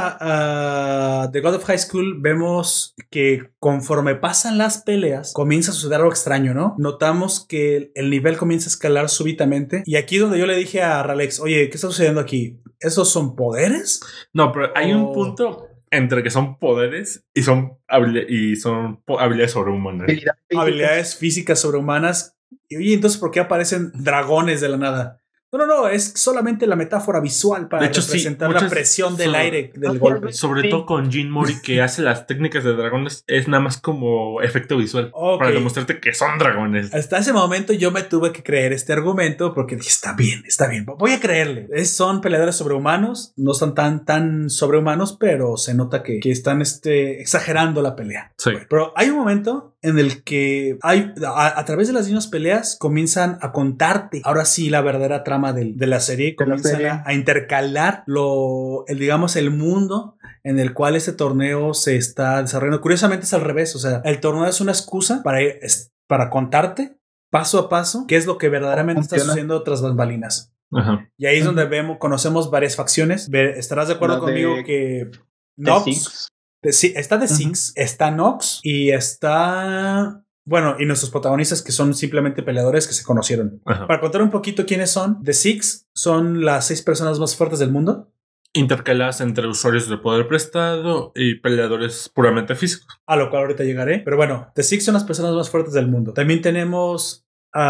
a The God of High School, vemos que conforme pasan las peleas, comienza a suceder algo extraño, ¿no? Notamos que el nivel comienza a escalar súbitamente. Y aquí es donde yo le dije a Ralex, oye, ¿qué está sucediendo aquí? ¿Esos son poderes? No, pero hay un punto entre que son poderes y son habilidades sobrehumanas. Habilidades físicas sobrehumanas. Y oye, entonces, ¿por qué aparecen dragones de la nada? No, es solamente la metáfora visual para representar la presión del aire del golpe. Sobre todo con Jin Mori, que hace las técnicas de dragones, es nada más como efecto visual. Para demostrarte que son dragones. Hasta ese momento yo me tuve que creer este argumento porque dije, está bien, voy a creerle. Son peleadores sobrehumanos, no son tan sobrehumanos, pero se nota que están exagerando la pelea. Sí. Pero hay un momento en el que a través de las mismas peleas comienzan a contarte, ahora sí, la verdadera trama de la serie. Comienzan a intercalar el mundo en el cual este torneo se está desarrollando. Curiosamente es al revés, o sea, el torneo es una excusa para contarte paso a paso qué es lo que verdaderamente está sucediendo tras bambalinas. Ajá. Y ahí es donde conocemos varias facciones. Estarás de acuerdo conmigo que Nox, está The Six, está Nox y está... Bueno, y nuestros protagonistas que son simplemente peleadores que se conocieron. Ajá. Para contar un poquito quiénes son, The Six son las 6 personas más fuertes del mundo. Intercaladas entre usuarios de poder prestado y peleadores puramente físicos. A lo cual ahorita llegaré. Pero bueno, The Six son las personas más fuertes del mundo. También tenemos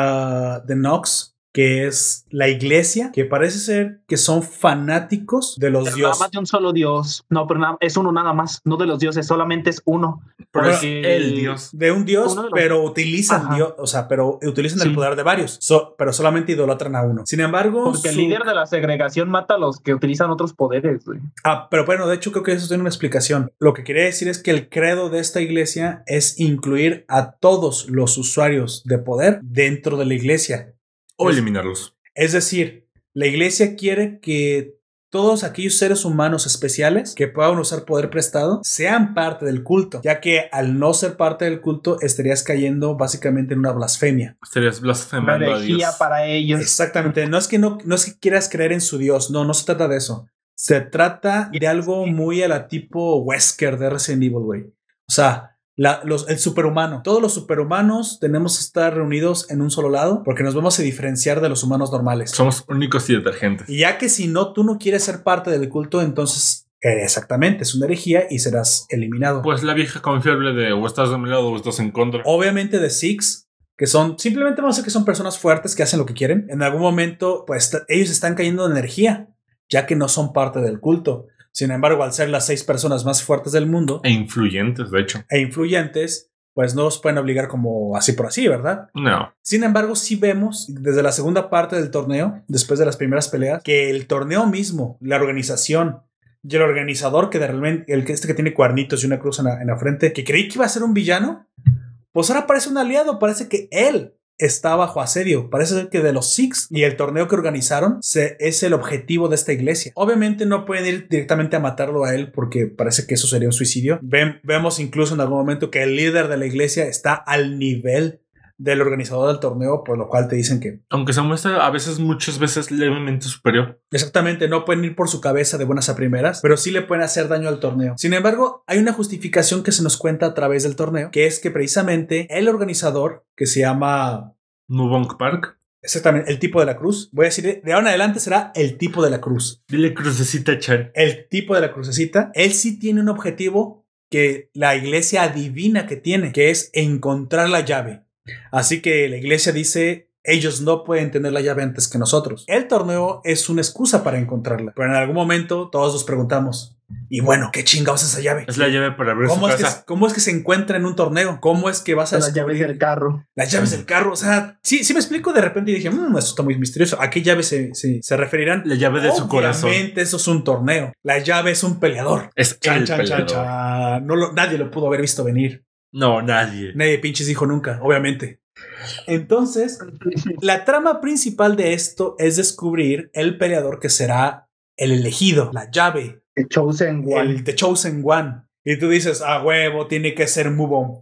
a The Nox, que es la iglesia, que parece ser que son fanáticos de los pero dioses. Nada más de un solo dios. No, pero es uno nada más. No de los dioses, solamente es uno. Pero es el dios. De un dios, pero utilizan Dios, o sea, pero utilizan el poder de varios. Pero solamente idolatran a uno. Sin embargo, porque el líder de la segregación mata a los que utilizan otros poderes, güey. Pero bueno, de hecho creo que eso tiene una explicación. Lo que quería decir es que el credo de esta iglesia es incluir a todos los usuarios de poder dentro de la iglesia. O eliminarlos. Es decir, la iglesia quiere que todos aquellos seres humanos especiales que puedan usar poder prestado sean parte del culto, ya que al no ser parte del culto estarías cayendo básicamente en una blasfemia. Estarías blasfemando a Dios. Para ellos. Exactamente. No es que quieras creer en su Dios. No se trata de eso. Se trata de algo muy a la tipo Wesker de Resident Evil, güey. O sea, el superhumano. Todos los superhumanos tenemos que estar reunidos en un solo lado porque nos vamos a diferenciar de los humanos normales. Somos únicos y detergentes. Y ya que si tú no quieres ser parte del culto, entonces exactamente, es una herejía y serás eliminado. Pues la vieja confiable de o estás de mi lado o estás en contra. Obviamente The Six, que son, simplemente vamos a decir que son personas fuertes que hacen lo que quieren. En algún momento, pues ellos están cayendo de energía, ya que no son parte del culto. Sin embargo, al ser las 6 personas más fuertes del mundo e influyentes, de hecho, pues no los pueden obligar como así por así, ¿verdad? No. Sin embargo, sí vemos desde la segunda parte del torneo, después de las primeras peleas, que el torneo mismo, la organización y el organizador, que de realmente que tiene cuernitos y una cruz en la frente, que creí que iba a ser un villano, pues ahora parece un aliado. Parece que él está bajo asedio. Parece ser que de los Six y el torneo que organizaron es el objetivo de esta iglesia. Obviamente no pueden ir directamente a matarlo a él porque parece que eso sería un suicidio. Vemos incluso en algún momento que el líder de la iglesia está al nivel del organizador del torneo, por lo cual te dicen que... Aunque se muestra muchas veces levemente superior. Exactamente, no pueden ir por su cabeza de buenas a primeras, pero sí le pueden hacer daño al torneo. Sin embargo, hay una justificación que se nos cuenta a través del torneo, que es que precisamente el organizador, que se llama... Nubong Park. Exactamente, el tipo de la cruz. Voy a decir, de ahora en adelante será el tipo de la cruz. Dile crucecita, Chan. El tipo de la crucecita. Él sí tiene un objetivo que la iglesia adivina que tiene, que es encontrar la llave. Así que la iglesia dice, ellos no pueden tener la llave antes que nosotros. El torneo es una excusa para encontrarla, pero en algún momento todos nos preguntamos, y bueno, ¿qué chingados es esa llave? Es la llave para abrir su casa. ¿Cómo es que se encuentra en un torneo? ¿Cómo es que vas a las llaves del carro? Las llaves del carro, o sea, sí me explico de repente y dije, esto está muy misterioso. ¿A qué llave se referirán? La llave de su corazón. Obviamente eso es un torneo. La llave es un peleador. Es el peleador. Nadie lo pudo haber visto venir. No, nadie. Nadie pinches dijo nunca, obviamente. Entonces, la trama principal de esto es descubrir el peleador que será el elegido, la llave. The Chosen One. The Chosen One. Y tú dices, huevo, tiene que ser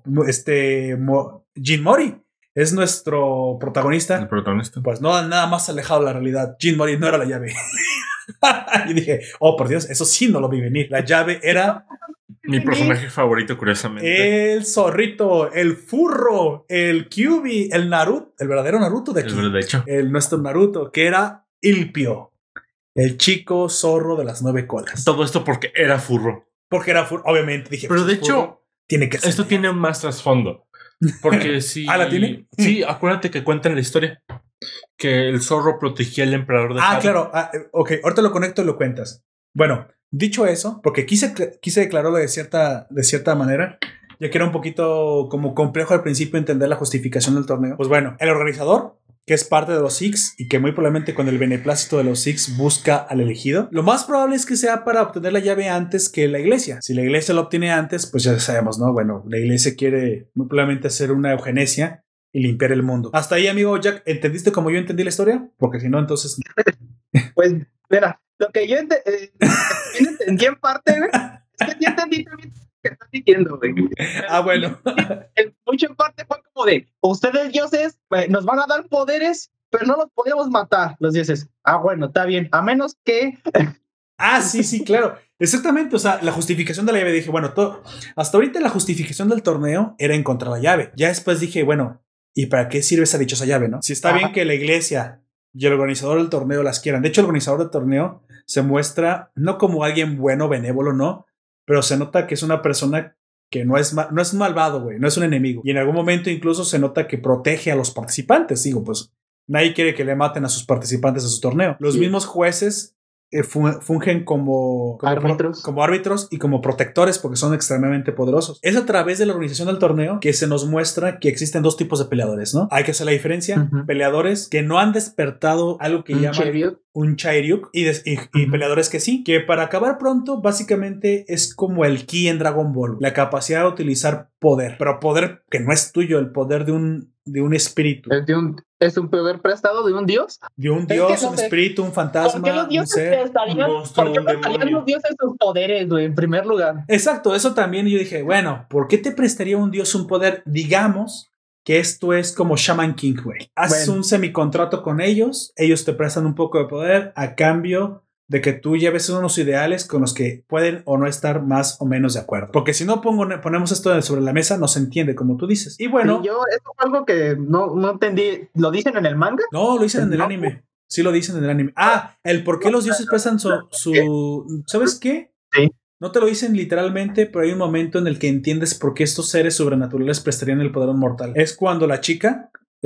Jin Mori. Es nuestro protagonista. El protagonista. Pues no, nada más alejado de la realidad. Jin Mori no era la llave. Y dije, por Dios, eso sí no lo vi venir. La llave era... Mi personaje favorito, curiosamente. El zorrito, el furro, el Kyuubi, el Naruto, el verdadero Naruto de aquí. De hecho. Nuestro Naruto, que era Ilpio, el chico zorro de las 9 colas. Todo esto porque era furro. Obviamente dije. Pero de hecho, tiene que ser. Esto tiene más trasfondo. Porque si... ¿La tiene? Sí, acuérdate que cuentan la historia. Que el zorro protegía al emperador de Jade. Claro. Ok, ahorita lo conecto y lo cuentas. Bueno, dicho eso, porque quise declararlo de cierta manera, ya que era un poquito como complejo al principio entender la justificación del torneo. Pues bueno, el organizador, que es parte de los Six y que muy probablemente con el beneplácito de los Six busca al elegido, lo más probable es que sea para obtener la llave antes que la iglesia. Si la iglesia lo obtiene antes, pues ya sabemos, ¿no? Bueno, la iglesia quiere muy probablemente hacer una eugenesia y limpiar el mundo. Hasta ahí, amigo Jack, ¿entendiste como yo entendí la historia? Porque si no, entonces... Pues, mira, lo que yo entendí en parte, güey, es entendí también que estás diciendo, güey. Bueno. Mucho en parte fue como de, ustedes dioses nos van a dar poderes, pero no los podemos matar, los dioses. Bueno, está bien, a menos que... Sí, claro. Exactamente, o sea, la justificación de la llave, dije, bueno, hasta ahorita la justificación del torneo era encontrar la llave. Ya después dije, bueno, ¿y para qué sirve esa dichosa llave, no? Si está bien que la iglesia y el organizador del torneo las quieran. De hecho, el organizador del torneo se muestra no como alguien bueno, benévolo, no, pero se nota que es una persona que no es malvado, güey, no es un enemigo. Y en algún momento incluso se nota que protege a los participantes. Digo, pues nadie quiere que le maten a sus participantes a su torneo. Los mismos jueces fungen como árbitros y como protectores porque son extremadamente poderosos. Es a través de la organización del torneo que se nos muestra que existen dos tipos de peleadores, ¿no? Hay que hacer la diferencia. Peleadores que no han despertado algo que llaman un Chariuk y peleadores que sí, que para acabar pronto básicamente es como el ki en Dragon Ball, la capacidad de utilizar poder, pero poder que no es tuyo, el poder de un espíritu. ¿Es un poder prestado de un dios? De un dios, es que no sé. Espíritu, un fantasma, ¿Por qué los dioses prestarían los dioses sus poderes, güey, en primer lugar? Exacto, eso también yo dije, bueno, ¿por qué te prestaría un dios un poder? Digamos que esto es como Shaman King, güey. Haces un semicontrato con ellos te prestan un poco de poder a cambio de que tú lleves unos ideales con los que pueden o no estar más o menos de acuerdo. Porque si no ponemos esto sobre la mesa, no se entiende, como tú dices. Y bueno... Yo, esto fue algo que no entendí. ¿Lo dicen en el manga? No, lo dicen en el anime. Sí lo dicen en el anime. El por qué los dioses prestan su... ¿Sabes qué? Sí. No te lo dicen literalmente, pero hay un momento en el que entiendes por qué estos seres sobrenaturales prestarían el poder a un mortal. Es cuando la chica,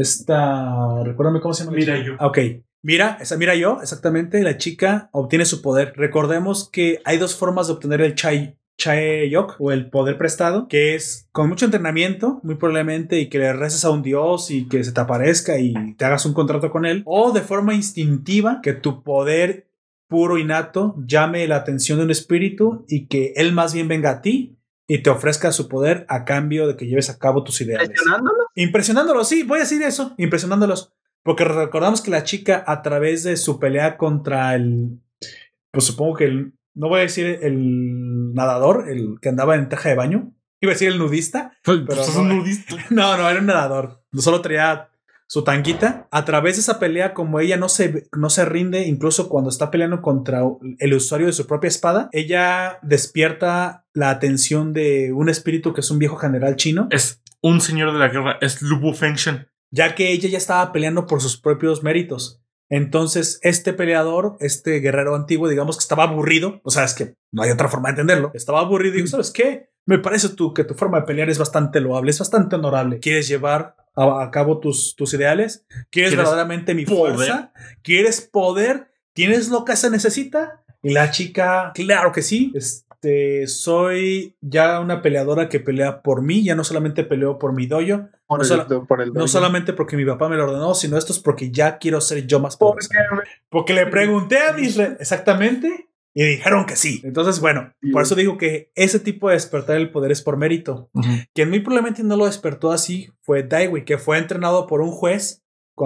recuérdame cómo se llama. Mirayo. Ok. Mirayo, exactamente, la chica obtiene su poder. Recordemos que hay dos formas de obtener el Chaeyok o el poder prestado, que es con mucho entrenamiento, muy probablemente, y que le reces a un dios y que se te aparezca y te hagas un contrato con él, o de forma instintiva, que tu poder puro innato llame la atención de un espíritu y que él más bien venga a ti y te ofrezca su poder a cambio de que lleves a cabo tus ideales. Impresionándolos, sí, voy a decir eso, impresionándolos. Porque recordamos que la chica, a través de su pelea contra pues supongo que no voy a decir el nadador, el que andaba en traje de baño, iba a decir el nudista, pero pues un nudista. No, era un nadador, solo traía su tanguita. A través de esa pelea, como ella no se rinde, incluso cuando está peleando contra el usuario de su propia espada, ella despierta la atención de un espíritu que es un viejo general chino. Es un señor de la guerra, es Lu Bufengchen. Ya que ella ya estaba peleando por sus propios méritos. Entonces, este peleador, este guerrero antiguo, digamos que estaba aburrido. O sea, es que no hay otra forma de entenderlo. Estaba aburrido y dijo, ¿sabes qué? Me parece que tu forma de pelear es bastante loable, es bastante honorable. ¿Quieres llevar a cabo tus ideales? ¿Quieres verdaderamente mi fuerza? ¿Quieres poder? ¿Tienes lo que se necesita? Y la chica, claro que sí. Soy ya una peleadora que pelea por mí, ya no solamente peleo por mi dojo, no solamente porque mi papá me lo ordenó, sino esto es porque ya quiero ser yo más poderoso. Porque le pregunté a mis exactamente y dijeron que sí. Entonces, bueno, por eso digo que ese tipo de despertar el poder es por mérito. Quien muy probablemente no lo despertó así fue Daiwi, que fue entrenado por un juez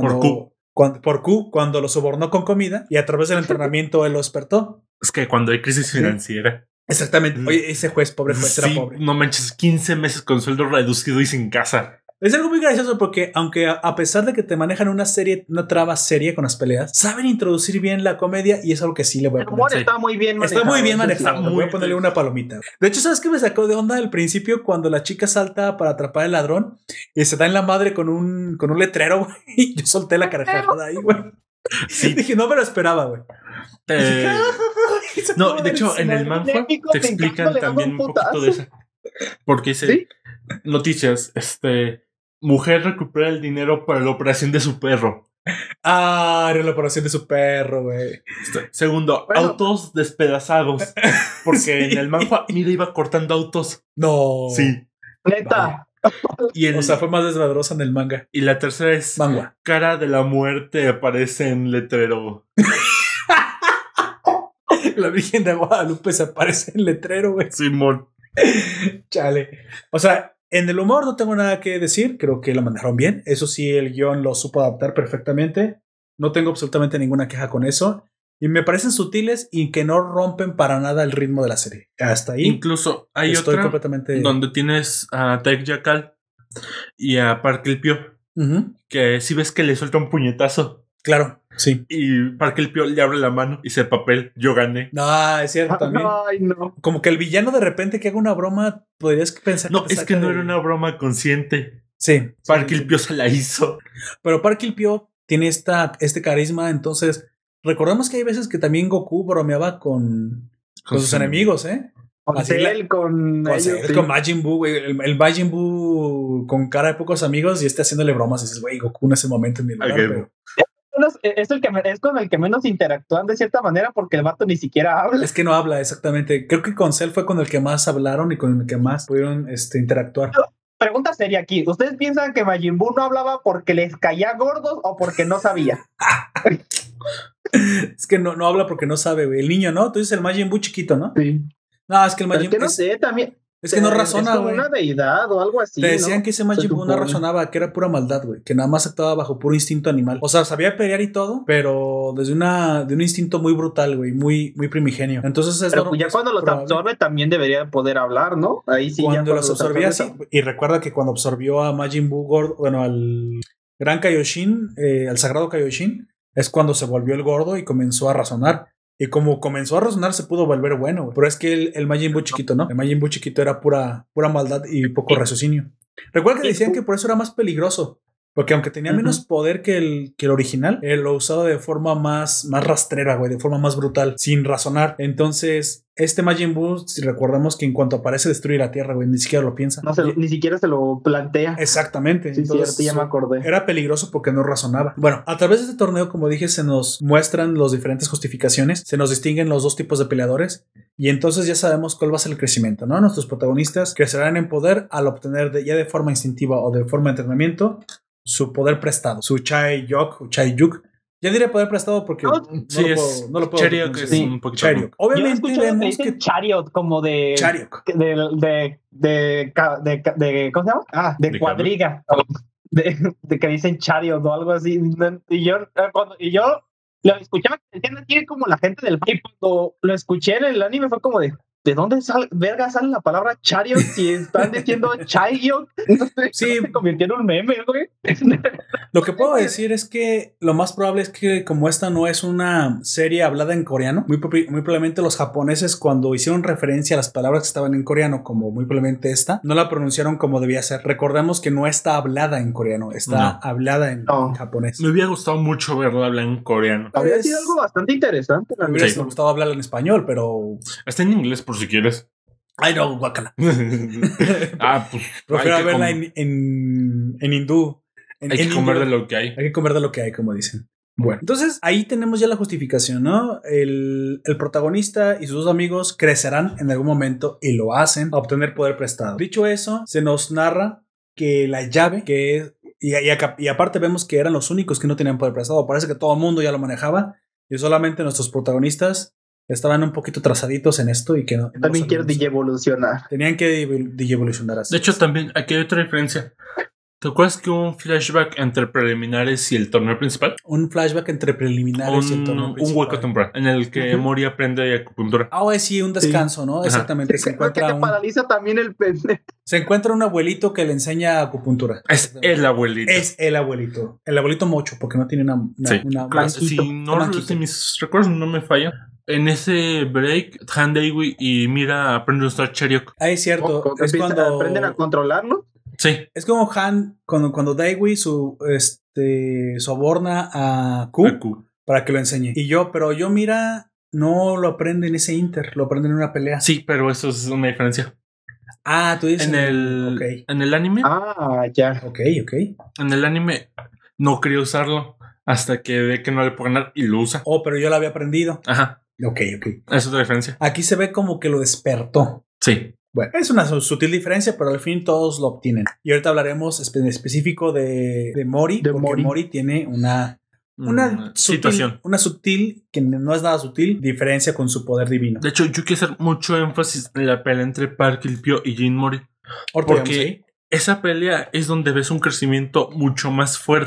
por Q, cuando lo sobornó con comida y a través del entrenamiento él lo despertó. Es que cuando hay crisis financiera. Exactamente. Oye, ese pobre juez era pobre. No manches, 15 meses con sueldo reducido y sin casa. Es algo muy gracioso porque aunque a pesar de que te manejan una trama seria con las peleas, saben introducir bien la comedia y es algo que sí le voy a poner. El humor está muy bien manejado. Está muy bien manejado. Voy a ponerle una palomita. De hecho, ¿sabes qué me sacó de onda al principio? Cuando la chica salta para atrapar al ladrón y se da en la madre con un letrero, güey. Y yo solté la carcajada ahí, güey. Sí. Dije, no me lo esperaba, güey. No, de hecho, en el manhwa te explican también un poquito de eso. Porque dice, noticias, mujer recupera el dinero para la operación de su perro. Era la operación de su perro, güey. Segundo, autos despedazados. Porque en el manhwa, mira, iba cortando autos. No. Sí. Neta. O sea, fue más desmadrosa en el manga. Y la tercera es manhwa. Cara de la muerte aparece en letrero. La Virgen de Guadalupe se aparece en letrero, güey. Simón. Chale. O sea, en el humor no tengo nada que decir. Creo que lo manejaron bien. Eso sí, el guión lo supo adaptar perfectamente. No tengo absolutamente ninguna queja con eso. Y me parecen sutiles y que no rompen para nada el ritmo de la serie. Hasta ahí. Incluso hay otra completamente... donde tienes a Taek Yakal y a Park Il-pyo, que si ves que le suelta un puñetazo. Claro, sí. Y Park Il-pyo le abre la mano y dice papel, yo gané. No, es cierto también. Ay, no. Como que el villano de repente que haga una broma, podrías pensar... No, es que no era una broma consciente. Sí. Park Il-pyo se la hizo. Pero Park Il-pyo tiene este carisma, entonces... Recordemos que hay veces que también Goku bromeaba con sus enemigos, ¿eh? Con Cell, con Majin Buu, güey. El Majin Buu con cara de pocos amigos y haciéndole bromas. Y dices, güey, Goku en ese momento en mi lugar, pero... Es con el que menos interactúan de cierta manera porque el vato ni siquiera habla. Es que no habla, exactamente. Creo que con Cell fue con el que más hablaron y con el que más pudieron interactuar. Pregunta seria aquí. ¿Ustedes piensan que Majin Buu no hablaba porque les caía gordos o porque no sabía? Es que no habla porque no sabe, güey. El niño, ¿no? Tú dices el Majin Buu chiquito, ¿no? Sí. No, es que el Majin Buu... no sé, también... Es que no razona, güey. Es como una deidad o algo así, te decían, ¿no? Que ese Majin Buu no razonaba, que era pura maldad, güey. Que nada más actuaba bajo puro instinto animal. O sea, sabía pelear y todo, pero desde de un instinto muy brutal, güey. Muy, muy primigenio. Entonces es... Pero ya cuando los absorbe también debería poder hablar, ¿no? Ahí sí. Cuando los absorbía, sí. Y recuerda que cuando absorbió a Majin Buu gordo, bueno, al gran Kaioshin, al sagrado Kaioshin, es cuando se volvió el gordo y comenzó a razonar. Y como comenzó a razonar, se pudo volver bueno, güey. Pero es que el Majin Buu chiquito, ¿no? El Majin Buu chiquito era pura maldad y poco raciocinio. Recuerda que decían que por eso era más peligroso. Porque aunque tenía menos poder que el original, él lo usaba de forma más rastrera, güey. De forma más brutal, sin razonar. Entonces, este Majin Buu, si recordamos que en cuanto aparece destruye la Tierra, güey. Ni siquiera lo piensa. No, ni siquiera se lo plantea. Exactamente. Sí, entonces, cierto, ya me acordé. Era peligroso porque no razonaba. Bueno, a través de este torneo, como dije, se nos muestran las diferentes justificaciones. Se nos distinguen los dos tipos de peleadores. Y entonces ya sabemos cuál va a ser el crecimiento, ¿no? Nuestros protagonistas crecerán en poder al obtener ya de forma instintiva o de forma de entrenamiento su poder prestado, su Chai-Yok o Chai-Yuk. Ya diré poder prestado porque no lo puedo. Chariot es un poquito. Chariot. Obviamente vemos que Chariot como de Chariot. De ¿cómo se llama? De cuadriga. De que dicen Chariot o algo así. Y yo lo escuchaba que decían aquí como la gente del y cuando lo escuché en el anime fue como ¿de dónde sale la palabra Chariot si están diciendo Chariot? Sí, se convirtió en un meme, güey. Lo que puedo decir es que lo más probable es que como esta no es una serie hablada en coreano, muy probablemente los japoneses cuando hicieron referencia a las palabras que estaban en coreano, como muy probablemente esta, no la pronunciaron como debía ser. Recordemos que no está hablada en coreano, está hablada en japonés. Me hubiera gustado mucho verla hablar en coreano. Habría sido algo bastante interesante. Me hubiera gustado hablarla en español, pero... Está en inglés por si quieres. Ay, no, guácala. Pues... Prefiero verla en hindú. Hay que comer de lo que hay. Hay que comer de lo que hay, como dicen. Bueno, entonces ahí tenemos ya la justificación, ¿no? El protagonista y sus dos amigos crecerán en algún momento y lo hacen a obtener poder prestado. Dicho eso, se nos narra que la llave, que es... Y aparte vemos que eran los únicos que no tenían poder prestado. Parece que todo el mundo ya lo manejaba y solamente nuestros protagonistas estaban un poquito trazaditos en esto y que no. También quieren digievolucionar. Tenían que digievolucionar así. De hecho, también aquí hay otra diferencia. ¿Te acuerdas que hubo un flashback entre preliminares y el torneo principal? Un flashback entre preliminares y el torneo principal. Un hueco temporal en el que Mori aprende acupuntura. Sí, un descanso, ¿no? Exactamente. Se encuentra que te paraliza también el pendejo. Se encuentra un abuelito que le enseña acupuntura. Es el abuelito. Es el abuelito. El abuelito mocho, porque no tiene si mis recuerdos no me fallan. En ese break, Han Daewoo y Mira aprenden a usar Chariot. Es cierto. Es cuando aprenden a controlarlo. Sí. Es como Han, cuando Daewoo soborna a Q para que lo enseñe. Pero yo, Mira, no lo aprende en ese inter, lo aprende en una pelea. Sí, pero eso es una diferencia. Tú dices. En el anime. Ya. Ok. En el anime no quería usarlo hasta que ve que no le puede ganar y lo usa. Pero yo lo había aprendido. Ajá. Ok. Es otra diferencia. Aquí se ve como que lo despertó. Sí. Bueno, es una sutil diferencia, pero al fin todos lo obtienen. Y ahorita hablaremos en específico de Mori, porque Mori tiene una situación. Una sutil, que no es nada sutil, diferencia con su poder divino. De hecho, yo quiero hacer mucho énfasis en la pelea entre Park Il-pyo y Jin Mori. Porque esa pelea es donde ves un crecimiento mucho más fuerte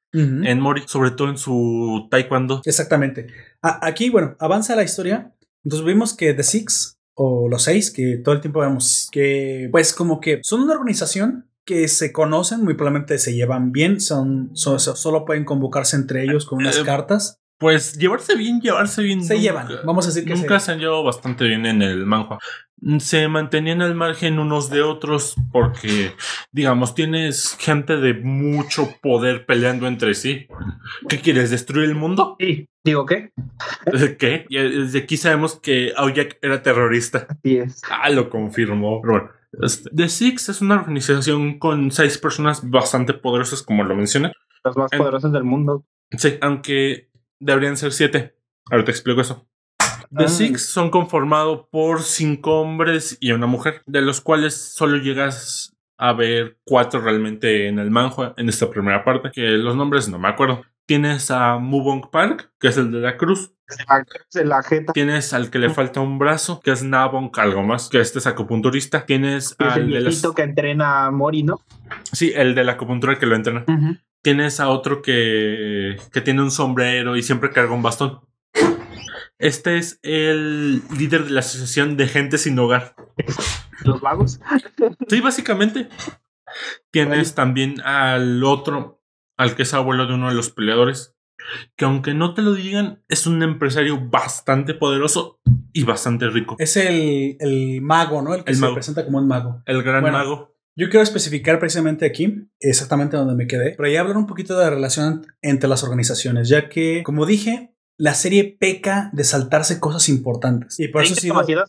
en Mori, sobre todo en su taekwondo. Exactamente. Aquí, bueno, avanza la historia. Entonces vimos que The Six, o los 6, que todo el tiempo vemos, que pues como que son una organización que se conocen, muy probablemente se llevan bien, solo pueden convocarse entre ellos con unas cartas. Pues llevarse bien. Se llevan, vamos a decir que nunca se han llevado bastante bien en el manhwa. Se mantenían al margen unos de otros porque, digamos, tienes gente de mucho poder peleando entre sí. ¿Qué quieres? ¿Destruir el mundo? Sí, digo, ¿qué? ¿Qué? Y desde aquí sabemos que Aoyak era terrorista. Así es. Lo confirmó. Pero bueno, The Six es una organización con 6 personas bastante poderosas, como lo mencioné. Las más poderosas del mundo. Sí, aunque deberían ser 7. Ahora te explico eso. The Six son conformados por 5 hombres y una mujer, de los cuales solo llegas a ver 4 realmente en el manhwa, en esta primera parte, que los nombres no me acuerdo. Tienes a Mubong Park, que es el de la cruz. De la jeta. Tienes al que le falta un brazo, que es Nabong algo más, que es acupunturista. Tienes al el viejito que entrena a Mori, ¿no? Sí, el de la acupuntura que lo entrena. Tienes a otro que tiene un sombrero y siempre carga un bastón. Este es el líder de la asociación de gente sin hogar. ¿Los vagos? Sí, básicamente. Tienes también al otro, al que es abuelo de uno de los peleadores, que aunque no te lo digan, es un empresario bastante poderoso y bastante rico. Es el mago, ¿no? El que se presenta como un mago. El gran mago. Yo quiero especificar precisamente aquí, exactamente donde me quedé, pero ya hablar un poquito de la relación entre las organizaciones, ya que, como dije, la serie peca de saltarse cosas importantes. Y por eso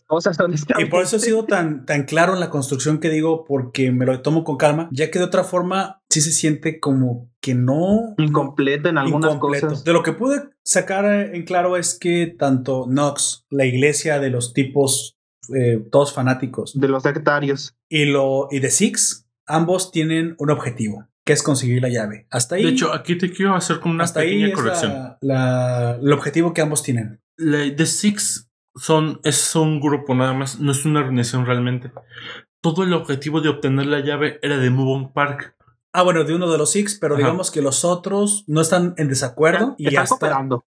he sido tan claro en la construcción que digo, porque me lo tomo con calma, ya que de otra forma sí se siente como que no... Incompleto en algunas cosas. De lo que pude sacar en claro es que tanto Nox, la iglesia de los tipos, todos fanáticos, de los sectarios, y The Six, ambos tienen un objetivo, que es conseguir la llave. Hasta ahí. De hecho, aquí te quiero hacer como una pequeña corrección. El objetivo que ambos tienen. The Six es un grupo nada más, no es una organización realmente. Todo el objetivo de obtener la llave era de Mubong Park. Bueno, de uno de los Six, pero digamos que los otros no están en desacuerdo. Están cooperando.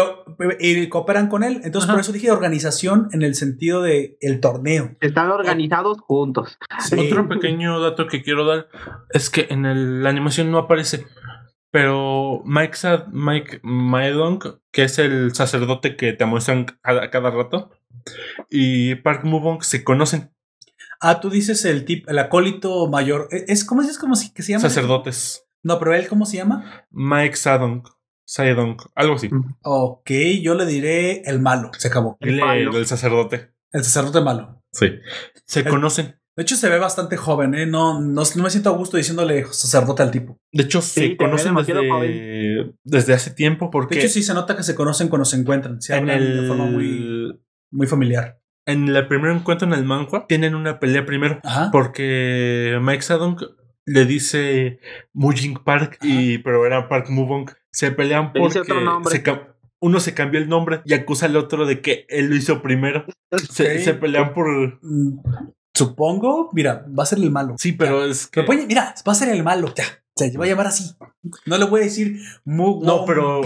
Y cooperan con él. Entonces, por eso dije organización en el sentido de el torneo. Están organizados juntos. Sí. Otro pequeño dato que quiero dar es que en la animación no aparece, pero Mike Maedong, que es el sacerdote que te muestran a cada rato, y Park Mubong se conocen. Tú dices el acólito mayor. ¿Cómo es que se llama? Sacerdotes. No, pero él, ¿cómo se llama? Mike Saedong, algo así. Ok, yo le diré el malo. Se acabó. El sacerdote. El sacerdote malo. Sí. Se conocen. De hecho, se ve bastante joven, ¿eh? No me siento a gusto diciéndole sacerdote al tipo. De hecho, se conocen desde hace tiempo porque... De hecho, sí se nota que se conocen cuando se encuentran. Se hablan de forma muy, muy familiar. En el primer encuentro en el manhwa tienen una pelea primero. Porque Mike Sadong le dice Mujing Park, pero era Park Mubong. Se pelean porque uno se cambió el nombre y acusa al otro de que él lo hizo primero. Se pelean por... Supongo, mira, va a ser el malo. Sí, pero es que... Mira, va a ser el malo. Ya, se va a llamar así. No le voy a decir pero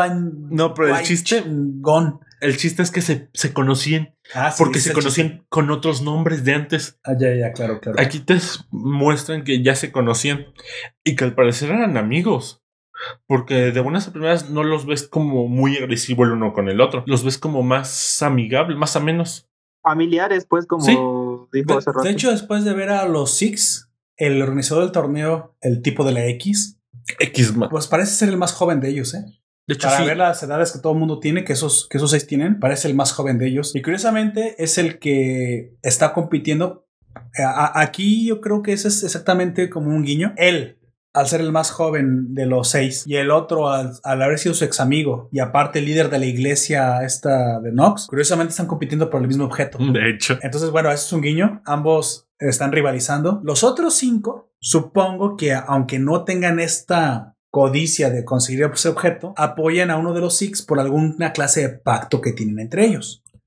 el chiste... Gon. El chiste es que se conocían. Porque se conocían con otros nombres de antes. Ya, claro. Aquí te muestran que ya se conocían y que al parecer eran amigos. Porque de buenas a primeras no los ves como muy agresivo el uno con el otro. Los ves como más amigable, más a menos. Familiares, pues, como dijo hace rato. De hecho, después de ver a los Six, el organizador del torneo, el tipo de la X, pues parece ser el más joven de ellos, ¿eh? De hecho, para ver las edades que todo el mundo tiene, que esos 6 tienen, parece el más joven de ellos. Y curiosamente es el que está compitiendo. Aquí yo creo que ese es exactamente como un guiño. Él, al ser el más joven de los 6, y el otro al haber sido su ex amigo, y aparte el líder de la iglesia esta de Nox, curiosamente están compitiendo por el mismo objeto. De hecho. Entonces, bueno, eso es un guiño. Ambos están rivalizando. Los otros 5, supongo que aunque no tengan esta codicia de conseguir ese objeto, apoyan a uno de los Six por alguna clase de pacto que tienen entre ellos.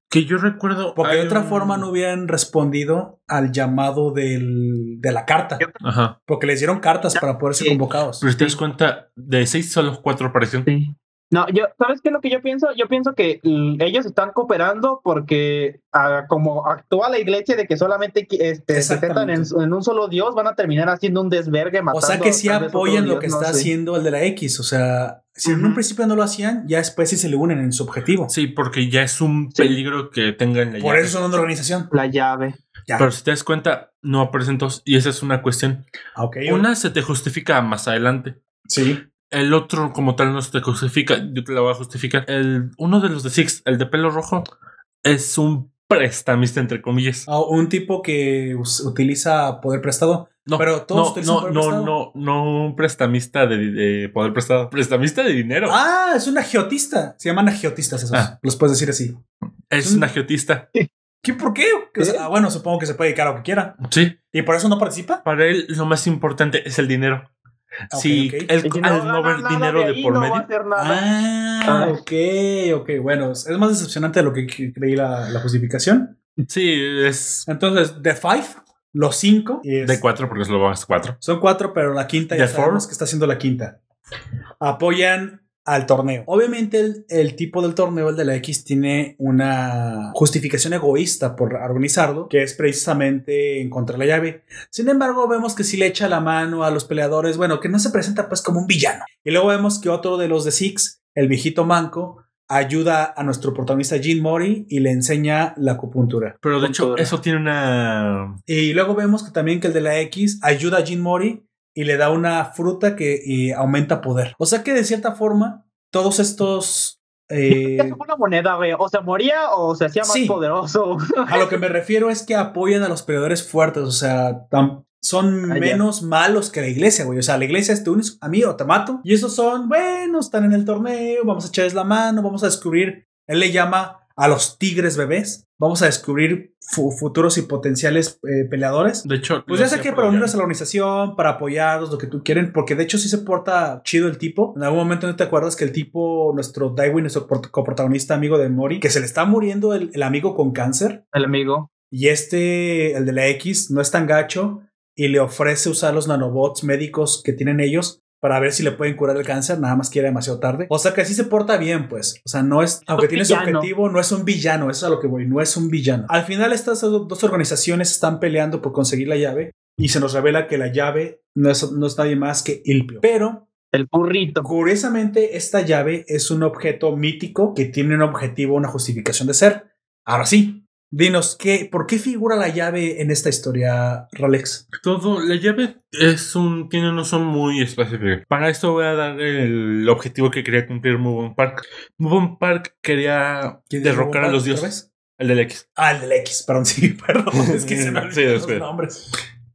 Que yo recuerdo. Porque de otra forma no hubieran respondido al llamado de la carta. Ajá. Porque les dieron cartas para poder ser convocados. Pero si te das cuenta, de 6 solo 4 aparecieron. Sí. No, ¿sabes qué es lo que yo pienso? Yo pienso que ellos están cooperando porque como actúa la iglesia de que solamente se centran en un solo Dios, van a terminar haciendo un desvergue, matando. O sea que sí apoyan lo que está haciendo el de la X. O sea, si en un principio no lo hacían, ya después sí se le unen en su objetivo. Sí, porque ya es un peligro que tengan la llave. Por eso son una organización. La llave. Ya. Pero si te das cuenta, no aparecen todos. Y esa es una cuestión. Okay, una se te justifica más adelante. Sí. El otro, como tal, no se te justifica. Yo te la voy a justificar. Uno de los de Six, el de pelo rojo, es un prestamista, entre comillas. Un tipo que utiliza poder prestado. No, pero todos utilizan poder prestado. No un prestamista de poder prestado. Prestamista de dinero. Ah, es un agiotista. Se llaman agiotistas esos. Los puedes decir así. Es un agiotista. ¿Qué? ¿Por qué? O sea, bueno, supongo que se puede dedicar a lo que quiera. Sí. ¿Y por eso no participa? Para él, lo más importante es el dinero. Okay, si él, al no ver dinero de por medio. Ok. Bueno, es más decepcionante de lo que creí la justificación. Sí, es. Entonces, The Five, los 5. De 4, porque es lo más 4. Son 4, pero la quinta ya sabemos que está haciendo la quinta. Apoyan al torneo. Obviamente el tipo del torneo, el de la X, tiene una justificación egoísta por organizarlo, que es precisamente encontrar la llave. Sin embargo, vemos que sí le echa la mano a los peleadores, bueno, que no se presenta pues como un villano. Y luego vemos que otro de los de Six, el viejito manco, ayuda a nuestro protagonista Jin Mori y le enseña la acupuntura. Pero de hecho eso tiene una... Y luego vemos que también que el de la X ayuda a Jin Mori y le da una fruta que aumenta poder. O sea que de cierta forma, todos estos... Es una moneda, güey. O se moría o se hacía más poderoso. A lo que me refiero es que apoyan a los peleadores fuertes. O sea, son menos malos que la iglesia, güey. O sea, la iglesia es te unes a mí o te mato. Y esos son, bueno, están en el torneo, vamos a echarles la mano, vamos a descubrir. Él le llama a los tigres bebés. Vamos a descubrir futuros y potenciales peleadores. De hecho, pues ya sé que para unirnos a la organización, para apoyarlos, lo que tú quieren, porque de hecho sí se porta chido el tipo. En algún momento no te acuerdas que el tipo, nuestro Daiwi, nuestro coprotagonista amigo de Mori, que se le está muriendo el amigo con cáncer. El amigo. Y el de la X, no es tan gacho y le ofrece usar los nanobots médicos que tienen ellos para ver si le pueden curar el cáncer, nada más que era demasiado tarde. O sea que sí se porta bien, pues. O sea, no es, aunque tiene su objetivo, no es un villano, eso es a lo que voy, no es un villano. Al final estas dos organizaciones están peleando por conseguir la llave y se nos revela que la llave no es nadie más que Ilpio. Pero el burrito. Curiosamente, esta llave es un objeto mítico que tiene un objetivo, una justificación de ser. Ahora sí, dinos, ¿por qué figura la llave en esta historia, Rolex? La llave tiene un uso muy específico. Para esto voy a dar el objetivo que quería cumplir Mubon Park. Mubon Park quería derrocar a los dioses. El del X. El del X, perdón, es que se me olvidan los nombres.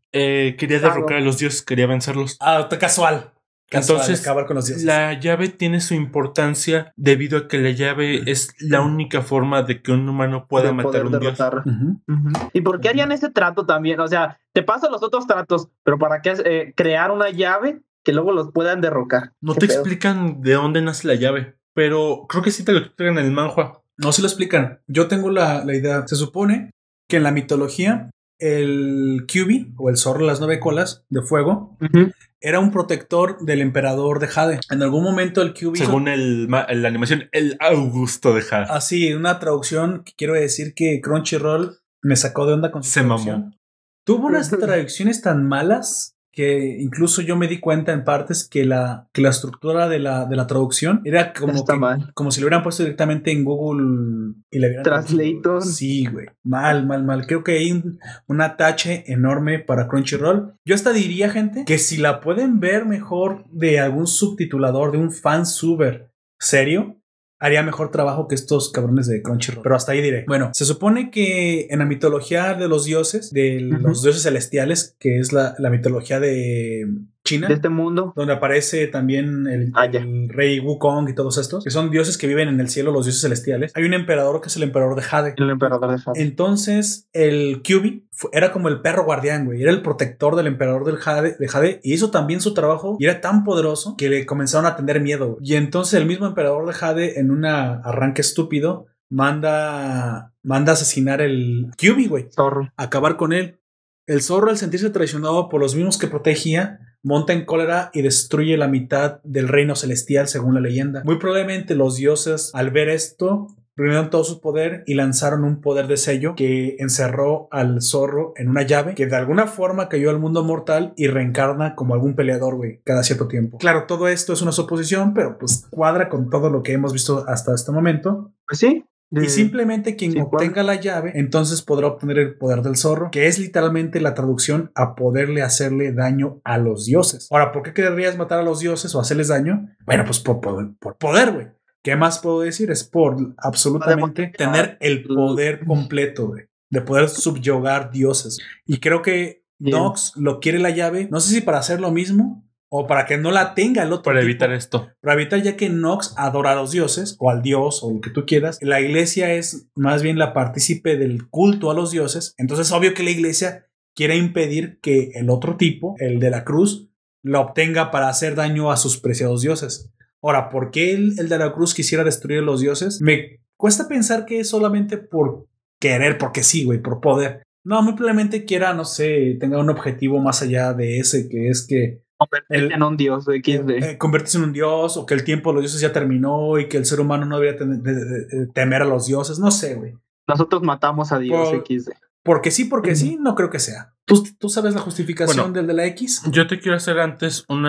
Quería derrocar a los dioses, quería vencerlos. Casual. Entonces, acabar con los dioses. La llave tiene su importancia debido a que la llave es la única forma de que un humano pueda matar a un dios. ¿Y por qué harían ese trato también? O sea, te pasan los otros tratos, pero ¿para qué crear una llave que luego los puedan derrocar? No te explican de dónde nace la llave, pero creo que sí te lo explican en el manhwa. No, sí lo explican. Yo tengo la idea. Se supone que en la mitología el Kyuubi, o el zorro de las 9 colas de fuego, era un protector del emperador de Jade. En algún momento el Kyuubi... Según la animación, el Augusto de Jade. Así, una traducción que quiero decir que Crunchyroll me sacó de onda con su traducción. Mamó. Tuvo unas traducciones tan malas que incluso yo me di cuenta en partes que la estructura de la traducción era como si lo hubieran puesto directamente en Google y le hubieran Translator. Sí, güey. Mal. Creo que hay un atache enorme para Crunchyroll. Yo hasta diría, gente, que si la pueden ver mejor de algún subtitulador, de un fansuber serio, haría mejor trabajo que estos cabrones de Crunchyroll. Pero hasta ahí diré. Bueno, se supone que en la mitología de los dioses, los dioses celestiales, que es la mitología de China, de este mundo, donde aparece también el rey Wukong y todos estos, que son dioses que viven en el cielo, los dioses celestiales. Hay un emperador que es el emperador de Jade. El emperador de Jade. Entonces, el Kyuubi era como el perro guardián, güey. Era el protector del emperador de Jade y hizo también su trabajo y era tan poderoso que le comenzaron a tener miedo, güey. Y entonces el mismo emperador de Jade, en un arranque estúpido, manda a asesinar el Kyuubi, güey. Zorro. Acabar con él. El zorro, al sentirse traicionado por los mismos que protegía, monta en cólera y destruye la mitad del reino celestial, según la leyenda. Muy probablemente los dioses, al ver esto, reunieron todo su poder y lanzaron un poder de sello que encerró al zorro en una llave que de alguna forma cayó al mundo mortal y reencarna como algún peleador, güey, cada cierto tiempo. Claro, todo esto es una suposición, pero pues cuadra con todo lo que hemos visto hasta este momento. Pues sí. Y simplemente quien obtenga la llave, entonces podrá obtener el poder del zorro, que es literalmente la traducción a poderle hacerle daño a los dioses. Ahora, ¿por qué querrías matar a los dioses o hacerles daño? Bueno, pues por poder, güey. ¿Qué más puedo decir? Es por absolutamente tener el poder completo, güey, de poder subyugar dioses. Y creo que Nox lo quiere la llave, no sé si para hacer lo mismo o para que no la tenga el otro. Para evitar esto. Para evitar, ya que Nox adora a los dioses o al dios o lo que tú quieras. La iglesia es más bien la partícipe del culto a los dioses. Entonces, obvio que la iglesia quiere impedir que el otro tipo, el de la cruz, la obtenga para hacer daño a sus preciados dioses. Ahora, ¿por qué el de la cruz quisiera destruir a los dioses? Me cuesta pensar que es solamente por querer, porque sí, güey, por poder. No, muy probablemente quiera, no sé, tenga un objetivo más allá de ese, que es que convertirse en un dios de XD. Convertirse en un dios, o que el tiempo de los dioses ya terminó y que el ser humano no debería temer a los dioses. No sé, güey. Nosotros matamos a Dios XD. Porque sí, no creo que sea. ¿Tú sabes la justificación del de la X? Yo te quiero hacer antes un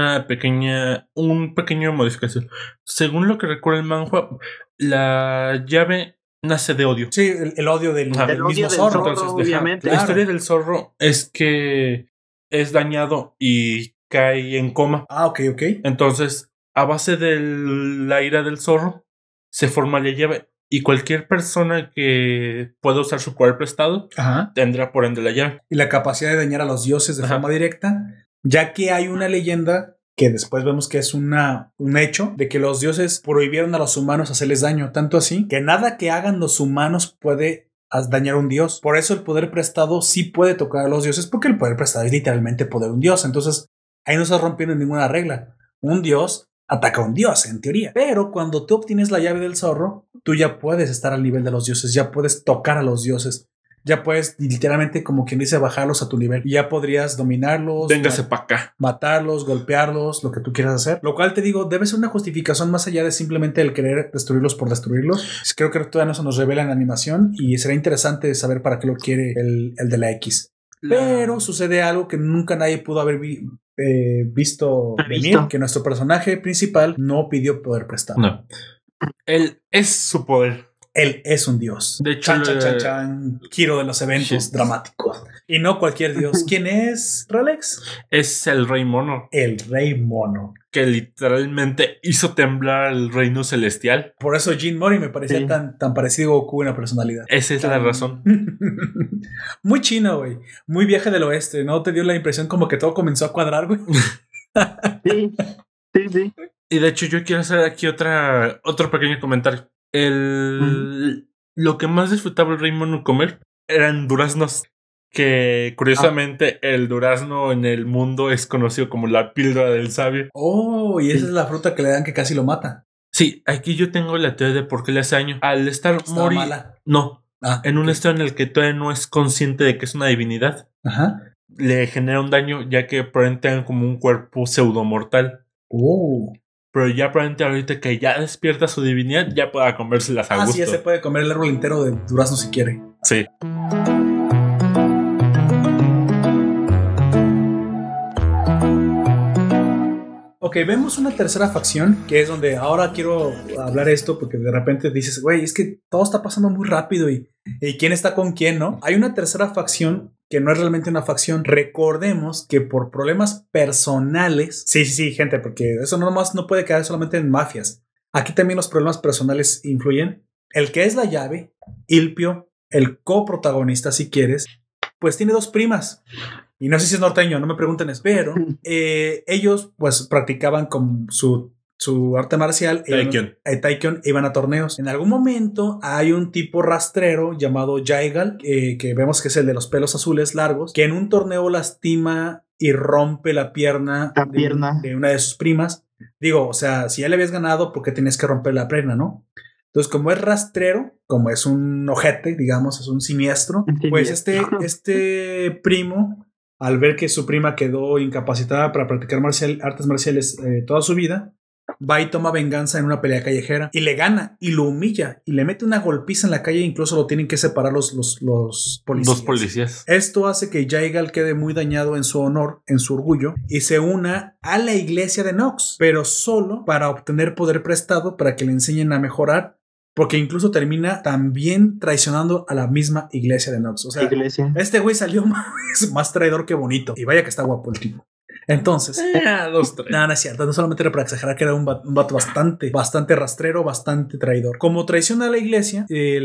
pequeño modificación. Según lo que recuerda el manhwa, la llave nace de odio. Sí, el odio del mismo zorro. Entonces, obviamente. La historia del zorro es que es dañado y cae en coma. Ah, ok. Entonces, a base de la ira del zorro, se forma la llave. Y cualquier persona que pueda usar su poder prestado tendrá por ende la llave. Y la capacidad de dañar a los dioses de forma directa, ya que hay una leyenda que después vemos que es un hecho de que los dioses prohibieron a los humanos hacerles daño, tanto así que nada que hagan los humanos puede dañar a un dios. Por eso el poder prestado sí puede tocar a los dioses, porque el poder prestado es literalmente poder de un dios. Entonces ahí no se rompiendo ninguna regla. Un dios ataca a un dios, en teoría. Pero cuando tú obtienes la llave del zorro, tú ya puedes estar al nivel de los dioses, ya puedes tocar a los dioses, ya puedes literalmente, como quien dice, bajarlos a tu nivel. Y ya podrías dominarlos, véngase para acá, matarlos, golpearlos, lo que tú quieras hacer. Lo cual te digo, debe ser una justificación más allá de simplemente el querer destruirlos por destruirlos. Creo que todavía no se nos revela en la animación y será interesante saber para qué lo quiere el de la X. Pero sucede algo que nunca nadie pudo haber visto venir, que nuestro personaje principal no pidió poder prestado. No. Él es su poder. Él es un dios. De hecho, giro de los eventos dramáticos. Y no cualquier dios. ¿Quién es, Rolex? Es el Rey Mono. El Rey Mono. Que literalmente hizo temblar el reino celestial. Por eso Jin Mori me parecía tan parecido a Goku en la personalidad. Esa es la razón. Muy chino, güey. Muy viaje del oeste. ¿No te dio la impresión como que todo comenzó a cuadrar, güey? Sí. Y de hecho yo quiero hacer aquí otro pequeño comentario. Lo que más disfrutaba el Rey Mono comer eran duraznos. Que curiosamente el durazno en el mundo es conocido como la píldora del sabio. Oh, y esa es la fruta que le dan que casi lo mata. Sí, aquí yo tengo la teoría de por qué le hace daño. Al estar Mori... mala. No, en un estado en el que todavía no es consciente de que es una divinidad. Le genera un daño ya que probablemente tengan como un cuerpo pseudomortal. Pero ya probablemente ahorita que ya despierta su divinidad, ya pueda comérselas a gusto. Sí, ya se puede comer el árbol entero de durazno si quiere. Sí. Ok, vemos una tercera facción, que es donde ahora quiero hablar esto, porque de repente dices, güey, es que todo está pasando muy rápido y quién está con quién, ¿no? Hay una tercera facción que no es realmente una facción. Recordemos que por problemas personales, sí, gente, porque eso nomás no puede quedar solamente en mafias. Aquí también los problemas personales influyen. El que es la llave, Ilpio, el coprotagonista, si quieres, pues tiene dos primas. Y no sé si es norteño, no me pregunten eso. Pero ellos pues practicaban con su arte marcial. Taekyon, iban a torneos. En algún momento hay un tipo rastrero llamado Jaigal, que vemos que es el de los pelos azules largos, que en un torneo lastima y rompe la pierna de una de sus primas. Digo, o sea, si ya le habías ganado, ¿por qué tenías que romper la pierna, no? Entonces, como es rastrero, como es un ojete, digamos, es un siniestro, pues este primo, al ver que su prima quedó incapacitada para practicar artes marciales toda su vida, va y toma venganza en una pelea callejera y le gana y lo humilla y le mete una golpiza en la calle. Incluso lo tienen que separar los policías. Dos policías. Esto hace que Jaigal quede muy dañado en su honor, en su orgullo, y se una a la iglesia de Nox, pero solo para obtener poder prestado para que le enseñen a mejorar, porque incluso termina también traicionando a la misma iglesia de Nox. O sea, este güey salió más traidor que bonito, y vaya que está guapo el tipo. Entonces, no es cierto, no solamente era para exagerar que era un vato bastante rastrero, bastante traidor. Como traiciona a la iglesia,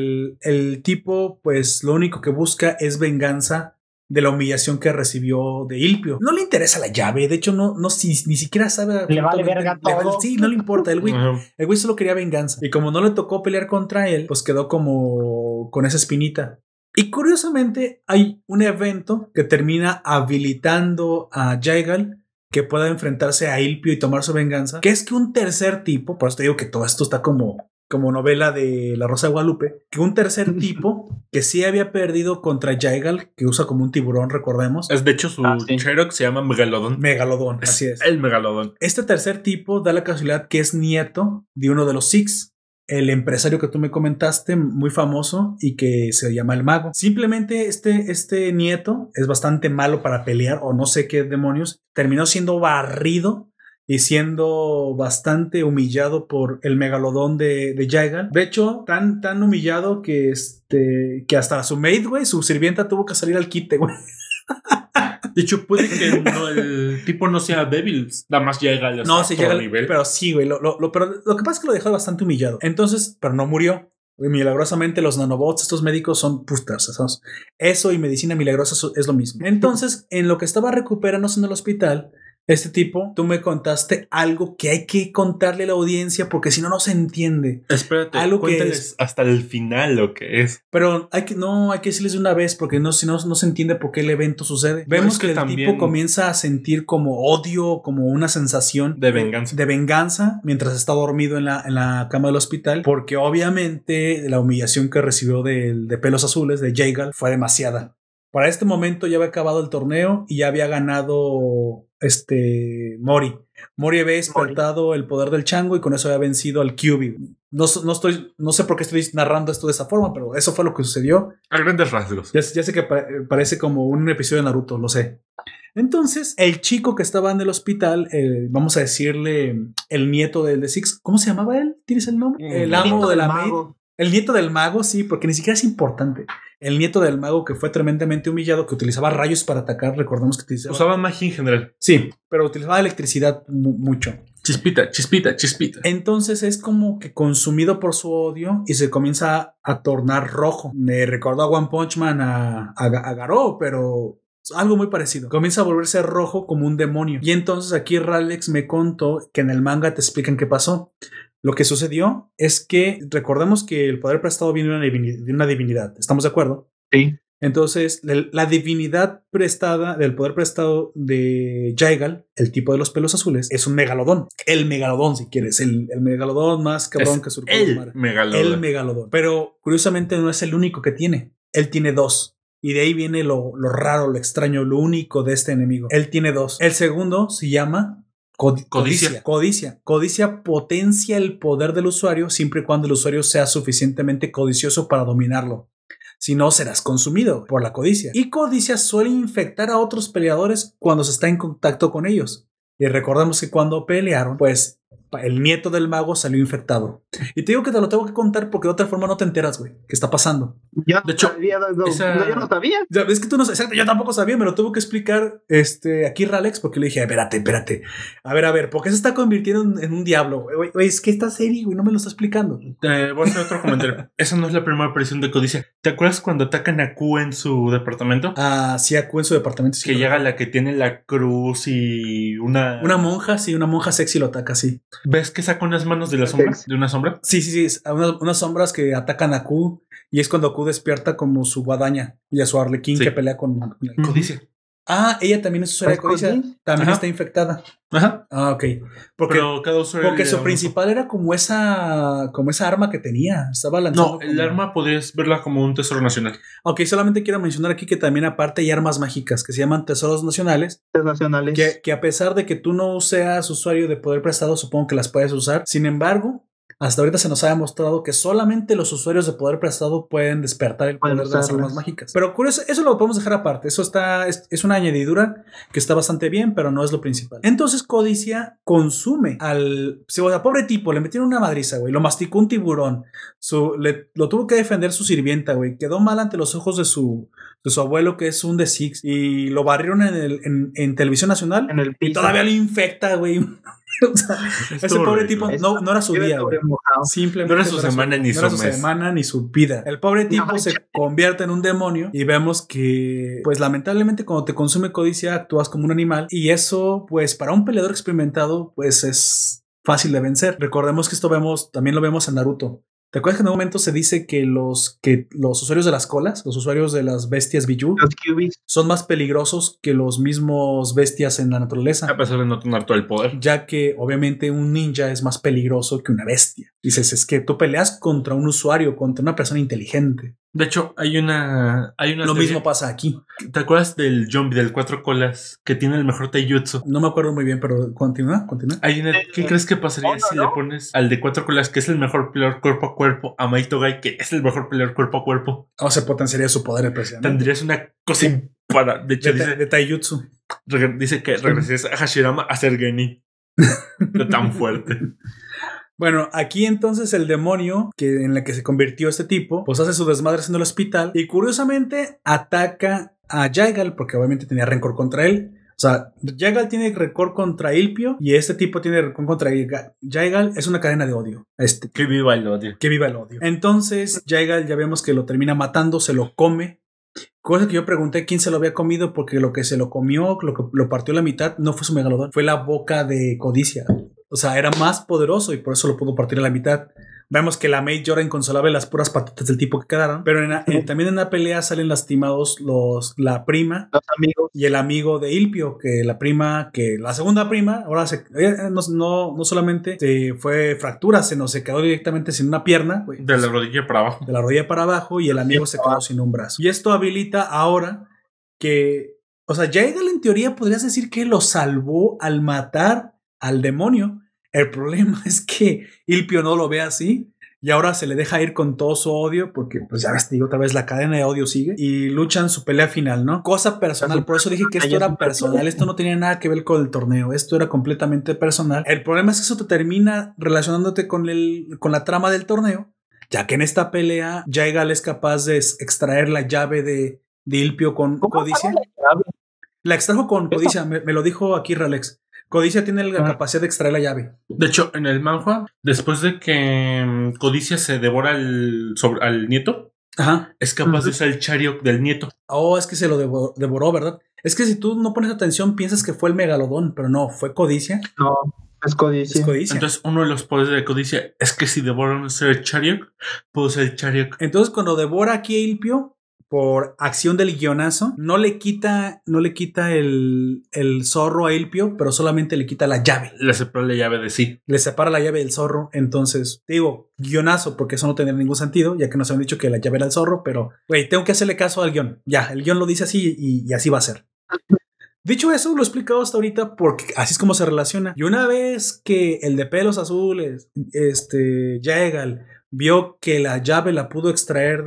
el tipo, pues lo único que busca es venganza de la humillación que recibió de Ilpio. No le interesa la llave, de hecho, ni siquiera sabe. Le vale verga todo. Sí, no le importa. El güey solo quería venganza. Y como no le tocó pelear contra él, pues quedó como con esa espinita. Y curiosamente hay un evento que termina habilitando a Jaigal que pueda enfrentarse a Ilpio y tomar su venganza, que es que un tercer tipo, por eso te digo que todo esto está como novela de La Rosa de Guadalupe, que un tercer tipo que sí había perdido contra Jaigal, que usa como un tiburón, recordemos. Es de hecho su Cherokee se llama Megalodón. Megalodón, así es. El Megalodón. Este tercer tipo da la casualidad que es nieto de uno de los Six, el empresario que tú me comentaste, muy famoso y que se llama el Mago. Simplemente este nieto es bastante malo para pelear o no sé qué demonios. Terminó siendo barrido y siendo bastante humillado por el Megalodón de Jaigal. De hecho, tan humillado que hasta su maid, güey, su sirvienta tuvo que salir al quite, güey. De hecho, puede que el tipo no sea débil, nada más llega al nivel. Pero sí, güey. Pero lo que pasa es que lo dejó bastante humillado. Entonces, pero no murió. Milagrosamente, los nanobots, estos médicos son putas. Eso y medicina milagrosa es lo mismo. Entonces, en lo que estaba recuperándose en el hospital, este tipo, tú me contaste algo que hay que contarle a la audiencia porque si no, no se entiende. Espérate, cuéntales hasta el final lo que es. Pero hay que decirles de una vez porque si no se entiende por qué el evento sucede. Vemos que el tipo comienza a sentir como odio, como una sensación de venganza mientras está dormido en la cama del hospital, porque obviamente la humillación que recibió de Pelos Azules, de Jaigal, fue demasiada. Para este momento ya había acabado el torneo y ya había ganado Mori. Mori había despertado el poder del chango y con eso había vencido al Kyuubi. No sé por qué estoy narrando esto de esa forma, pero eso fue lo que sucedió. A grandes rasgos. Ya sé que parece como un episodio de Naruto, lo sé. Entonces, el chico que estaba en el hospital, vamos a decirle el nieto del Six, ¿cómo se llamaba él? ¿Tienes el nombre? El amo de la maid. El nieto del mago, sí, porque ni siquiera es importante. El nieto del mago que fue tremendamente humillado, que utilizaba rayos para atacar, recordemos que usaba magia en general. Sí, pero utilizaba electricidad mucho. Chispita. Entonces es como que consumido por su odio y se comienza a tornar rojo. Me recordó a One Punch Man, a Garou, pero algo muy parecido. Comienza a volverse rojo como un demonio. Y entonces aquí Ralex me contó que en el manga te explican qué pasó. Lo que sucedió es que recordemos que el poder prestado viene de una divinidad. ¿Estamos de acuerdo? Sí. Entonces, la divinidad prestada del poder prestado de Jaigal, el tipo de los pelos azules, es un megalodón. El megalodón, si quieres. El megalodón más cabrón que surgió. El megalodón. Pero curiosamente no es el único que tiene. Él tiene dos. Y de ahí viene lo raro, lo extraño, lo único de este enemigo. Él tiene dos. El segundo se llama Codicia. Codicia potencia el poder del usuario siempre y cuando el usuario sea suficientemente codicioso para dominarlo. Si no, serás consumido por la codicia. Y codicia suele infectar a otros peleadores cuando se está en contacto con ellos. Y recordemos que cuando pelearon, pues el nieto del mago salió infectado. Y te digo que te lo tengo que contar porque de otra forma no te enteras, güey, qué está pasando. Yo no sabía. Ya, es que tú no sabes. Exacto, yo tampoco sabía. Me lo tuvo que explicar aquí Ralex porque le dije, espérate. A ver, ¿por qué se está convirtiendo en un diablo? Güey, es que esta serie, güey, no me lo está explicando. Voy a hacer otro comentario. Esa no es la primera aparición de Codicia. ¿Te acuerdas cuando atacan a Q en su departamento? Ah, sí, a Q en su departamento. Sí, que llega la que tiene la cruz y una monja, sí, una monja sexy lo ataca, sí. ¿Ves que saca unas manos de la sombra? ¿De una sombra? Sí. Unas sombras que atacan a Q. Y es cuando Q despierta como su guadaña y a su arlequín que pelea con Codicia. Ella también es usuaria de codicia. También está infectada. Ajá. Ok. Porque su principal era como esa arma que tenía. Estaba lanzando. No, el arma podrías verla como un tesoro nacional. Ok, solamente quiero mencionar aquí que también aparte hay armas mágicas que se llaman tesoros nacionales. Que a pesar de que tú no seas usuario de poder prestado, supongo que las puedes usar. Sin embargo, hasta ahorita se nos ha demostrado que solamente los usuarios de poder prestado pueden despertar el poder de las armas mágicas. Pero curioso, eso lo podemos dejar aparte. Eso es una añadidura que está bastante bien, pero no es lo principal. Entonces Codicia consume al... O sea, pobre tipo, le metieron una madriza, güey. Lo masticó un tiburón. Lo tuvo que defender su sirvienta, güey. Quedó mal ante los ojos de su abuelo, que es un The Six. Y lo barrieron en televisión nacional. Y todavía lo infecta, güey. O sea, ese pobre tipo no era su día, güey. Simplemente no era su semana ni su mes. No era su semana ni su vida. El pobre tipo se convierte en un demonio y vemos que, pues lamentablemente, cuando te consume codicia, actúas como un animal. Y eso, pues, para un peleador experimentado, pues es fácil de vencer. Recordemos que esto también lo vemos en Naruto. ¿Te acuerdas que en un momento se dice que los usuarios de las colas, los usuarios de las bestias Biju, son más peligrosos que los mismos bestias en la naturaleza? A pesar de no tener todo el poder. Ya que obviamente un ninja es más peligroso que una bestia. Dices, es que tú peleas contra un usuario, contra una persona inteligente. De hecho, hay una Lo mismo pasa aquí. ¿Te acuerdas del zombie del 4 colas que tiene el mejor taijutsu? No me acuerdo muy bien, pero continúa. ¿Qué crees que pasaría si le pones al de 4 colas, que es el mejor peleador cuerpo a cuerpo, a Maito Gai, que es el mejor peleador cuerpo a cuerpo? O se potenciaría su poder impresionante. Tendrías una cosa para de hecho, de taijutsu. Dice que regresarías a Hashirama a ser Genin. De tan fuerte. Bueno, aquí entonces el demonio en la que se convirtió este tipo, pues hace su desmadre en el hospital y curiosamente ataca a Jaigal porque obviamente tenía rencor contra él. O sea, Jaigal tiene rencor contra Ilpio y este tipo tiene rencor contra Jaigal. Es una cadena de odio. Que viva el odio. Que viva el odio. Entonces Jaigal ya vemos que lo termina matando, se lo come. Cosa que yo pregunté quién se lo había comido porque lo que se lo comió, lo partió a la mitad, no fue su megalodón, fue la boca de Codicia. O sea, era más poderoso y por eso lo pudo partir a la mitad. Vemos que la Maid llora inconsolable las puras patitas del tipo que quedaron. Pero también en la pelea salen lastimados la prima, los amigos y el amigo de Ilpio. Que la segunda prima, ahora no solamente se fue fractura, sino se quedó directamente sin una pierna. Wey, de la rodilla para abajo. De la rodilla para abajo y el amigo se quedó sin un brazo. Y esto habilita ahora que, o sea, Jaigal en teoría podrías decir que lo salvó al matar al demonio. El problema es que Ilpio no lo ve así y ahora se le deja ir con todo su odio porque, pues ya ves, otra vez la cadena de odio sigue y luchan su pelea final, ¿no? Cosa personal, por eso dije que esto era personal, esto no tenía nada que ver con el torneo, esto era completamente personal. El problema es que eso te termina relacionándote con la trama del torneo, ya que en esta pelea Jaigal es capaz de extraer la llave de Ilpio con Codicia. La extrajo con Codicia, me lo dijo aquí Ralex. Codicia tiene la capacidad de extraer la llave. De hecho, en el manhwa, después de que Codicia se devora al nieto, es capaz de usar el chariot del nieto. Oh, es que se lo devoró, ¿verdad? Es que si tú no pones atención, piensas que fue el megalodón, pero no, fue Codicia. No, es Codicia. Entonces, uno de los poderes de Codicia es que si devoran el chariot, puede usar el chariot. Entonces, cuando devora aquí a Ilpio, por acción del guionazo, no le quita el zorro a Ilpio, pero solamente le quita la llave. Le separa la llave de sí. Le separa la llave del zorro. Entonces, digo, guionazo, porque eso no tendría ningún sentido, ya que nos han dicho que la llave era el zorro, pero, güey, tengo que hacerle caso al guión. Ya, el guión lo dice así y así va a ser. Dicho eso, lo he explicado hasta ahorita porque así es como se relaciona. Y una vez que el de pelos azules, Jaigal, vio que la llave la pudo extraer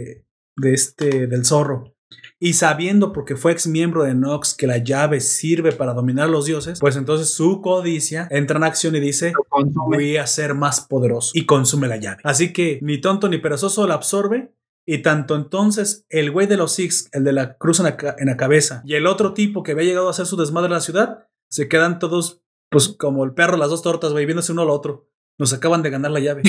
del zorro y sabiendo, porque fue ex miembro de Nox, que la llave sirve para dominar a los dioses, pues entonces su Codicia entra en acción y dice: voy a ser más poderoso, y consume la llave. Así que ni tonto ni perezoso la absorbe. Y tanto entonces el güey de los Six, el de la cruz en la cabeza, y el otro tipo que había llegado a hacer su desmadre en la ciudad, se quedan todos pues como el perro, las dos tortas, güey, viéndose uno al otro. Nos acaban de ganar la llave.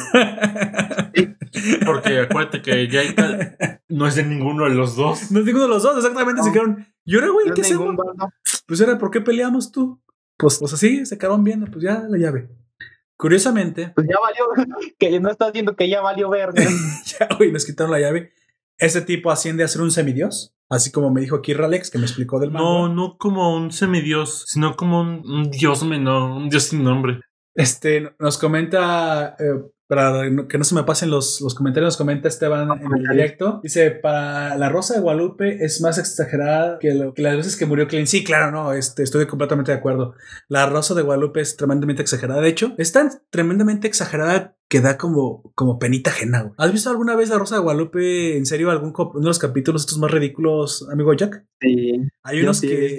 Porque acuérdate que Jaigal no es de ninguno de los dos. No es de ninguno de los dos, exactamente. No. Se quedaron. ¿Y ahora, güey, qué hacemos? Pues era, ¿por qué peleamos tú? Pues así, se quedaron viendo, pues ya la llave. Curiosamente. Pues ya valió, que no estás viendo que ya valió verga. Ya, güey, nos quitaron la llave. Ese tipo asciende a ser un semidios. así como me dijo aquí Ralex, que me explicó del manga. No como un semidios, sino como un dios menor, un dios sin nombre. Nos comenta, para que no se me pasen los comentarios, nos comenta Esteban en el directo. Dice, para La Rosa de Guadalupe es más exagerada que las veces que murió Clint. Sí, claro, no, estoy completamente de acuerdo. La Rosa de Guadalupe es tremendamente exagerada. De hecho, es tan tremendamente exagerada que da como penita ajena, güey. ¿Has visto alguna vez La Rosa de Guadalupe, en serio, uno de los capítulos estos más ridículos, amigo Jack? Sí. Hay unos que,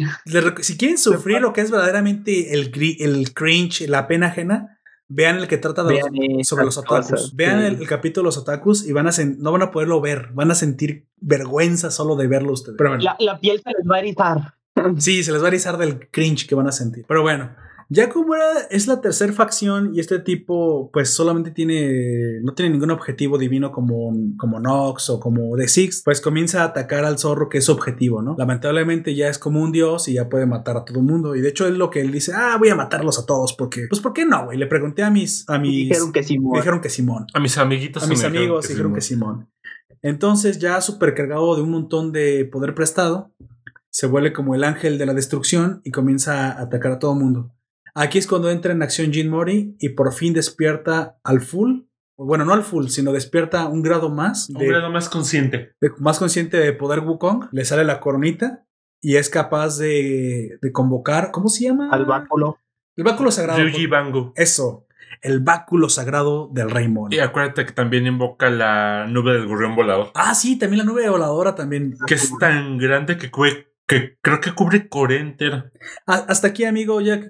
si quieren sufrir lo que es verdaderamente el cringe, la pena ajena, vean el que trata sobre los otakus. Vean el capítulo de los otakus y no van a poderlo ver. Van a sentir vergüenza solo de verlo ustedes. Pero bueno. La piel se les va a erizar. Sí, se les va a erizar del cringe que van a sentir. Pero bueno, ya como es la tercera facción y este tipo pues solamente no tiene ningún objetivo divino como Nox o como The Six, pues comienza a atacar al zorro, que es su objetivo, ¿no? Lamentablemente ya es como un dios y ya puede matar a todo el mundo, y de hecho es lo que él dice, voy a matarlos a todos porque, pues ¿por qué no, güey? Le pregunté a mis dijeron que Simón. Me dijeron que Simón. A mis amiguitos. A mis amigos dijeron que Simón. Entonces, ya súper cargado de un montón de poder prestado, se vuelve como el ángel de la destrucción y comienza a atacar a todo el mundo. Aquí es cuando entra en acción Jin Mori y por fin despierta al full. Bueno, no al full, sino despierta un grado más. Un grado más consciente. Más consciente de poder Wukong. Le sale la coronita y es capaz de convocar. ¿Cómo se llama? Al báculo. El báculo sagrado. Ryuji Bangu. Eso. El báculo sagrado del Rey Mori. Y acuérdate que también invoca la nube del gorrión volador. Sí, también la nube voladora también. Que es tan grande que creo que cubre Corea entera. Hasta aquí, amigo, ya.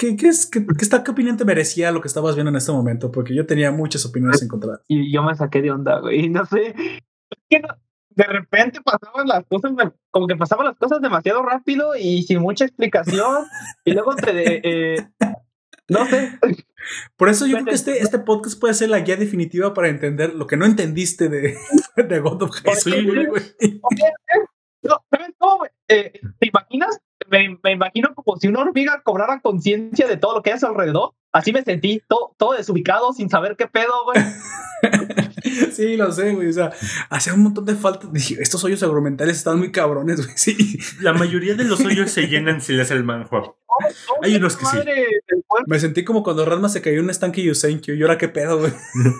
¿Qué opinión te merecía lo que estabas viendo en este momento? Porque yo tenía muchas opiniones encontradas. Y yo me saqué de onda, güey. No sé. Es que de repente pasaban las cosas, como que pasaban las cosas demasiado rápido y sin mucha explicación. Y luego no sé. Por eso yo creo que este podcast puede ser la guía definitiva para entender lo que no entendiste de God of High School, güey. No, ¿sabes cómo, güey? ¿Te imaginas? Me imagino como si una hormiga cobrara conciencia de todo lo que hay a su alrededor. Así me sentí, todo desubicado, sin saber qué pedo, güey. Sí, lo sé, güey. O sea, hacía un montón de falta. Dije, estos hoyos agromentales están muy cabrones, güey. Sí. La mayoría de los hoyos se llenan si les el manhua. Hay unos que sí. Me sentí como cuando Ranma se cayó en un estanque Yusenkyo. ¿Y ahora qué pedo, güey?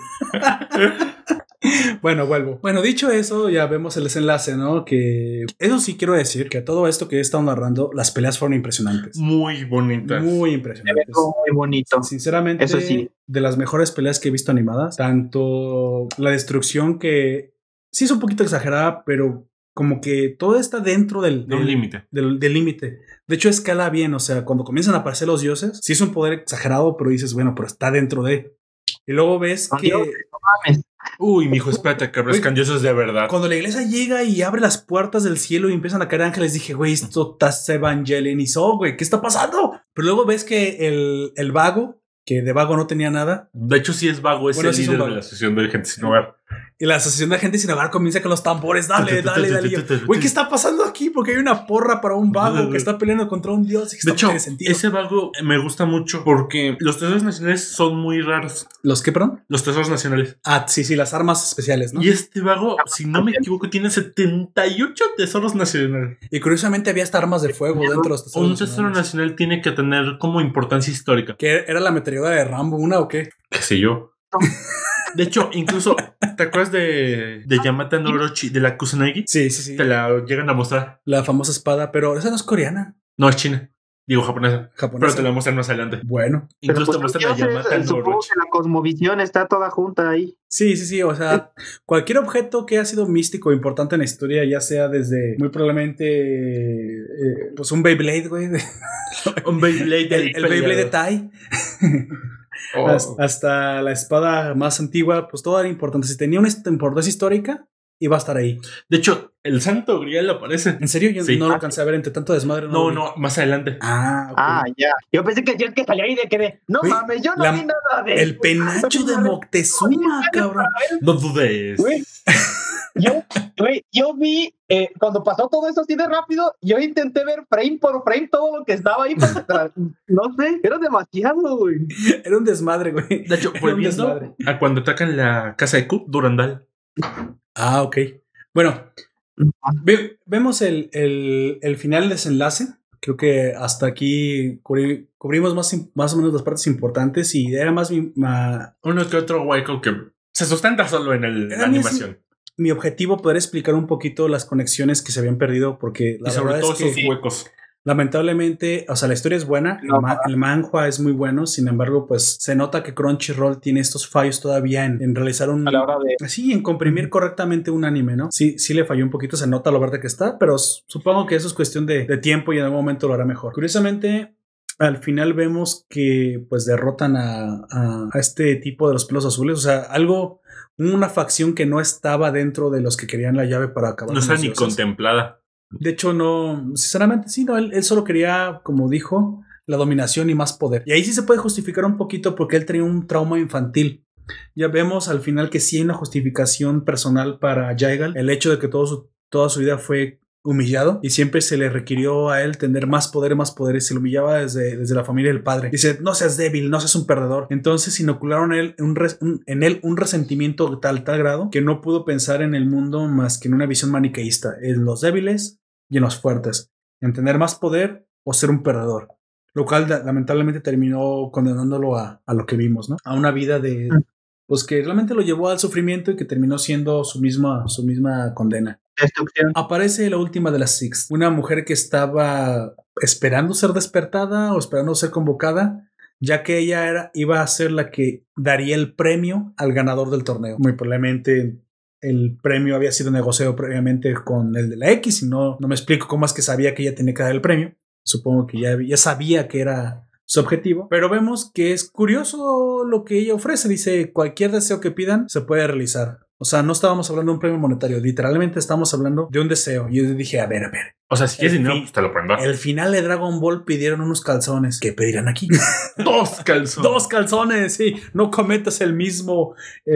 Bueno, vuelvo. Bueno, dicho eso, ya vemos el desenlace, ¿no? Que eso sí quiero decir, que a todo esto que he estado narrando, las peleas fueron impresionantes. Muy bonitas. Muy impresionantes. Muy bonito. Sinceramente, eso sí, de las mejores peleas que he visto animadas. Tanto la destrucción, que sí es un poquito exagerada, pero como que todo está dentro del límite. Del límite. De hecho, escala bien. O sea, cuando comienzan a aparecer los dioses, sí es un poder exagerado, pero dices, bueno, pero está dentro de. Y luego ves que... Dios, no mames. Uy, mijo, espérate, que aparezcan dioses de verdad. Cuando la iglesia llega y abre las puertas del cielo y empiezan a caer ángeles, dije, güey, esto se evangelinizó, güey, ¿qué está pasando? Pero luego ves que el vago, que de vago no tenía nada. De hecho, sí es vago, es el líder de la asociación de gente sin hogar. Y la asociación de gente sin hogar comienza con los tambores, dale. Güey, ¿qué está pasando aquí? Porque hay una porra para un vago que está peleando contra un dios. De hecho, ese vago me gusta mucho porque los tesoros nacionales son muy raros. ¿Los qué, perdón? Los tesoros nacionales. Sí, las armas especiales, ¿no? Y este vago, si no me equivoco, tiene 78 tesoros nacionales. Y curiosamente había hasta armas de fuego dentro de los tesoros nacionales. Un tesoro nacional tiene que tener como importancia histórica. ¿Qué era la meteorita de Rambo, una o qué? ¿Qué sé yo? De hecho, incluso, ¿te acuerdas de Yamata no Orochi, de la Kusanagi? Sí. Te la llegan a mostrar. La famosa espada, pero esa no es coreana. No, es china. Digo, japonesa. Pero te la muestran más adelante. Bueno. Incluso te muestran a Yamata no Orochi. La cosmovisión está toda junta ahí. Sí. O sea, cualquier objeto que ha sido místico o importante en la historia, ya sea desde muy probablemente pues un Beyblade, güey. Un Beyblade. El Beyblade de Tai. Hasta la espada más antigua, pues todo era importante. Si tenía una importancia histórica, iba a estar ahí. De hecho, el Santo Grial aparece. ¿En serio? Yo no lo alcancé a ver entre tanto desmadre. No, más adelante. Okay. Ya. Yo pensé que salía ahí de que no mames, yo no vi nada de el penacho de Moctezuma, cabrón. No dudes. Yo vi cuando pasó todo eso así de rápido, yo intenté ver frame por frame todo lo que estaba ahí no sé, era demasiado, güey. Era un desmadre, güey. De hecho, volviendo a cuando atacan la casa de Kup, Durandal. Ok. Bueno, Vemos el final desenlace. Creo que hasta aquí cubrimos más o menos las partes importantes y era más uno que otro hueco que se sustenta solo en la animación. Mi objetivo poder explicar un poquito las conexiones que se habían perdido, porque la verdad es que esos huecos. Lamentablemente, o sea, la historia es buena, el manhwa es muy bueno, sin embargo, pues se nota que Crunchyroll tiene estos fallos todavía en realizar a la hora de... Sí, en comprimir correctamente un anime, ¿no? Sí le falló un poquito, se nota lo verde que está, pero supongo que eso es cuestión de tiempo y en algún momento lo hará mejor. Curiosamente, al final vemos que pues derrotan a este tipo de los pelos azules, o sea, una facción que no estaba dentro de los que querían la llave para acabar. No está ni contemplada. De hecho, no, sinceramente, sí, no, él solo quería, como dijo, la dominación y más poder. Y ahí sí se puede justificar un poquito porque él tenía un trauma infantil. Ya vemos al final que sí hay una justificación personal para Jaigal, el hecho de que toda su vida fue humillado y siempre se le requirió a él tener más poder y se lo humillaba desde la familia del padre. Dice, no seas débil, no seas un perdedor. Entonces inocularon en él un resentimiento tal grado que no pudo pensar en el mundo más que en una visión maniqueísta, en los débiles y en los fuertes, en tener más poder o ser un perdedor, lo cual lamentablemente terminó condenándolo a lo que vimos, ¿no? A una vida de pues que realmente lo llevó al sufrimiento y que terminó siendo su misma condena. Destrucción. Aparece la última de las Six, una mujer que estaba esperando ser despertada o esperando ser convocada, ya que ella iba a ser la que daría el premio al ganador del torneo. Muy probablemente el premio había sido negociado previamente con el de la X y no me explico cómo es que sabía que ella tenía que dar el premio. Supongo que ya sabía que era su objetivo, pero vemos que es curioso lo que ella ofrece. Dice, cualquier deseo que pidan se puede realizar. O sea, no estábamos hablando de un premio monetario, literalmente estamos hablando de un deseo. Y yo dije, a ver. O sea, si quieres dinero, pues te lo pueden dar. El final de Dragon Ball pidieron unos calzones. ¿Qué pedirán aquí? 2 calzones. 2 calzones, sí. No cometas el mismo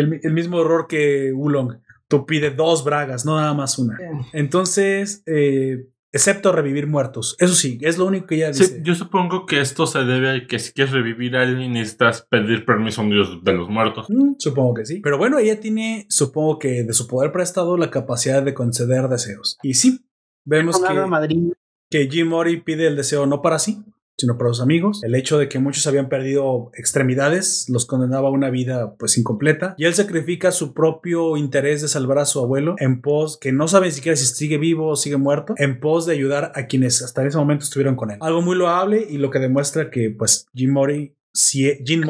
error que Oolong. Tú pides 2 bragas, no nada más una. Entonces, excepto revivir muertos. Eso sí, es lo único que ella dice. Sí, yo supongo que esto se debe a que si quieres revivir a alguien necesitas pedir permiso a un dios de los muertos. Supongo que sí. Pero bueno, ella tiene, supongo que de su poder prestado, la capacidad de conceder deseos. Y sí, vemos que Jim Mori pide el deseo no para sí, sino para sus amigos. El hecho de que muchos habían perdido extremidades los condenaba a una vida pues incompleta, y él sacrifica su propio interés de salvar a su abuelo en pos, que no sabe ni siquiera si sigue vivo o sigue muerto, en pos de ayudar a quienes hasta ese momento estuvieron con él. Algo muy loable y lo que demuestra que pues Jim Mori sí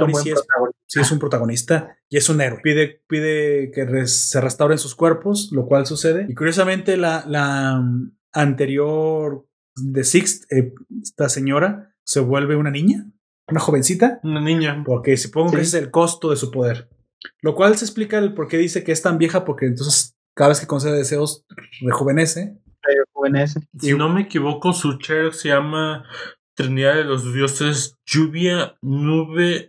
es un protagonista y es un héroe. Pide que se restauren sus cuerpos, lo cual sucede. Y curiosamente la anterior de Six, esta señora se vuelve una niña, una jovencita. Una niña. Porque supongo que ese es el costo de su poder. Lo cual se explica el por qué dice que es tan vieja, porque entonces cada vez que concede deseos rejuvenece. Si no me equivoco, su chair se llama Trinidad de los Dioses, Lluvia, Nube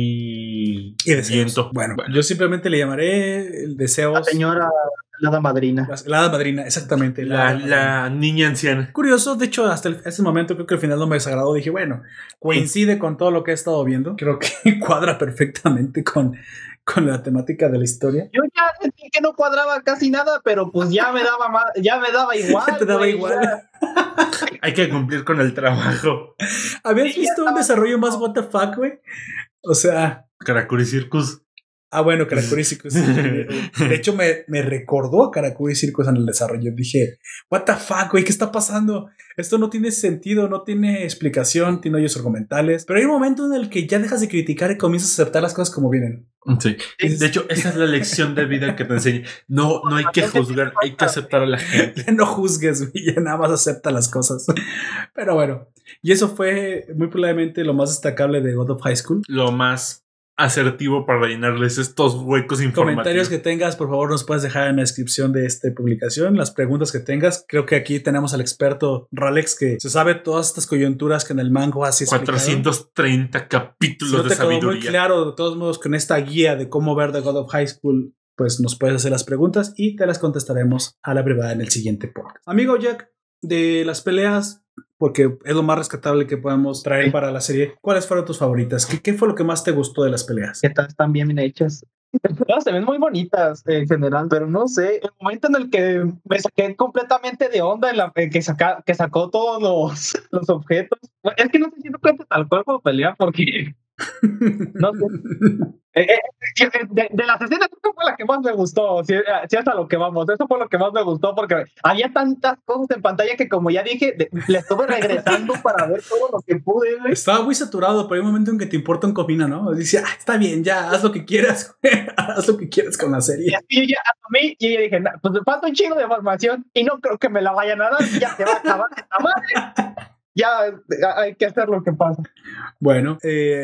y Viento. Bueno, yo simplemente le llamaré deseos. La señora... La hada madrina. La hada madrina, exactamente. La niña anciana. Curioso, de hecho, hasta este momento creo que el final no me desagradó. Dije, bueno, coincide con todo lo que he estado viendo. Creo que cuadra perfectamente con la temática de la historia. Yo ya sentí que no cuadraba casi nada, pero pues ya me daba igual. Te daba igual. Hay que cumplir con el trabajo. ¿Habías visto un desarrollo más what the fuck, güey? O sea... Karakuri Circus. Bueno, Karakuri Circus. De hecho, me recordó a Karakuri Circus en el desarrollo. Dije, what the fuck, güey, ¿qué está pasando? Esto no tiene sentido, no tiene explicación, tiene hoyos argumentales. Pero hay un momento en el que ya dejas de criticar y comienzas a aceptar las cosas como vienen. Sí. De hecho, esa es la lección de vida que te enseña. No hay que juzgar, hay que aceptar a la gente. No juzgues, güey, ya nada más acepta las cosas. Pero bueno, y eso fue muy probablemente lo más destacable de God of High School. Lo más asertivo para rellenarles estos huecos informativos. Comentarios que tengas, por favor, nos puedes dejar en la descripción de esta publicación. Las preguntas que tengas. Creo que aquí tenemos al experto Ralex, que se sabe todas estas coyunturas que en el manga así 430 capítulos de sabiduría. Muy claro, de todos modos, con esta guía de cómo ver The God of High School, pues nos puedes hacer las preguntas y te las contestaremos a la privada en el siguiente podcast. Amigo Jack, de las peleas, porque es lo más rescatable que podemos traer para la serie. ¿Cuáles fueron tus favoritas? ¿Qué fue lo que más te gustó de las peleas? Que están bien hechas. Se ven muy bonitas en general, pero no sé, el momento en el que me saqué completamente de onda en que sacó todos los objetos, es que no sé si no cuenta tal cual como pelear porque no sé. De las escenas, esa fue la que más me gustó. Si hasta lo que vamos, eso fue lo que más me gustó porque había tantas cosas en pantalla que, como ya dije, le estuve regresando para ver todo lo que pude ver. Estaba muy saturado, pero hay un momento en que te importa un comino, ¿no? Dice, está bien, ya, haz lo que quieras, haz lo que quieras con la serie. Y así yo ya asumí y yo dije, pues me falta un chingo de información y no creo que me la vayan a dar, ya se va a acabar esta madre. Ya hay que hacer lo que pasa. Bueno,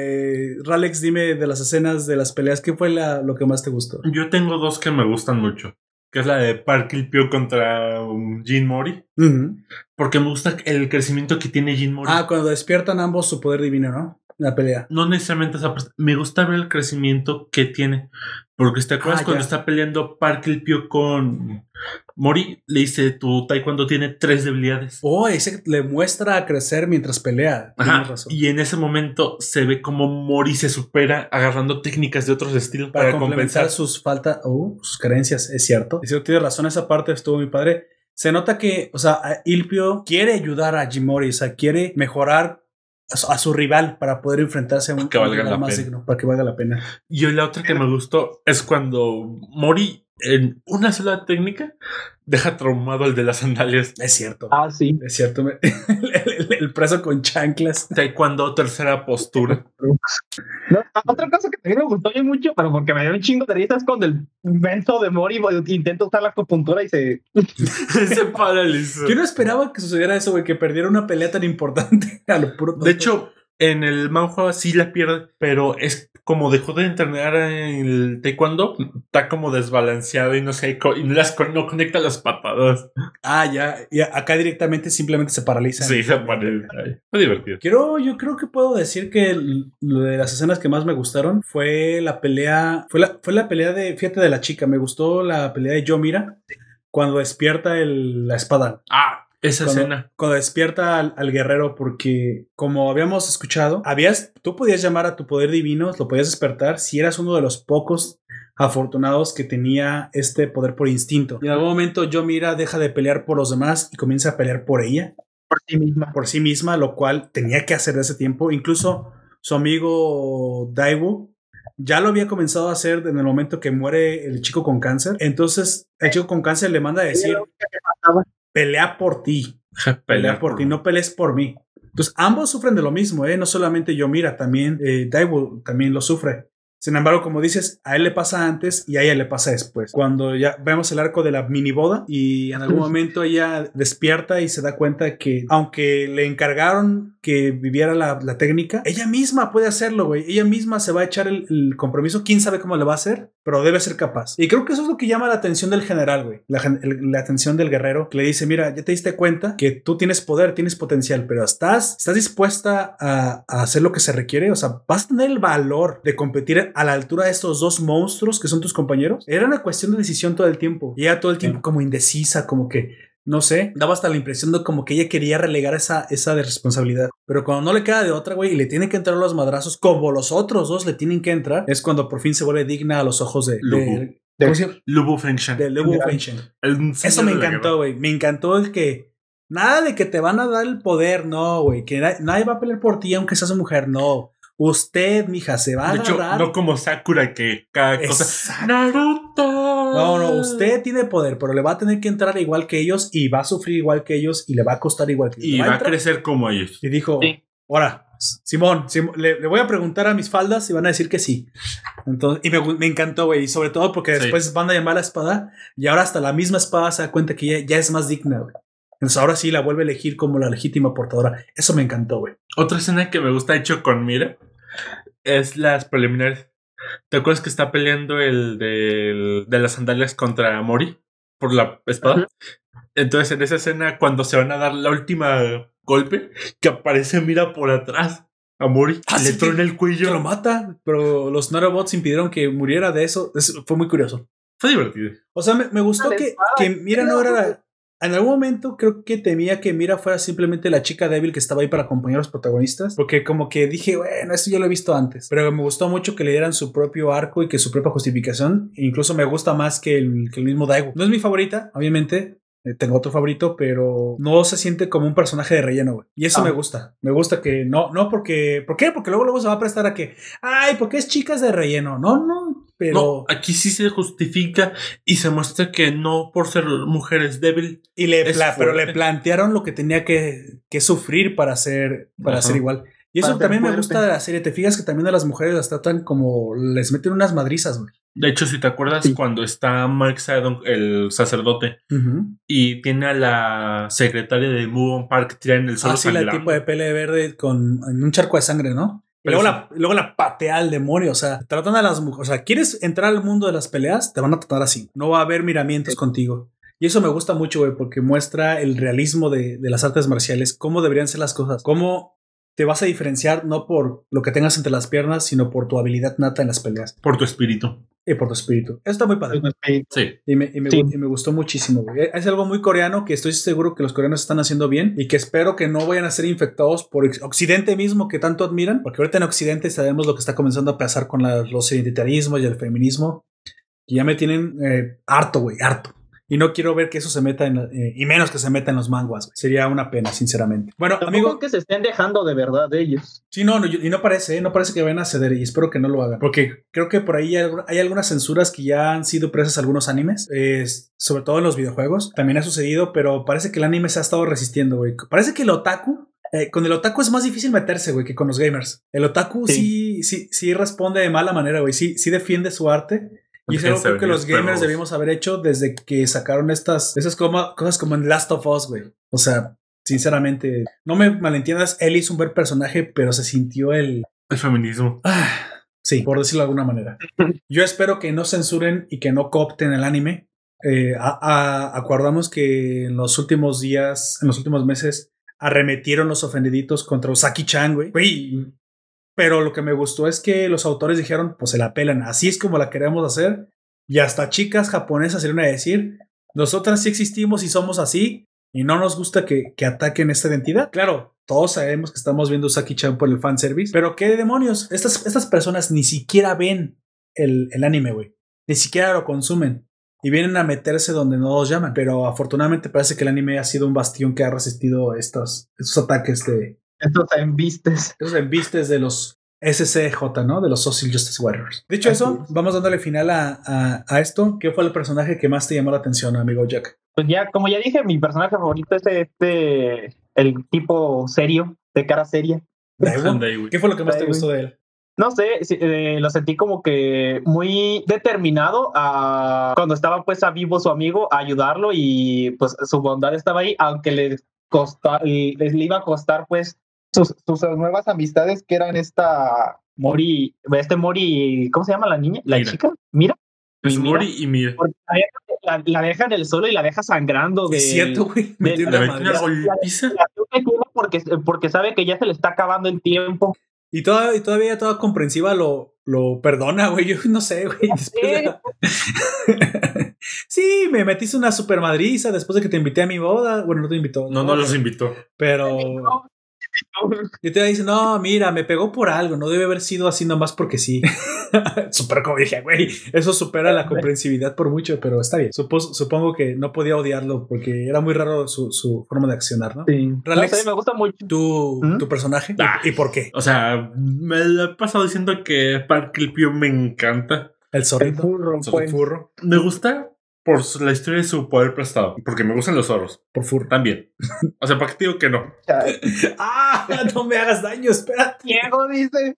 Ralex, dime de las escenas de las peleas, ¿qué fue lo que más te gustó? Yo tengo dos que me gustan mucho, que es la de Park Il-pyo contra Jin Mori. Porque me gusta el crecimiento que tiene Jin Mori. Cuando despiertan ambos su poder divino, ¿no? La pelea. No necesariamente esa parte. Me gusta ver el crecimiento que tiene. Porque te acuerdas cuando está peleando Park Il-pyo con Mori, le dice, tu taekwondo tiene 3 debilidades. Ese le muestra a crecer mientras pelea. Ajá. Razón. Y en ese momento se ve como Mori se supera agarrando técnicas de otros estilos para compensar sus faltas, sus carencias. Es cierto. Tiene razón, esa parte estuvo muy padre. Se nota que, Il-pyo quiere ayudar a Jin Mori, quiere mejorar a su rival para poder enfrentarse a un rival más digno, para que valga la pena. Y la otra que me gustó es cuando Mori, en una sola técnica, deja traumado al de las sandalias. Es cierto. Sí. Es cierto. El preso con chanclas. Taekwondo, tercera postura. Otra cosa que también me gustó bien mucho, pero porque me dio un chingo de risa, es cuando el menso de Mori intenta usar la acupuntura y se paralizó. Yo no esperaba que sucediera eso, güey, que perdiera una pelea tan importante a lo puro. De hecho, en el manhwa sí la pierde, pero es como dejó de entrenar en el taekwondo, está como desbalanceado y no sé, y no conecta las patadas. Ya. Y acá directamente simplemente se paraliza. Sí, se paraliza. Fue divertido. Yo creo que puedo decir que lo de las escenas que más me gustaron fue la pelea. Fue la pelea de la chica. Me gustó la pelea de Yomira cuando despierta la espada. Esa escena. Cuando despierta al guerrero, porque como habíamos escuchado, tú podías llamar a tu poder divino, lo podías despertar si eras uno de los pocos afortunados que tenía este poder por instinto. Y en algún momento Yomira deja de pelear por los demás y comienza a pelear por ella. Por sí misma, lo cual tenía que hacer de ese tiempo. Incluso su amigo Daewoo ya lo había comenzado a hacer en el momento que muere el chico con cáncer. Entonces el chico con cáncer le manda a decir: pelea por ti. Pelea por ti, no pelees por mí. Entonces ambos sufren de lo mismo, no solamente Yomira, también Daewoo también lo sufre. Sin embargo, como dices, a él le pasa antes y a ella le pasa después. Cuando ya vemos el arco de la mini boda y en algún momento ella despierta y se da cuenta que aunque le encargaron que viviera la técnica, ella misma puede hacerlo, güey. Ella misma se va a echar el compromiso. ¿Quién sabe cómo le va a hacer? Pero debe ser capaz. Y creo que eso es lo que llama la atención del general, güey. La atención del guerrero, que le dice: mira, ya te diste cuenta que tú tienes poder, tienes potencial, pero ¿estás dispuesta a hacer lo que se requiere? O sea, ¿vas a tener el valor de competir a la altura de estos dos monstruos que son tus compañeros? Era una cuestión de decisión todo el tiempo. Y ella todo el tiempo como indecisa, como que, no sé, daba hasta la impresión de como que ella quería relegar esa de responsabilidad. Pero cuando no le queda de otra, güey, y le tiene que entrar los madrazos como los otros dos le tienen que entrar, es cuando por fin se vuelve digna a los ojos de Lubu Fengshen. Eso me encantó, güey. Me encantó el que nada de que te van a dar el poder, no, güey. Que nadie va a pelear por ti aunque seas mujer, no. Usted, mija, se va a agarrar. De hecho, no como Sakura, que cada cosa... ¡Naruto! No, usted tiene poder, pero le va a tener que entrar igual que ellos y va a sufrir igual que ellos y le va a costar igual que ellos. Y va a crecer como ellos. Y dijo, ahora, Simón, le voy a preguntar a mis faldas y van a decir que sí. Entonces, y me encantó, güey. Y sobre todo porque después van a llamar a la espada y ahora hasta la misma espada se da cuenta que ya es más digna, güey. Entonces ahora sí la vuelve a elegir como la legítima portadora. Eso me encantó, güey. Otra escena que me gusta hecho con Mira es las preliminares. ¿Te acuerdas que está peleando el de las sandalias contra Mori por la espada? Uh-huh. Entonces en esa escena, cuando se van a dar la última golpe, que aparece Mira por atrás a Mori, le trona el cuello, que lo mata, pero los Nanobots impidieron que muriera de eso. Fue muy curioso. Fue divertido. O sea, me gustó que Mira no era En algún momento creo que temía que Mira fuera simplemente la chica débil que estaba ahí para acompañar a los protagonistas, porque como que dije, bueno, esto yo lo he visto antes, pero me gustó mucho que le dieran su propio arco y que su propia justificación, e incluso me gusta más que el mismo Daigo. No es mi favorita, obviamente. Tengo otro favorito, pero no se siente como un personaje de relleno, güey. Y eso me gusta. Me gusta que no porque... ¿Por qué? Porque luego se va a prestar a que... Ay, porque es chicas de relleno. No, pero... No, aquí sí se justifica y se muestra que no por ser mujeres débil. Y pero le plantearon lo que tenía que sufrir para ser igual. Y eso también me gusta de la serie. Te fijas que también a las mujeres las tratan como... Les meten unas madrizas, güey. De hecho, si te acuerdas, cuando está Mark Sidon, el sacerdote, y tiene a la secretaria de Muon Park tirada en el suelo. Sí, la tipo de pele verde en un charco de sangre, ¿no? Y luego la patea al demonio. O sea, tratan a las mujeres. O sea, ¿quieres entrar al mundo de las peleas? Te van a tratar así. No va a haber miramientos contigo. Y eso me gusta mucho, güey, porque muestra el realismo de las artes marciales. Cómo deberían ser las cosas. Cómo te vas a diferenciar no por lo que tengas entre las piernas, sino por tu habilidad nata en las peleas. Por tu espíritu. Y por tu espíritu. Eso está muy padre. Sí. Y me gustó muchísimo, güey. Es algo muy coreano que estoy seguro que los coreanos están haciendo bien y que espero que no vayan a ser infectados por Occidente mismo que tanto admiran, porque ahorita en Occidente sabemos lo que está comenzando a pasar con los identitarismos y el feminismo. Y ya me tienen harto, güey, harto. Y no quiero ver que eso se meta y menos que se meta en los manguas, güey. Sería una pena, sinceramente. Bueno, amigo, que se estén dejando de verdad de ellos. Sí, y no parece que vayan a ceder y espero que no lo hagan. Porque creo que por ahí hay algunas censuras que ya han sido presas a algunos animes, sobre todo en los videojuegos. También ha sucedido, pero parece que el anime se ha estado resistiendo, güey. Parece que el otaku... con el otaku es más difícil meterse, güey, que con los gamers. El otaku sí responde de mala manera, güey. Sí defiende su arte. Y es algo que los gamers debimos haber hecho desde que sacaron esas cosas como en Last of Us, güey. O sea, sinceramente, no me malentiendas, Ellie es un buen personaje, pero se sintió el feminismo. Sí, por decirlo de alguna manera. Yo espero que no censuren y que no coopten el anime. Acordamos que en los últimos meses, arremetieron los ofendiditos contra Usaki-chan, güey. Pero lo que me gustó es que los autores dijeron, pues se la pelan, así es como la queremos hacer. Y hasta chicas japonesas salieron a decir, nosotras sí existimos y somos así, y no nos gusta que ataquen esta identidad. Claro, todos sabemos que estamos viendo Usaki-chan por el fanservice, pero qué demonios, estas personas ni siquiera ven el anime, güey. Ni siquiera lo consumen. Y vienen a meterse donde no los llaman. Pero afortunadamente parece que el anime ha sido un bastión que ha resistido estos ataques de... Estos embistes de los SCJ, ¿no? De los Social Justice Warriors. Dicho eso, vamos dándole final a esto. ¿Qué fue el personaje que más te llamó la atención, amigo Jack? Pues como ya dije, mi personaje favorito es el tipo serio, de cara seria. ¿Qué fue lo que más te gustó de él? No sé, lo sentí como que muy determinado cuando estaba pues a vivo su amigo a ayudarlo y pues su bondad estaba ahí, aunque les iba a costar pues sus nuevas amistades que eran Mori, ¿cómo se llama la niña? ¿La chica? ¿Mira? Pues Mori y Mira. La deja en el suelo y la deja sangrando. Es cierto, güey. Porque sabe que ya se le está acabando el tiempo. Y todavía toda comprensiva lo perdona, güey. Yo no sé, güey. Sí, me metiste una super madriza después de que te invité a mi boda. Bueno, no te invitó. No los invitó. Pero... Y te dice, no, mira, me pegó por algo, no debe haber sido así nomás porque sí. Súper como dije, güey, eso supera la comprensividad por mucho, pero está bien. Supongo que no podía odiarlo porque era muy raro su forma de accionar, ¿no? Sí. Ralex, no sé, me gusta mucho. ¿Tu personaje? ¿Y por qué? O sea, me lo he pasado diciendo que Park Clipio me encanta. El zorrito. El furro. Me gusta por la historia de su poder prestado. Porque me gustan los zorros. Por furro. También. O sea, ¿para qué te digo que no? No me hagas daño, espérate. Diego dice.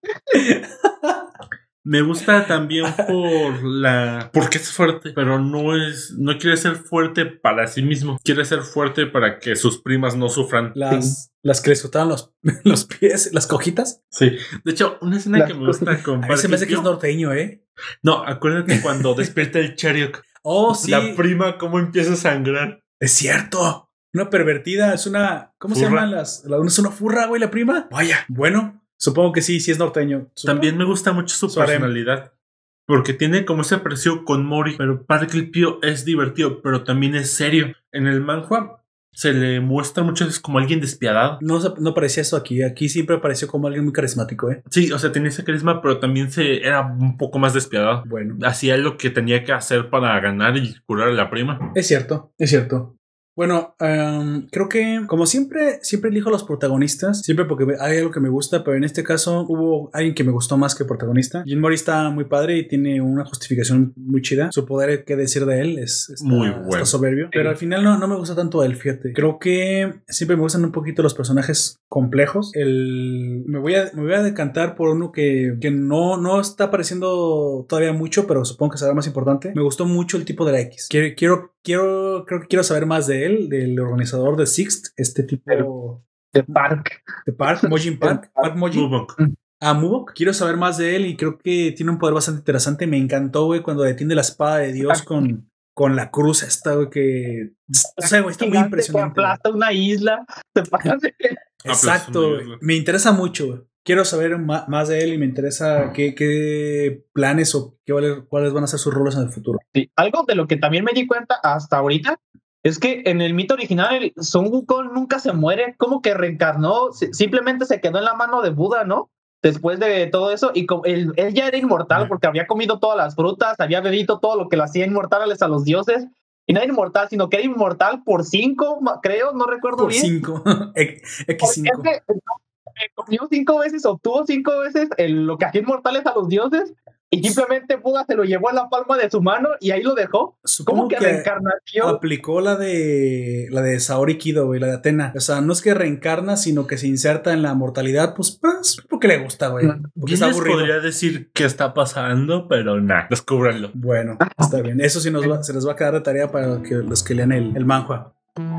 Me gusta también porque es fuerte, pero no quiere ser fuerte para sí mismo. Quiere ser fuerte para que sus primas no sufran. Las que les cortaban los pies, las cojitas. Sí. De hecho, una escena que me gusta con a veces me hace que es norteño, ¿eh? No, acuérdate cuando despierta el Chariok. Oh, sí. La prima, cómo empieza a sangrar. Es cierto. Una pervertida, es una... ¿Cómo se llaman las? ¿Es una furra, güey, la prima? Vaya. Bueno, supongo que sí es norteño. También me gusta mucho su personalidad. porque tiene como ese parecido con Mori, pero Parker Pio es divertido, pero también es serio. En el manhwa se le muestra muchas veces como alguien despiadado. No parecía eso aquí. Aquí siempre pareció como alguien muy carismático, ¿eh? Sí, o sea, tenía ese carisma, pero también era un poco más despiadado. Bueno. Hacía lo que tenía que hacer para ganar y curar a la prima. Es cierto. Bueno, creo que como siempre elijo a los protagonistas, siempre porque hay algo que me gusta, pero en este caso hubo alguien que me gustó más que el protagonista. Jin Mori está muy padre y tiene una justificación muy chida. Su poder, qué decir de él, está muy bueno. Está soberbio, pero al final no me gusta tanto él, fíjate. Creo que siempre me gustan un poquito los personajes complejos. Me voy a decantar por uno que no está apareciendo todavía mucho, pero supongo que será más importante. Me gustó mucho el tipo de la X. Creo que quiero saber más de él, del organizador de Sixt, este tipo de Park. De Park, Mojin Park. Park Mojin. Mubok. Quiero saber más de él y creo que tiene un poder bastante interesante. Me encantó, güey, cuando detiene la espada de Dios con la cruz esta, güey, que... O sea, güey, está muy impresionante. Que aplasta una isla. Exacto. Me interesa mucho, güey. Quiero saber más de él y me interesa qué planes o cuáles van a ser sus roles en el futuro. Sí, algo de lo que también me di cuenta hasta ahorita es que en el mito original Son Wukong nunca se muere, como que reencarnó, simplemente se quedó en la mano de Buda, ¿no? Después de todo eso, y él ya era inmortal porque había comido todas las frutas, había bebido todo lo que lo hacía inmortales a los dioses, y no era inmortal, sino que era inmortal por 5, creo, no recuerdo bien. Por 5, X5. Comió 5 veces, obtuvo 5 veces lo que hacía inmortales a los dioses, y simplemente Buda se lo llevó en la palma de su mano y ahí lo dejó. Supongo que reencarnación aplicó la de Saori Kido, y la de Atena. O sea, no es que reencarna, sino que se inserta en la mortalidad, pues porque le gusta, güey. Porque está aburrido. Podría decir qué está pasando, pero nada, descúbranlo. Bueno, está bien. Eso sí se les va a quedar de tarea para los que lean el manhwa.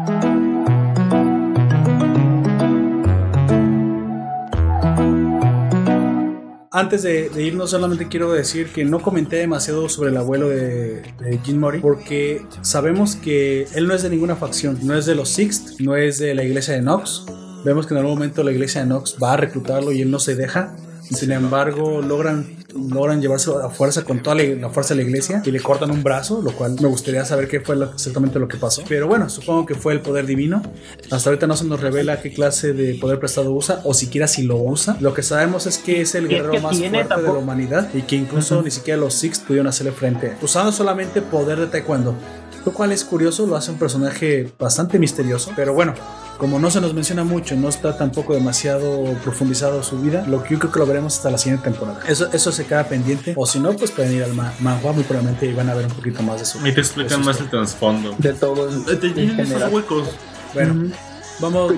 Antes de irnos, solamente quiero decir que no comenté demasiado sobre el abuelo de Jin Mori, porque sabemos que él no es de ninguna facción, no es de los Sixt, no es de la iglesia de Nox. Vemos que en algún momento la iglesia de Nox va a reclutarlo y él no se deja. Sin embargo, logran llevárselo a fuerza con toda la fuerza de la iglesia y le cortan un brazo, lo cual me gustaría saber qué fue exactamente lo que pasó. Pero bueno, supongo que fue el poder divino. Hasta ahorita no se nos revela qué clase de poder prestado usa o siquiera si lo usa. Lo que sabemos es que es el guerrero más fuerte de la humanidad y que incluso ni siquiera los Sixt pudieron hacerle frente, usando solamente poder de taekwondo. Lo cual es curioso, lo hace un personaje bastante misterioso. Pero bueno, como no se nos menciona mucho, no está tampoco demasiado profundizado su vida, lo que yo creo que lo veremos hasta la siguiente temporada. Eso se queda pendiente. O si no, pues pueden ir al manhwa, muy probablemente y van a ver un poquito más de eso. Y te explican más el trasfondo. De todo. Te llenan esos huecos. Bueno, vamos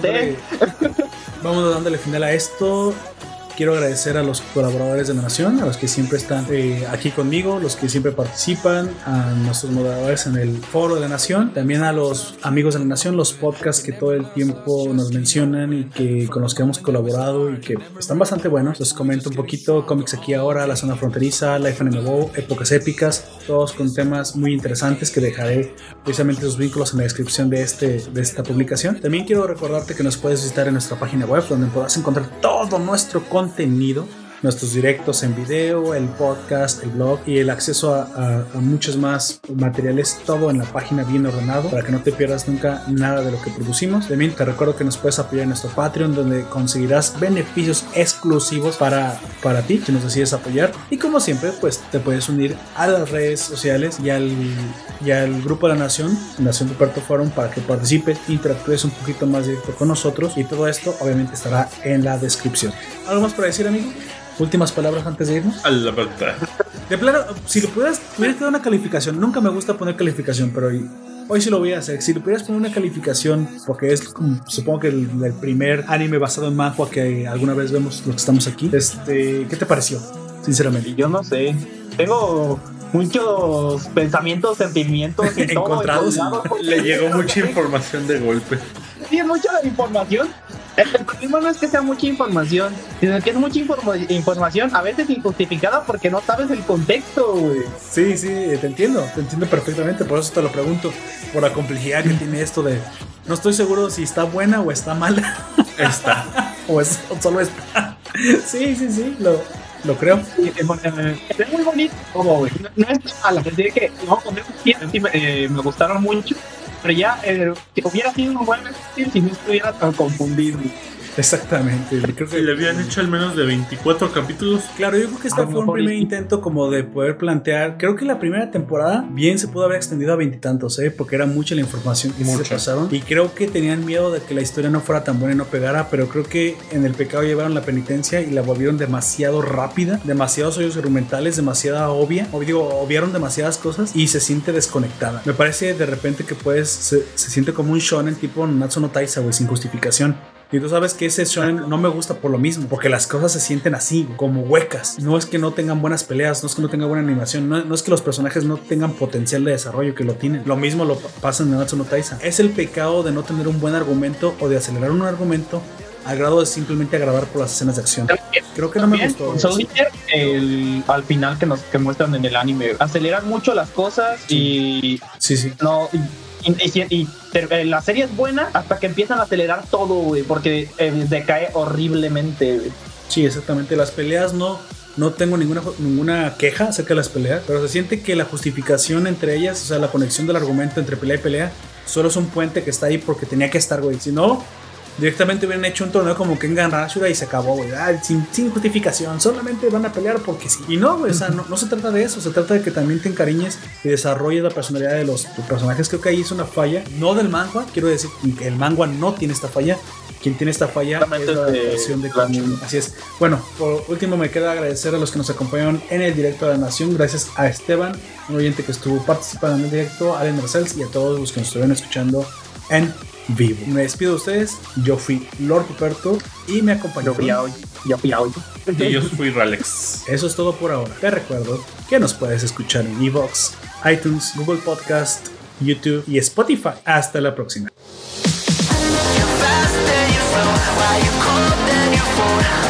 dándole final a esto. Quiero agradecer a los colaboradores de La Nación, a los que siempre están aquí conmigo, los que siempre participan, a nuestros moderadores en el foro de La Nación, también a los amigos de La Nación, los podcasts que todo el tiempo nos mencionan y con los que hemos colaborado y que están bastante buenos. Les comento un poquito: Cómics Aquí Ahora, La Zona Fronteriza, Life NMO, Épocas Épicas, todos con temas muy interesantes que dejaré precisamente sus vínculos en la descripción de esta publicación. También quiero recordarte que nos puedes visitar en nuestra página web, donde podrás encontrar todo nuestro contenido, nuestros directos en video, el podcast, el blog y el acceso a muchos más materiales, todo en la página bien ordenado para que no te pierdas nunca nada de lo que producimos. También te recuerdo que nos puedes apoyar en nuestro Patreon, donde conseguirás beneficios exclusivos para ti si nos decides apoyar, y como siempre pues te puedes unir a las redes sociales y al grupo de la Nación Ruperto Forum, para que participes, interactúes un poquito más directo con nosotros, y todo esto obviamente estará en la descripción. ¿Algo más para decir, amigo? Últimas palabras antes de irnos. A la verdad. De plano, si lo pudieras dar una calificación, nunca me gusta poner calificación, pero hoy sí lo voy a hacer. Si le pudieras poner una calificación, porque es supongo que el primer anime basado en manhwa que alguna vez vemos los que estamos aquí, ¿qué te pareció? Sinceramente. Yo no sé. Tengo muchos pensamientos, sentimientos y encontrados. Le llegó mucha información de golpe. Sí, es mucha información. El problema no es que sea mucha información, sino que es mucha información, a veces injustificada, porque no sabes el contexto, güey. Sí, te entiendo perfectamente, por eso te lo pregunto, por la complejidad que tiene esto de... No estoy seguro si está buena o está mala. Está. o solo está. Sí, lo creo. Es muy bonito todo, güey. No es mala, es decir que no, me gustaron mucho, pero ya hubiera sido un buen si no estuviera tan confundido. Exactamente. Creo que le habían hecho al menos de 24 capítulos. Claro, yo creo que este fue un primer intento como de poder plantear. Creo que la primera temporada bien se pudo haber extendido a 20 y tantos, porque era mucha la información que se pasaron. Y creo que tenían miedo de que la historia no fuera tan buena y no pegara, pero creo que en El Pecado llevaron la penitencia y la volvieron demasiado rápida, demasiados hoyos argumentales, demasiada obvia. Obviaron demasiadas cosas y se siente desconectada. Me parece de repente que se siente como un shonen tipo Natsu no Taisa, güey, sin justificación. Y tú sabes que ese shonen no me gusta por lo mismo, porque las cosas se sienten así, como huecas. No es que no tengan buenas peleas, no es que no tengan buena animación, no es que los personajes no tengan potencial de desarrollo, que lo tienen. Lo mismo lo pasa en Natsu no Taisa. Es el pecado de no tener un buen argumento o de acelerar un argumento al grado de simplemente agradar por las escenas de acción. Creo que no me gustó. Soul Eater, al final que muestran en el anime, aceleran mucho las cosas y no. Y la serie es buena hasta que empiezan a acelerar todo, güey, porque decae horriblemente, güey. Sí, exactamente. Las peleas no tengo ninguna queja acerca de las peleas, pero se siente que la justificación entre ellas, o sea, la conexión del argumento entre pelea y pelea, solo es un puente que está ahí porque tenía que estar, güey. Si no, directamente hubieran hecho un torneo como Kengan Ashura y se acabó, güey. Sin justificación, solamente van a pelear porque sí. Y no, güey, o sea, no se trata de eso. Se trata de que también te encariñes y desarrolles la personalidad de los personajes. Creo que ahí es una falla, no del manga. Quiero decir que el manga no tiene esta falla. Quien tiene esta falla es la adaptación de Crunchyroll. Así es. Bueno, por último me queda agradecer a los que nos acompañaron en el directo de la Nación. Gracias a Esteban, un oyente que estuvo participando en el directo, a Allen Marcells y a todos los que nos estuvieron escuchando en vivo. Me despido de ustedes. Yo fui Lord Puperto y me acompañó. Yo fui hoy. Y yo fui Ralex. Eso es todo por ahora. Te recuerdo que nos puedes escuchar en iVoox, iTunes, Google Podcast, YouTube y Spotify. Hasta la próxima.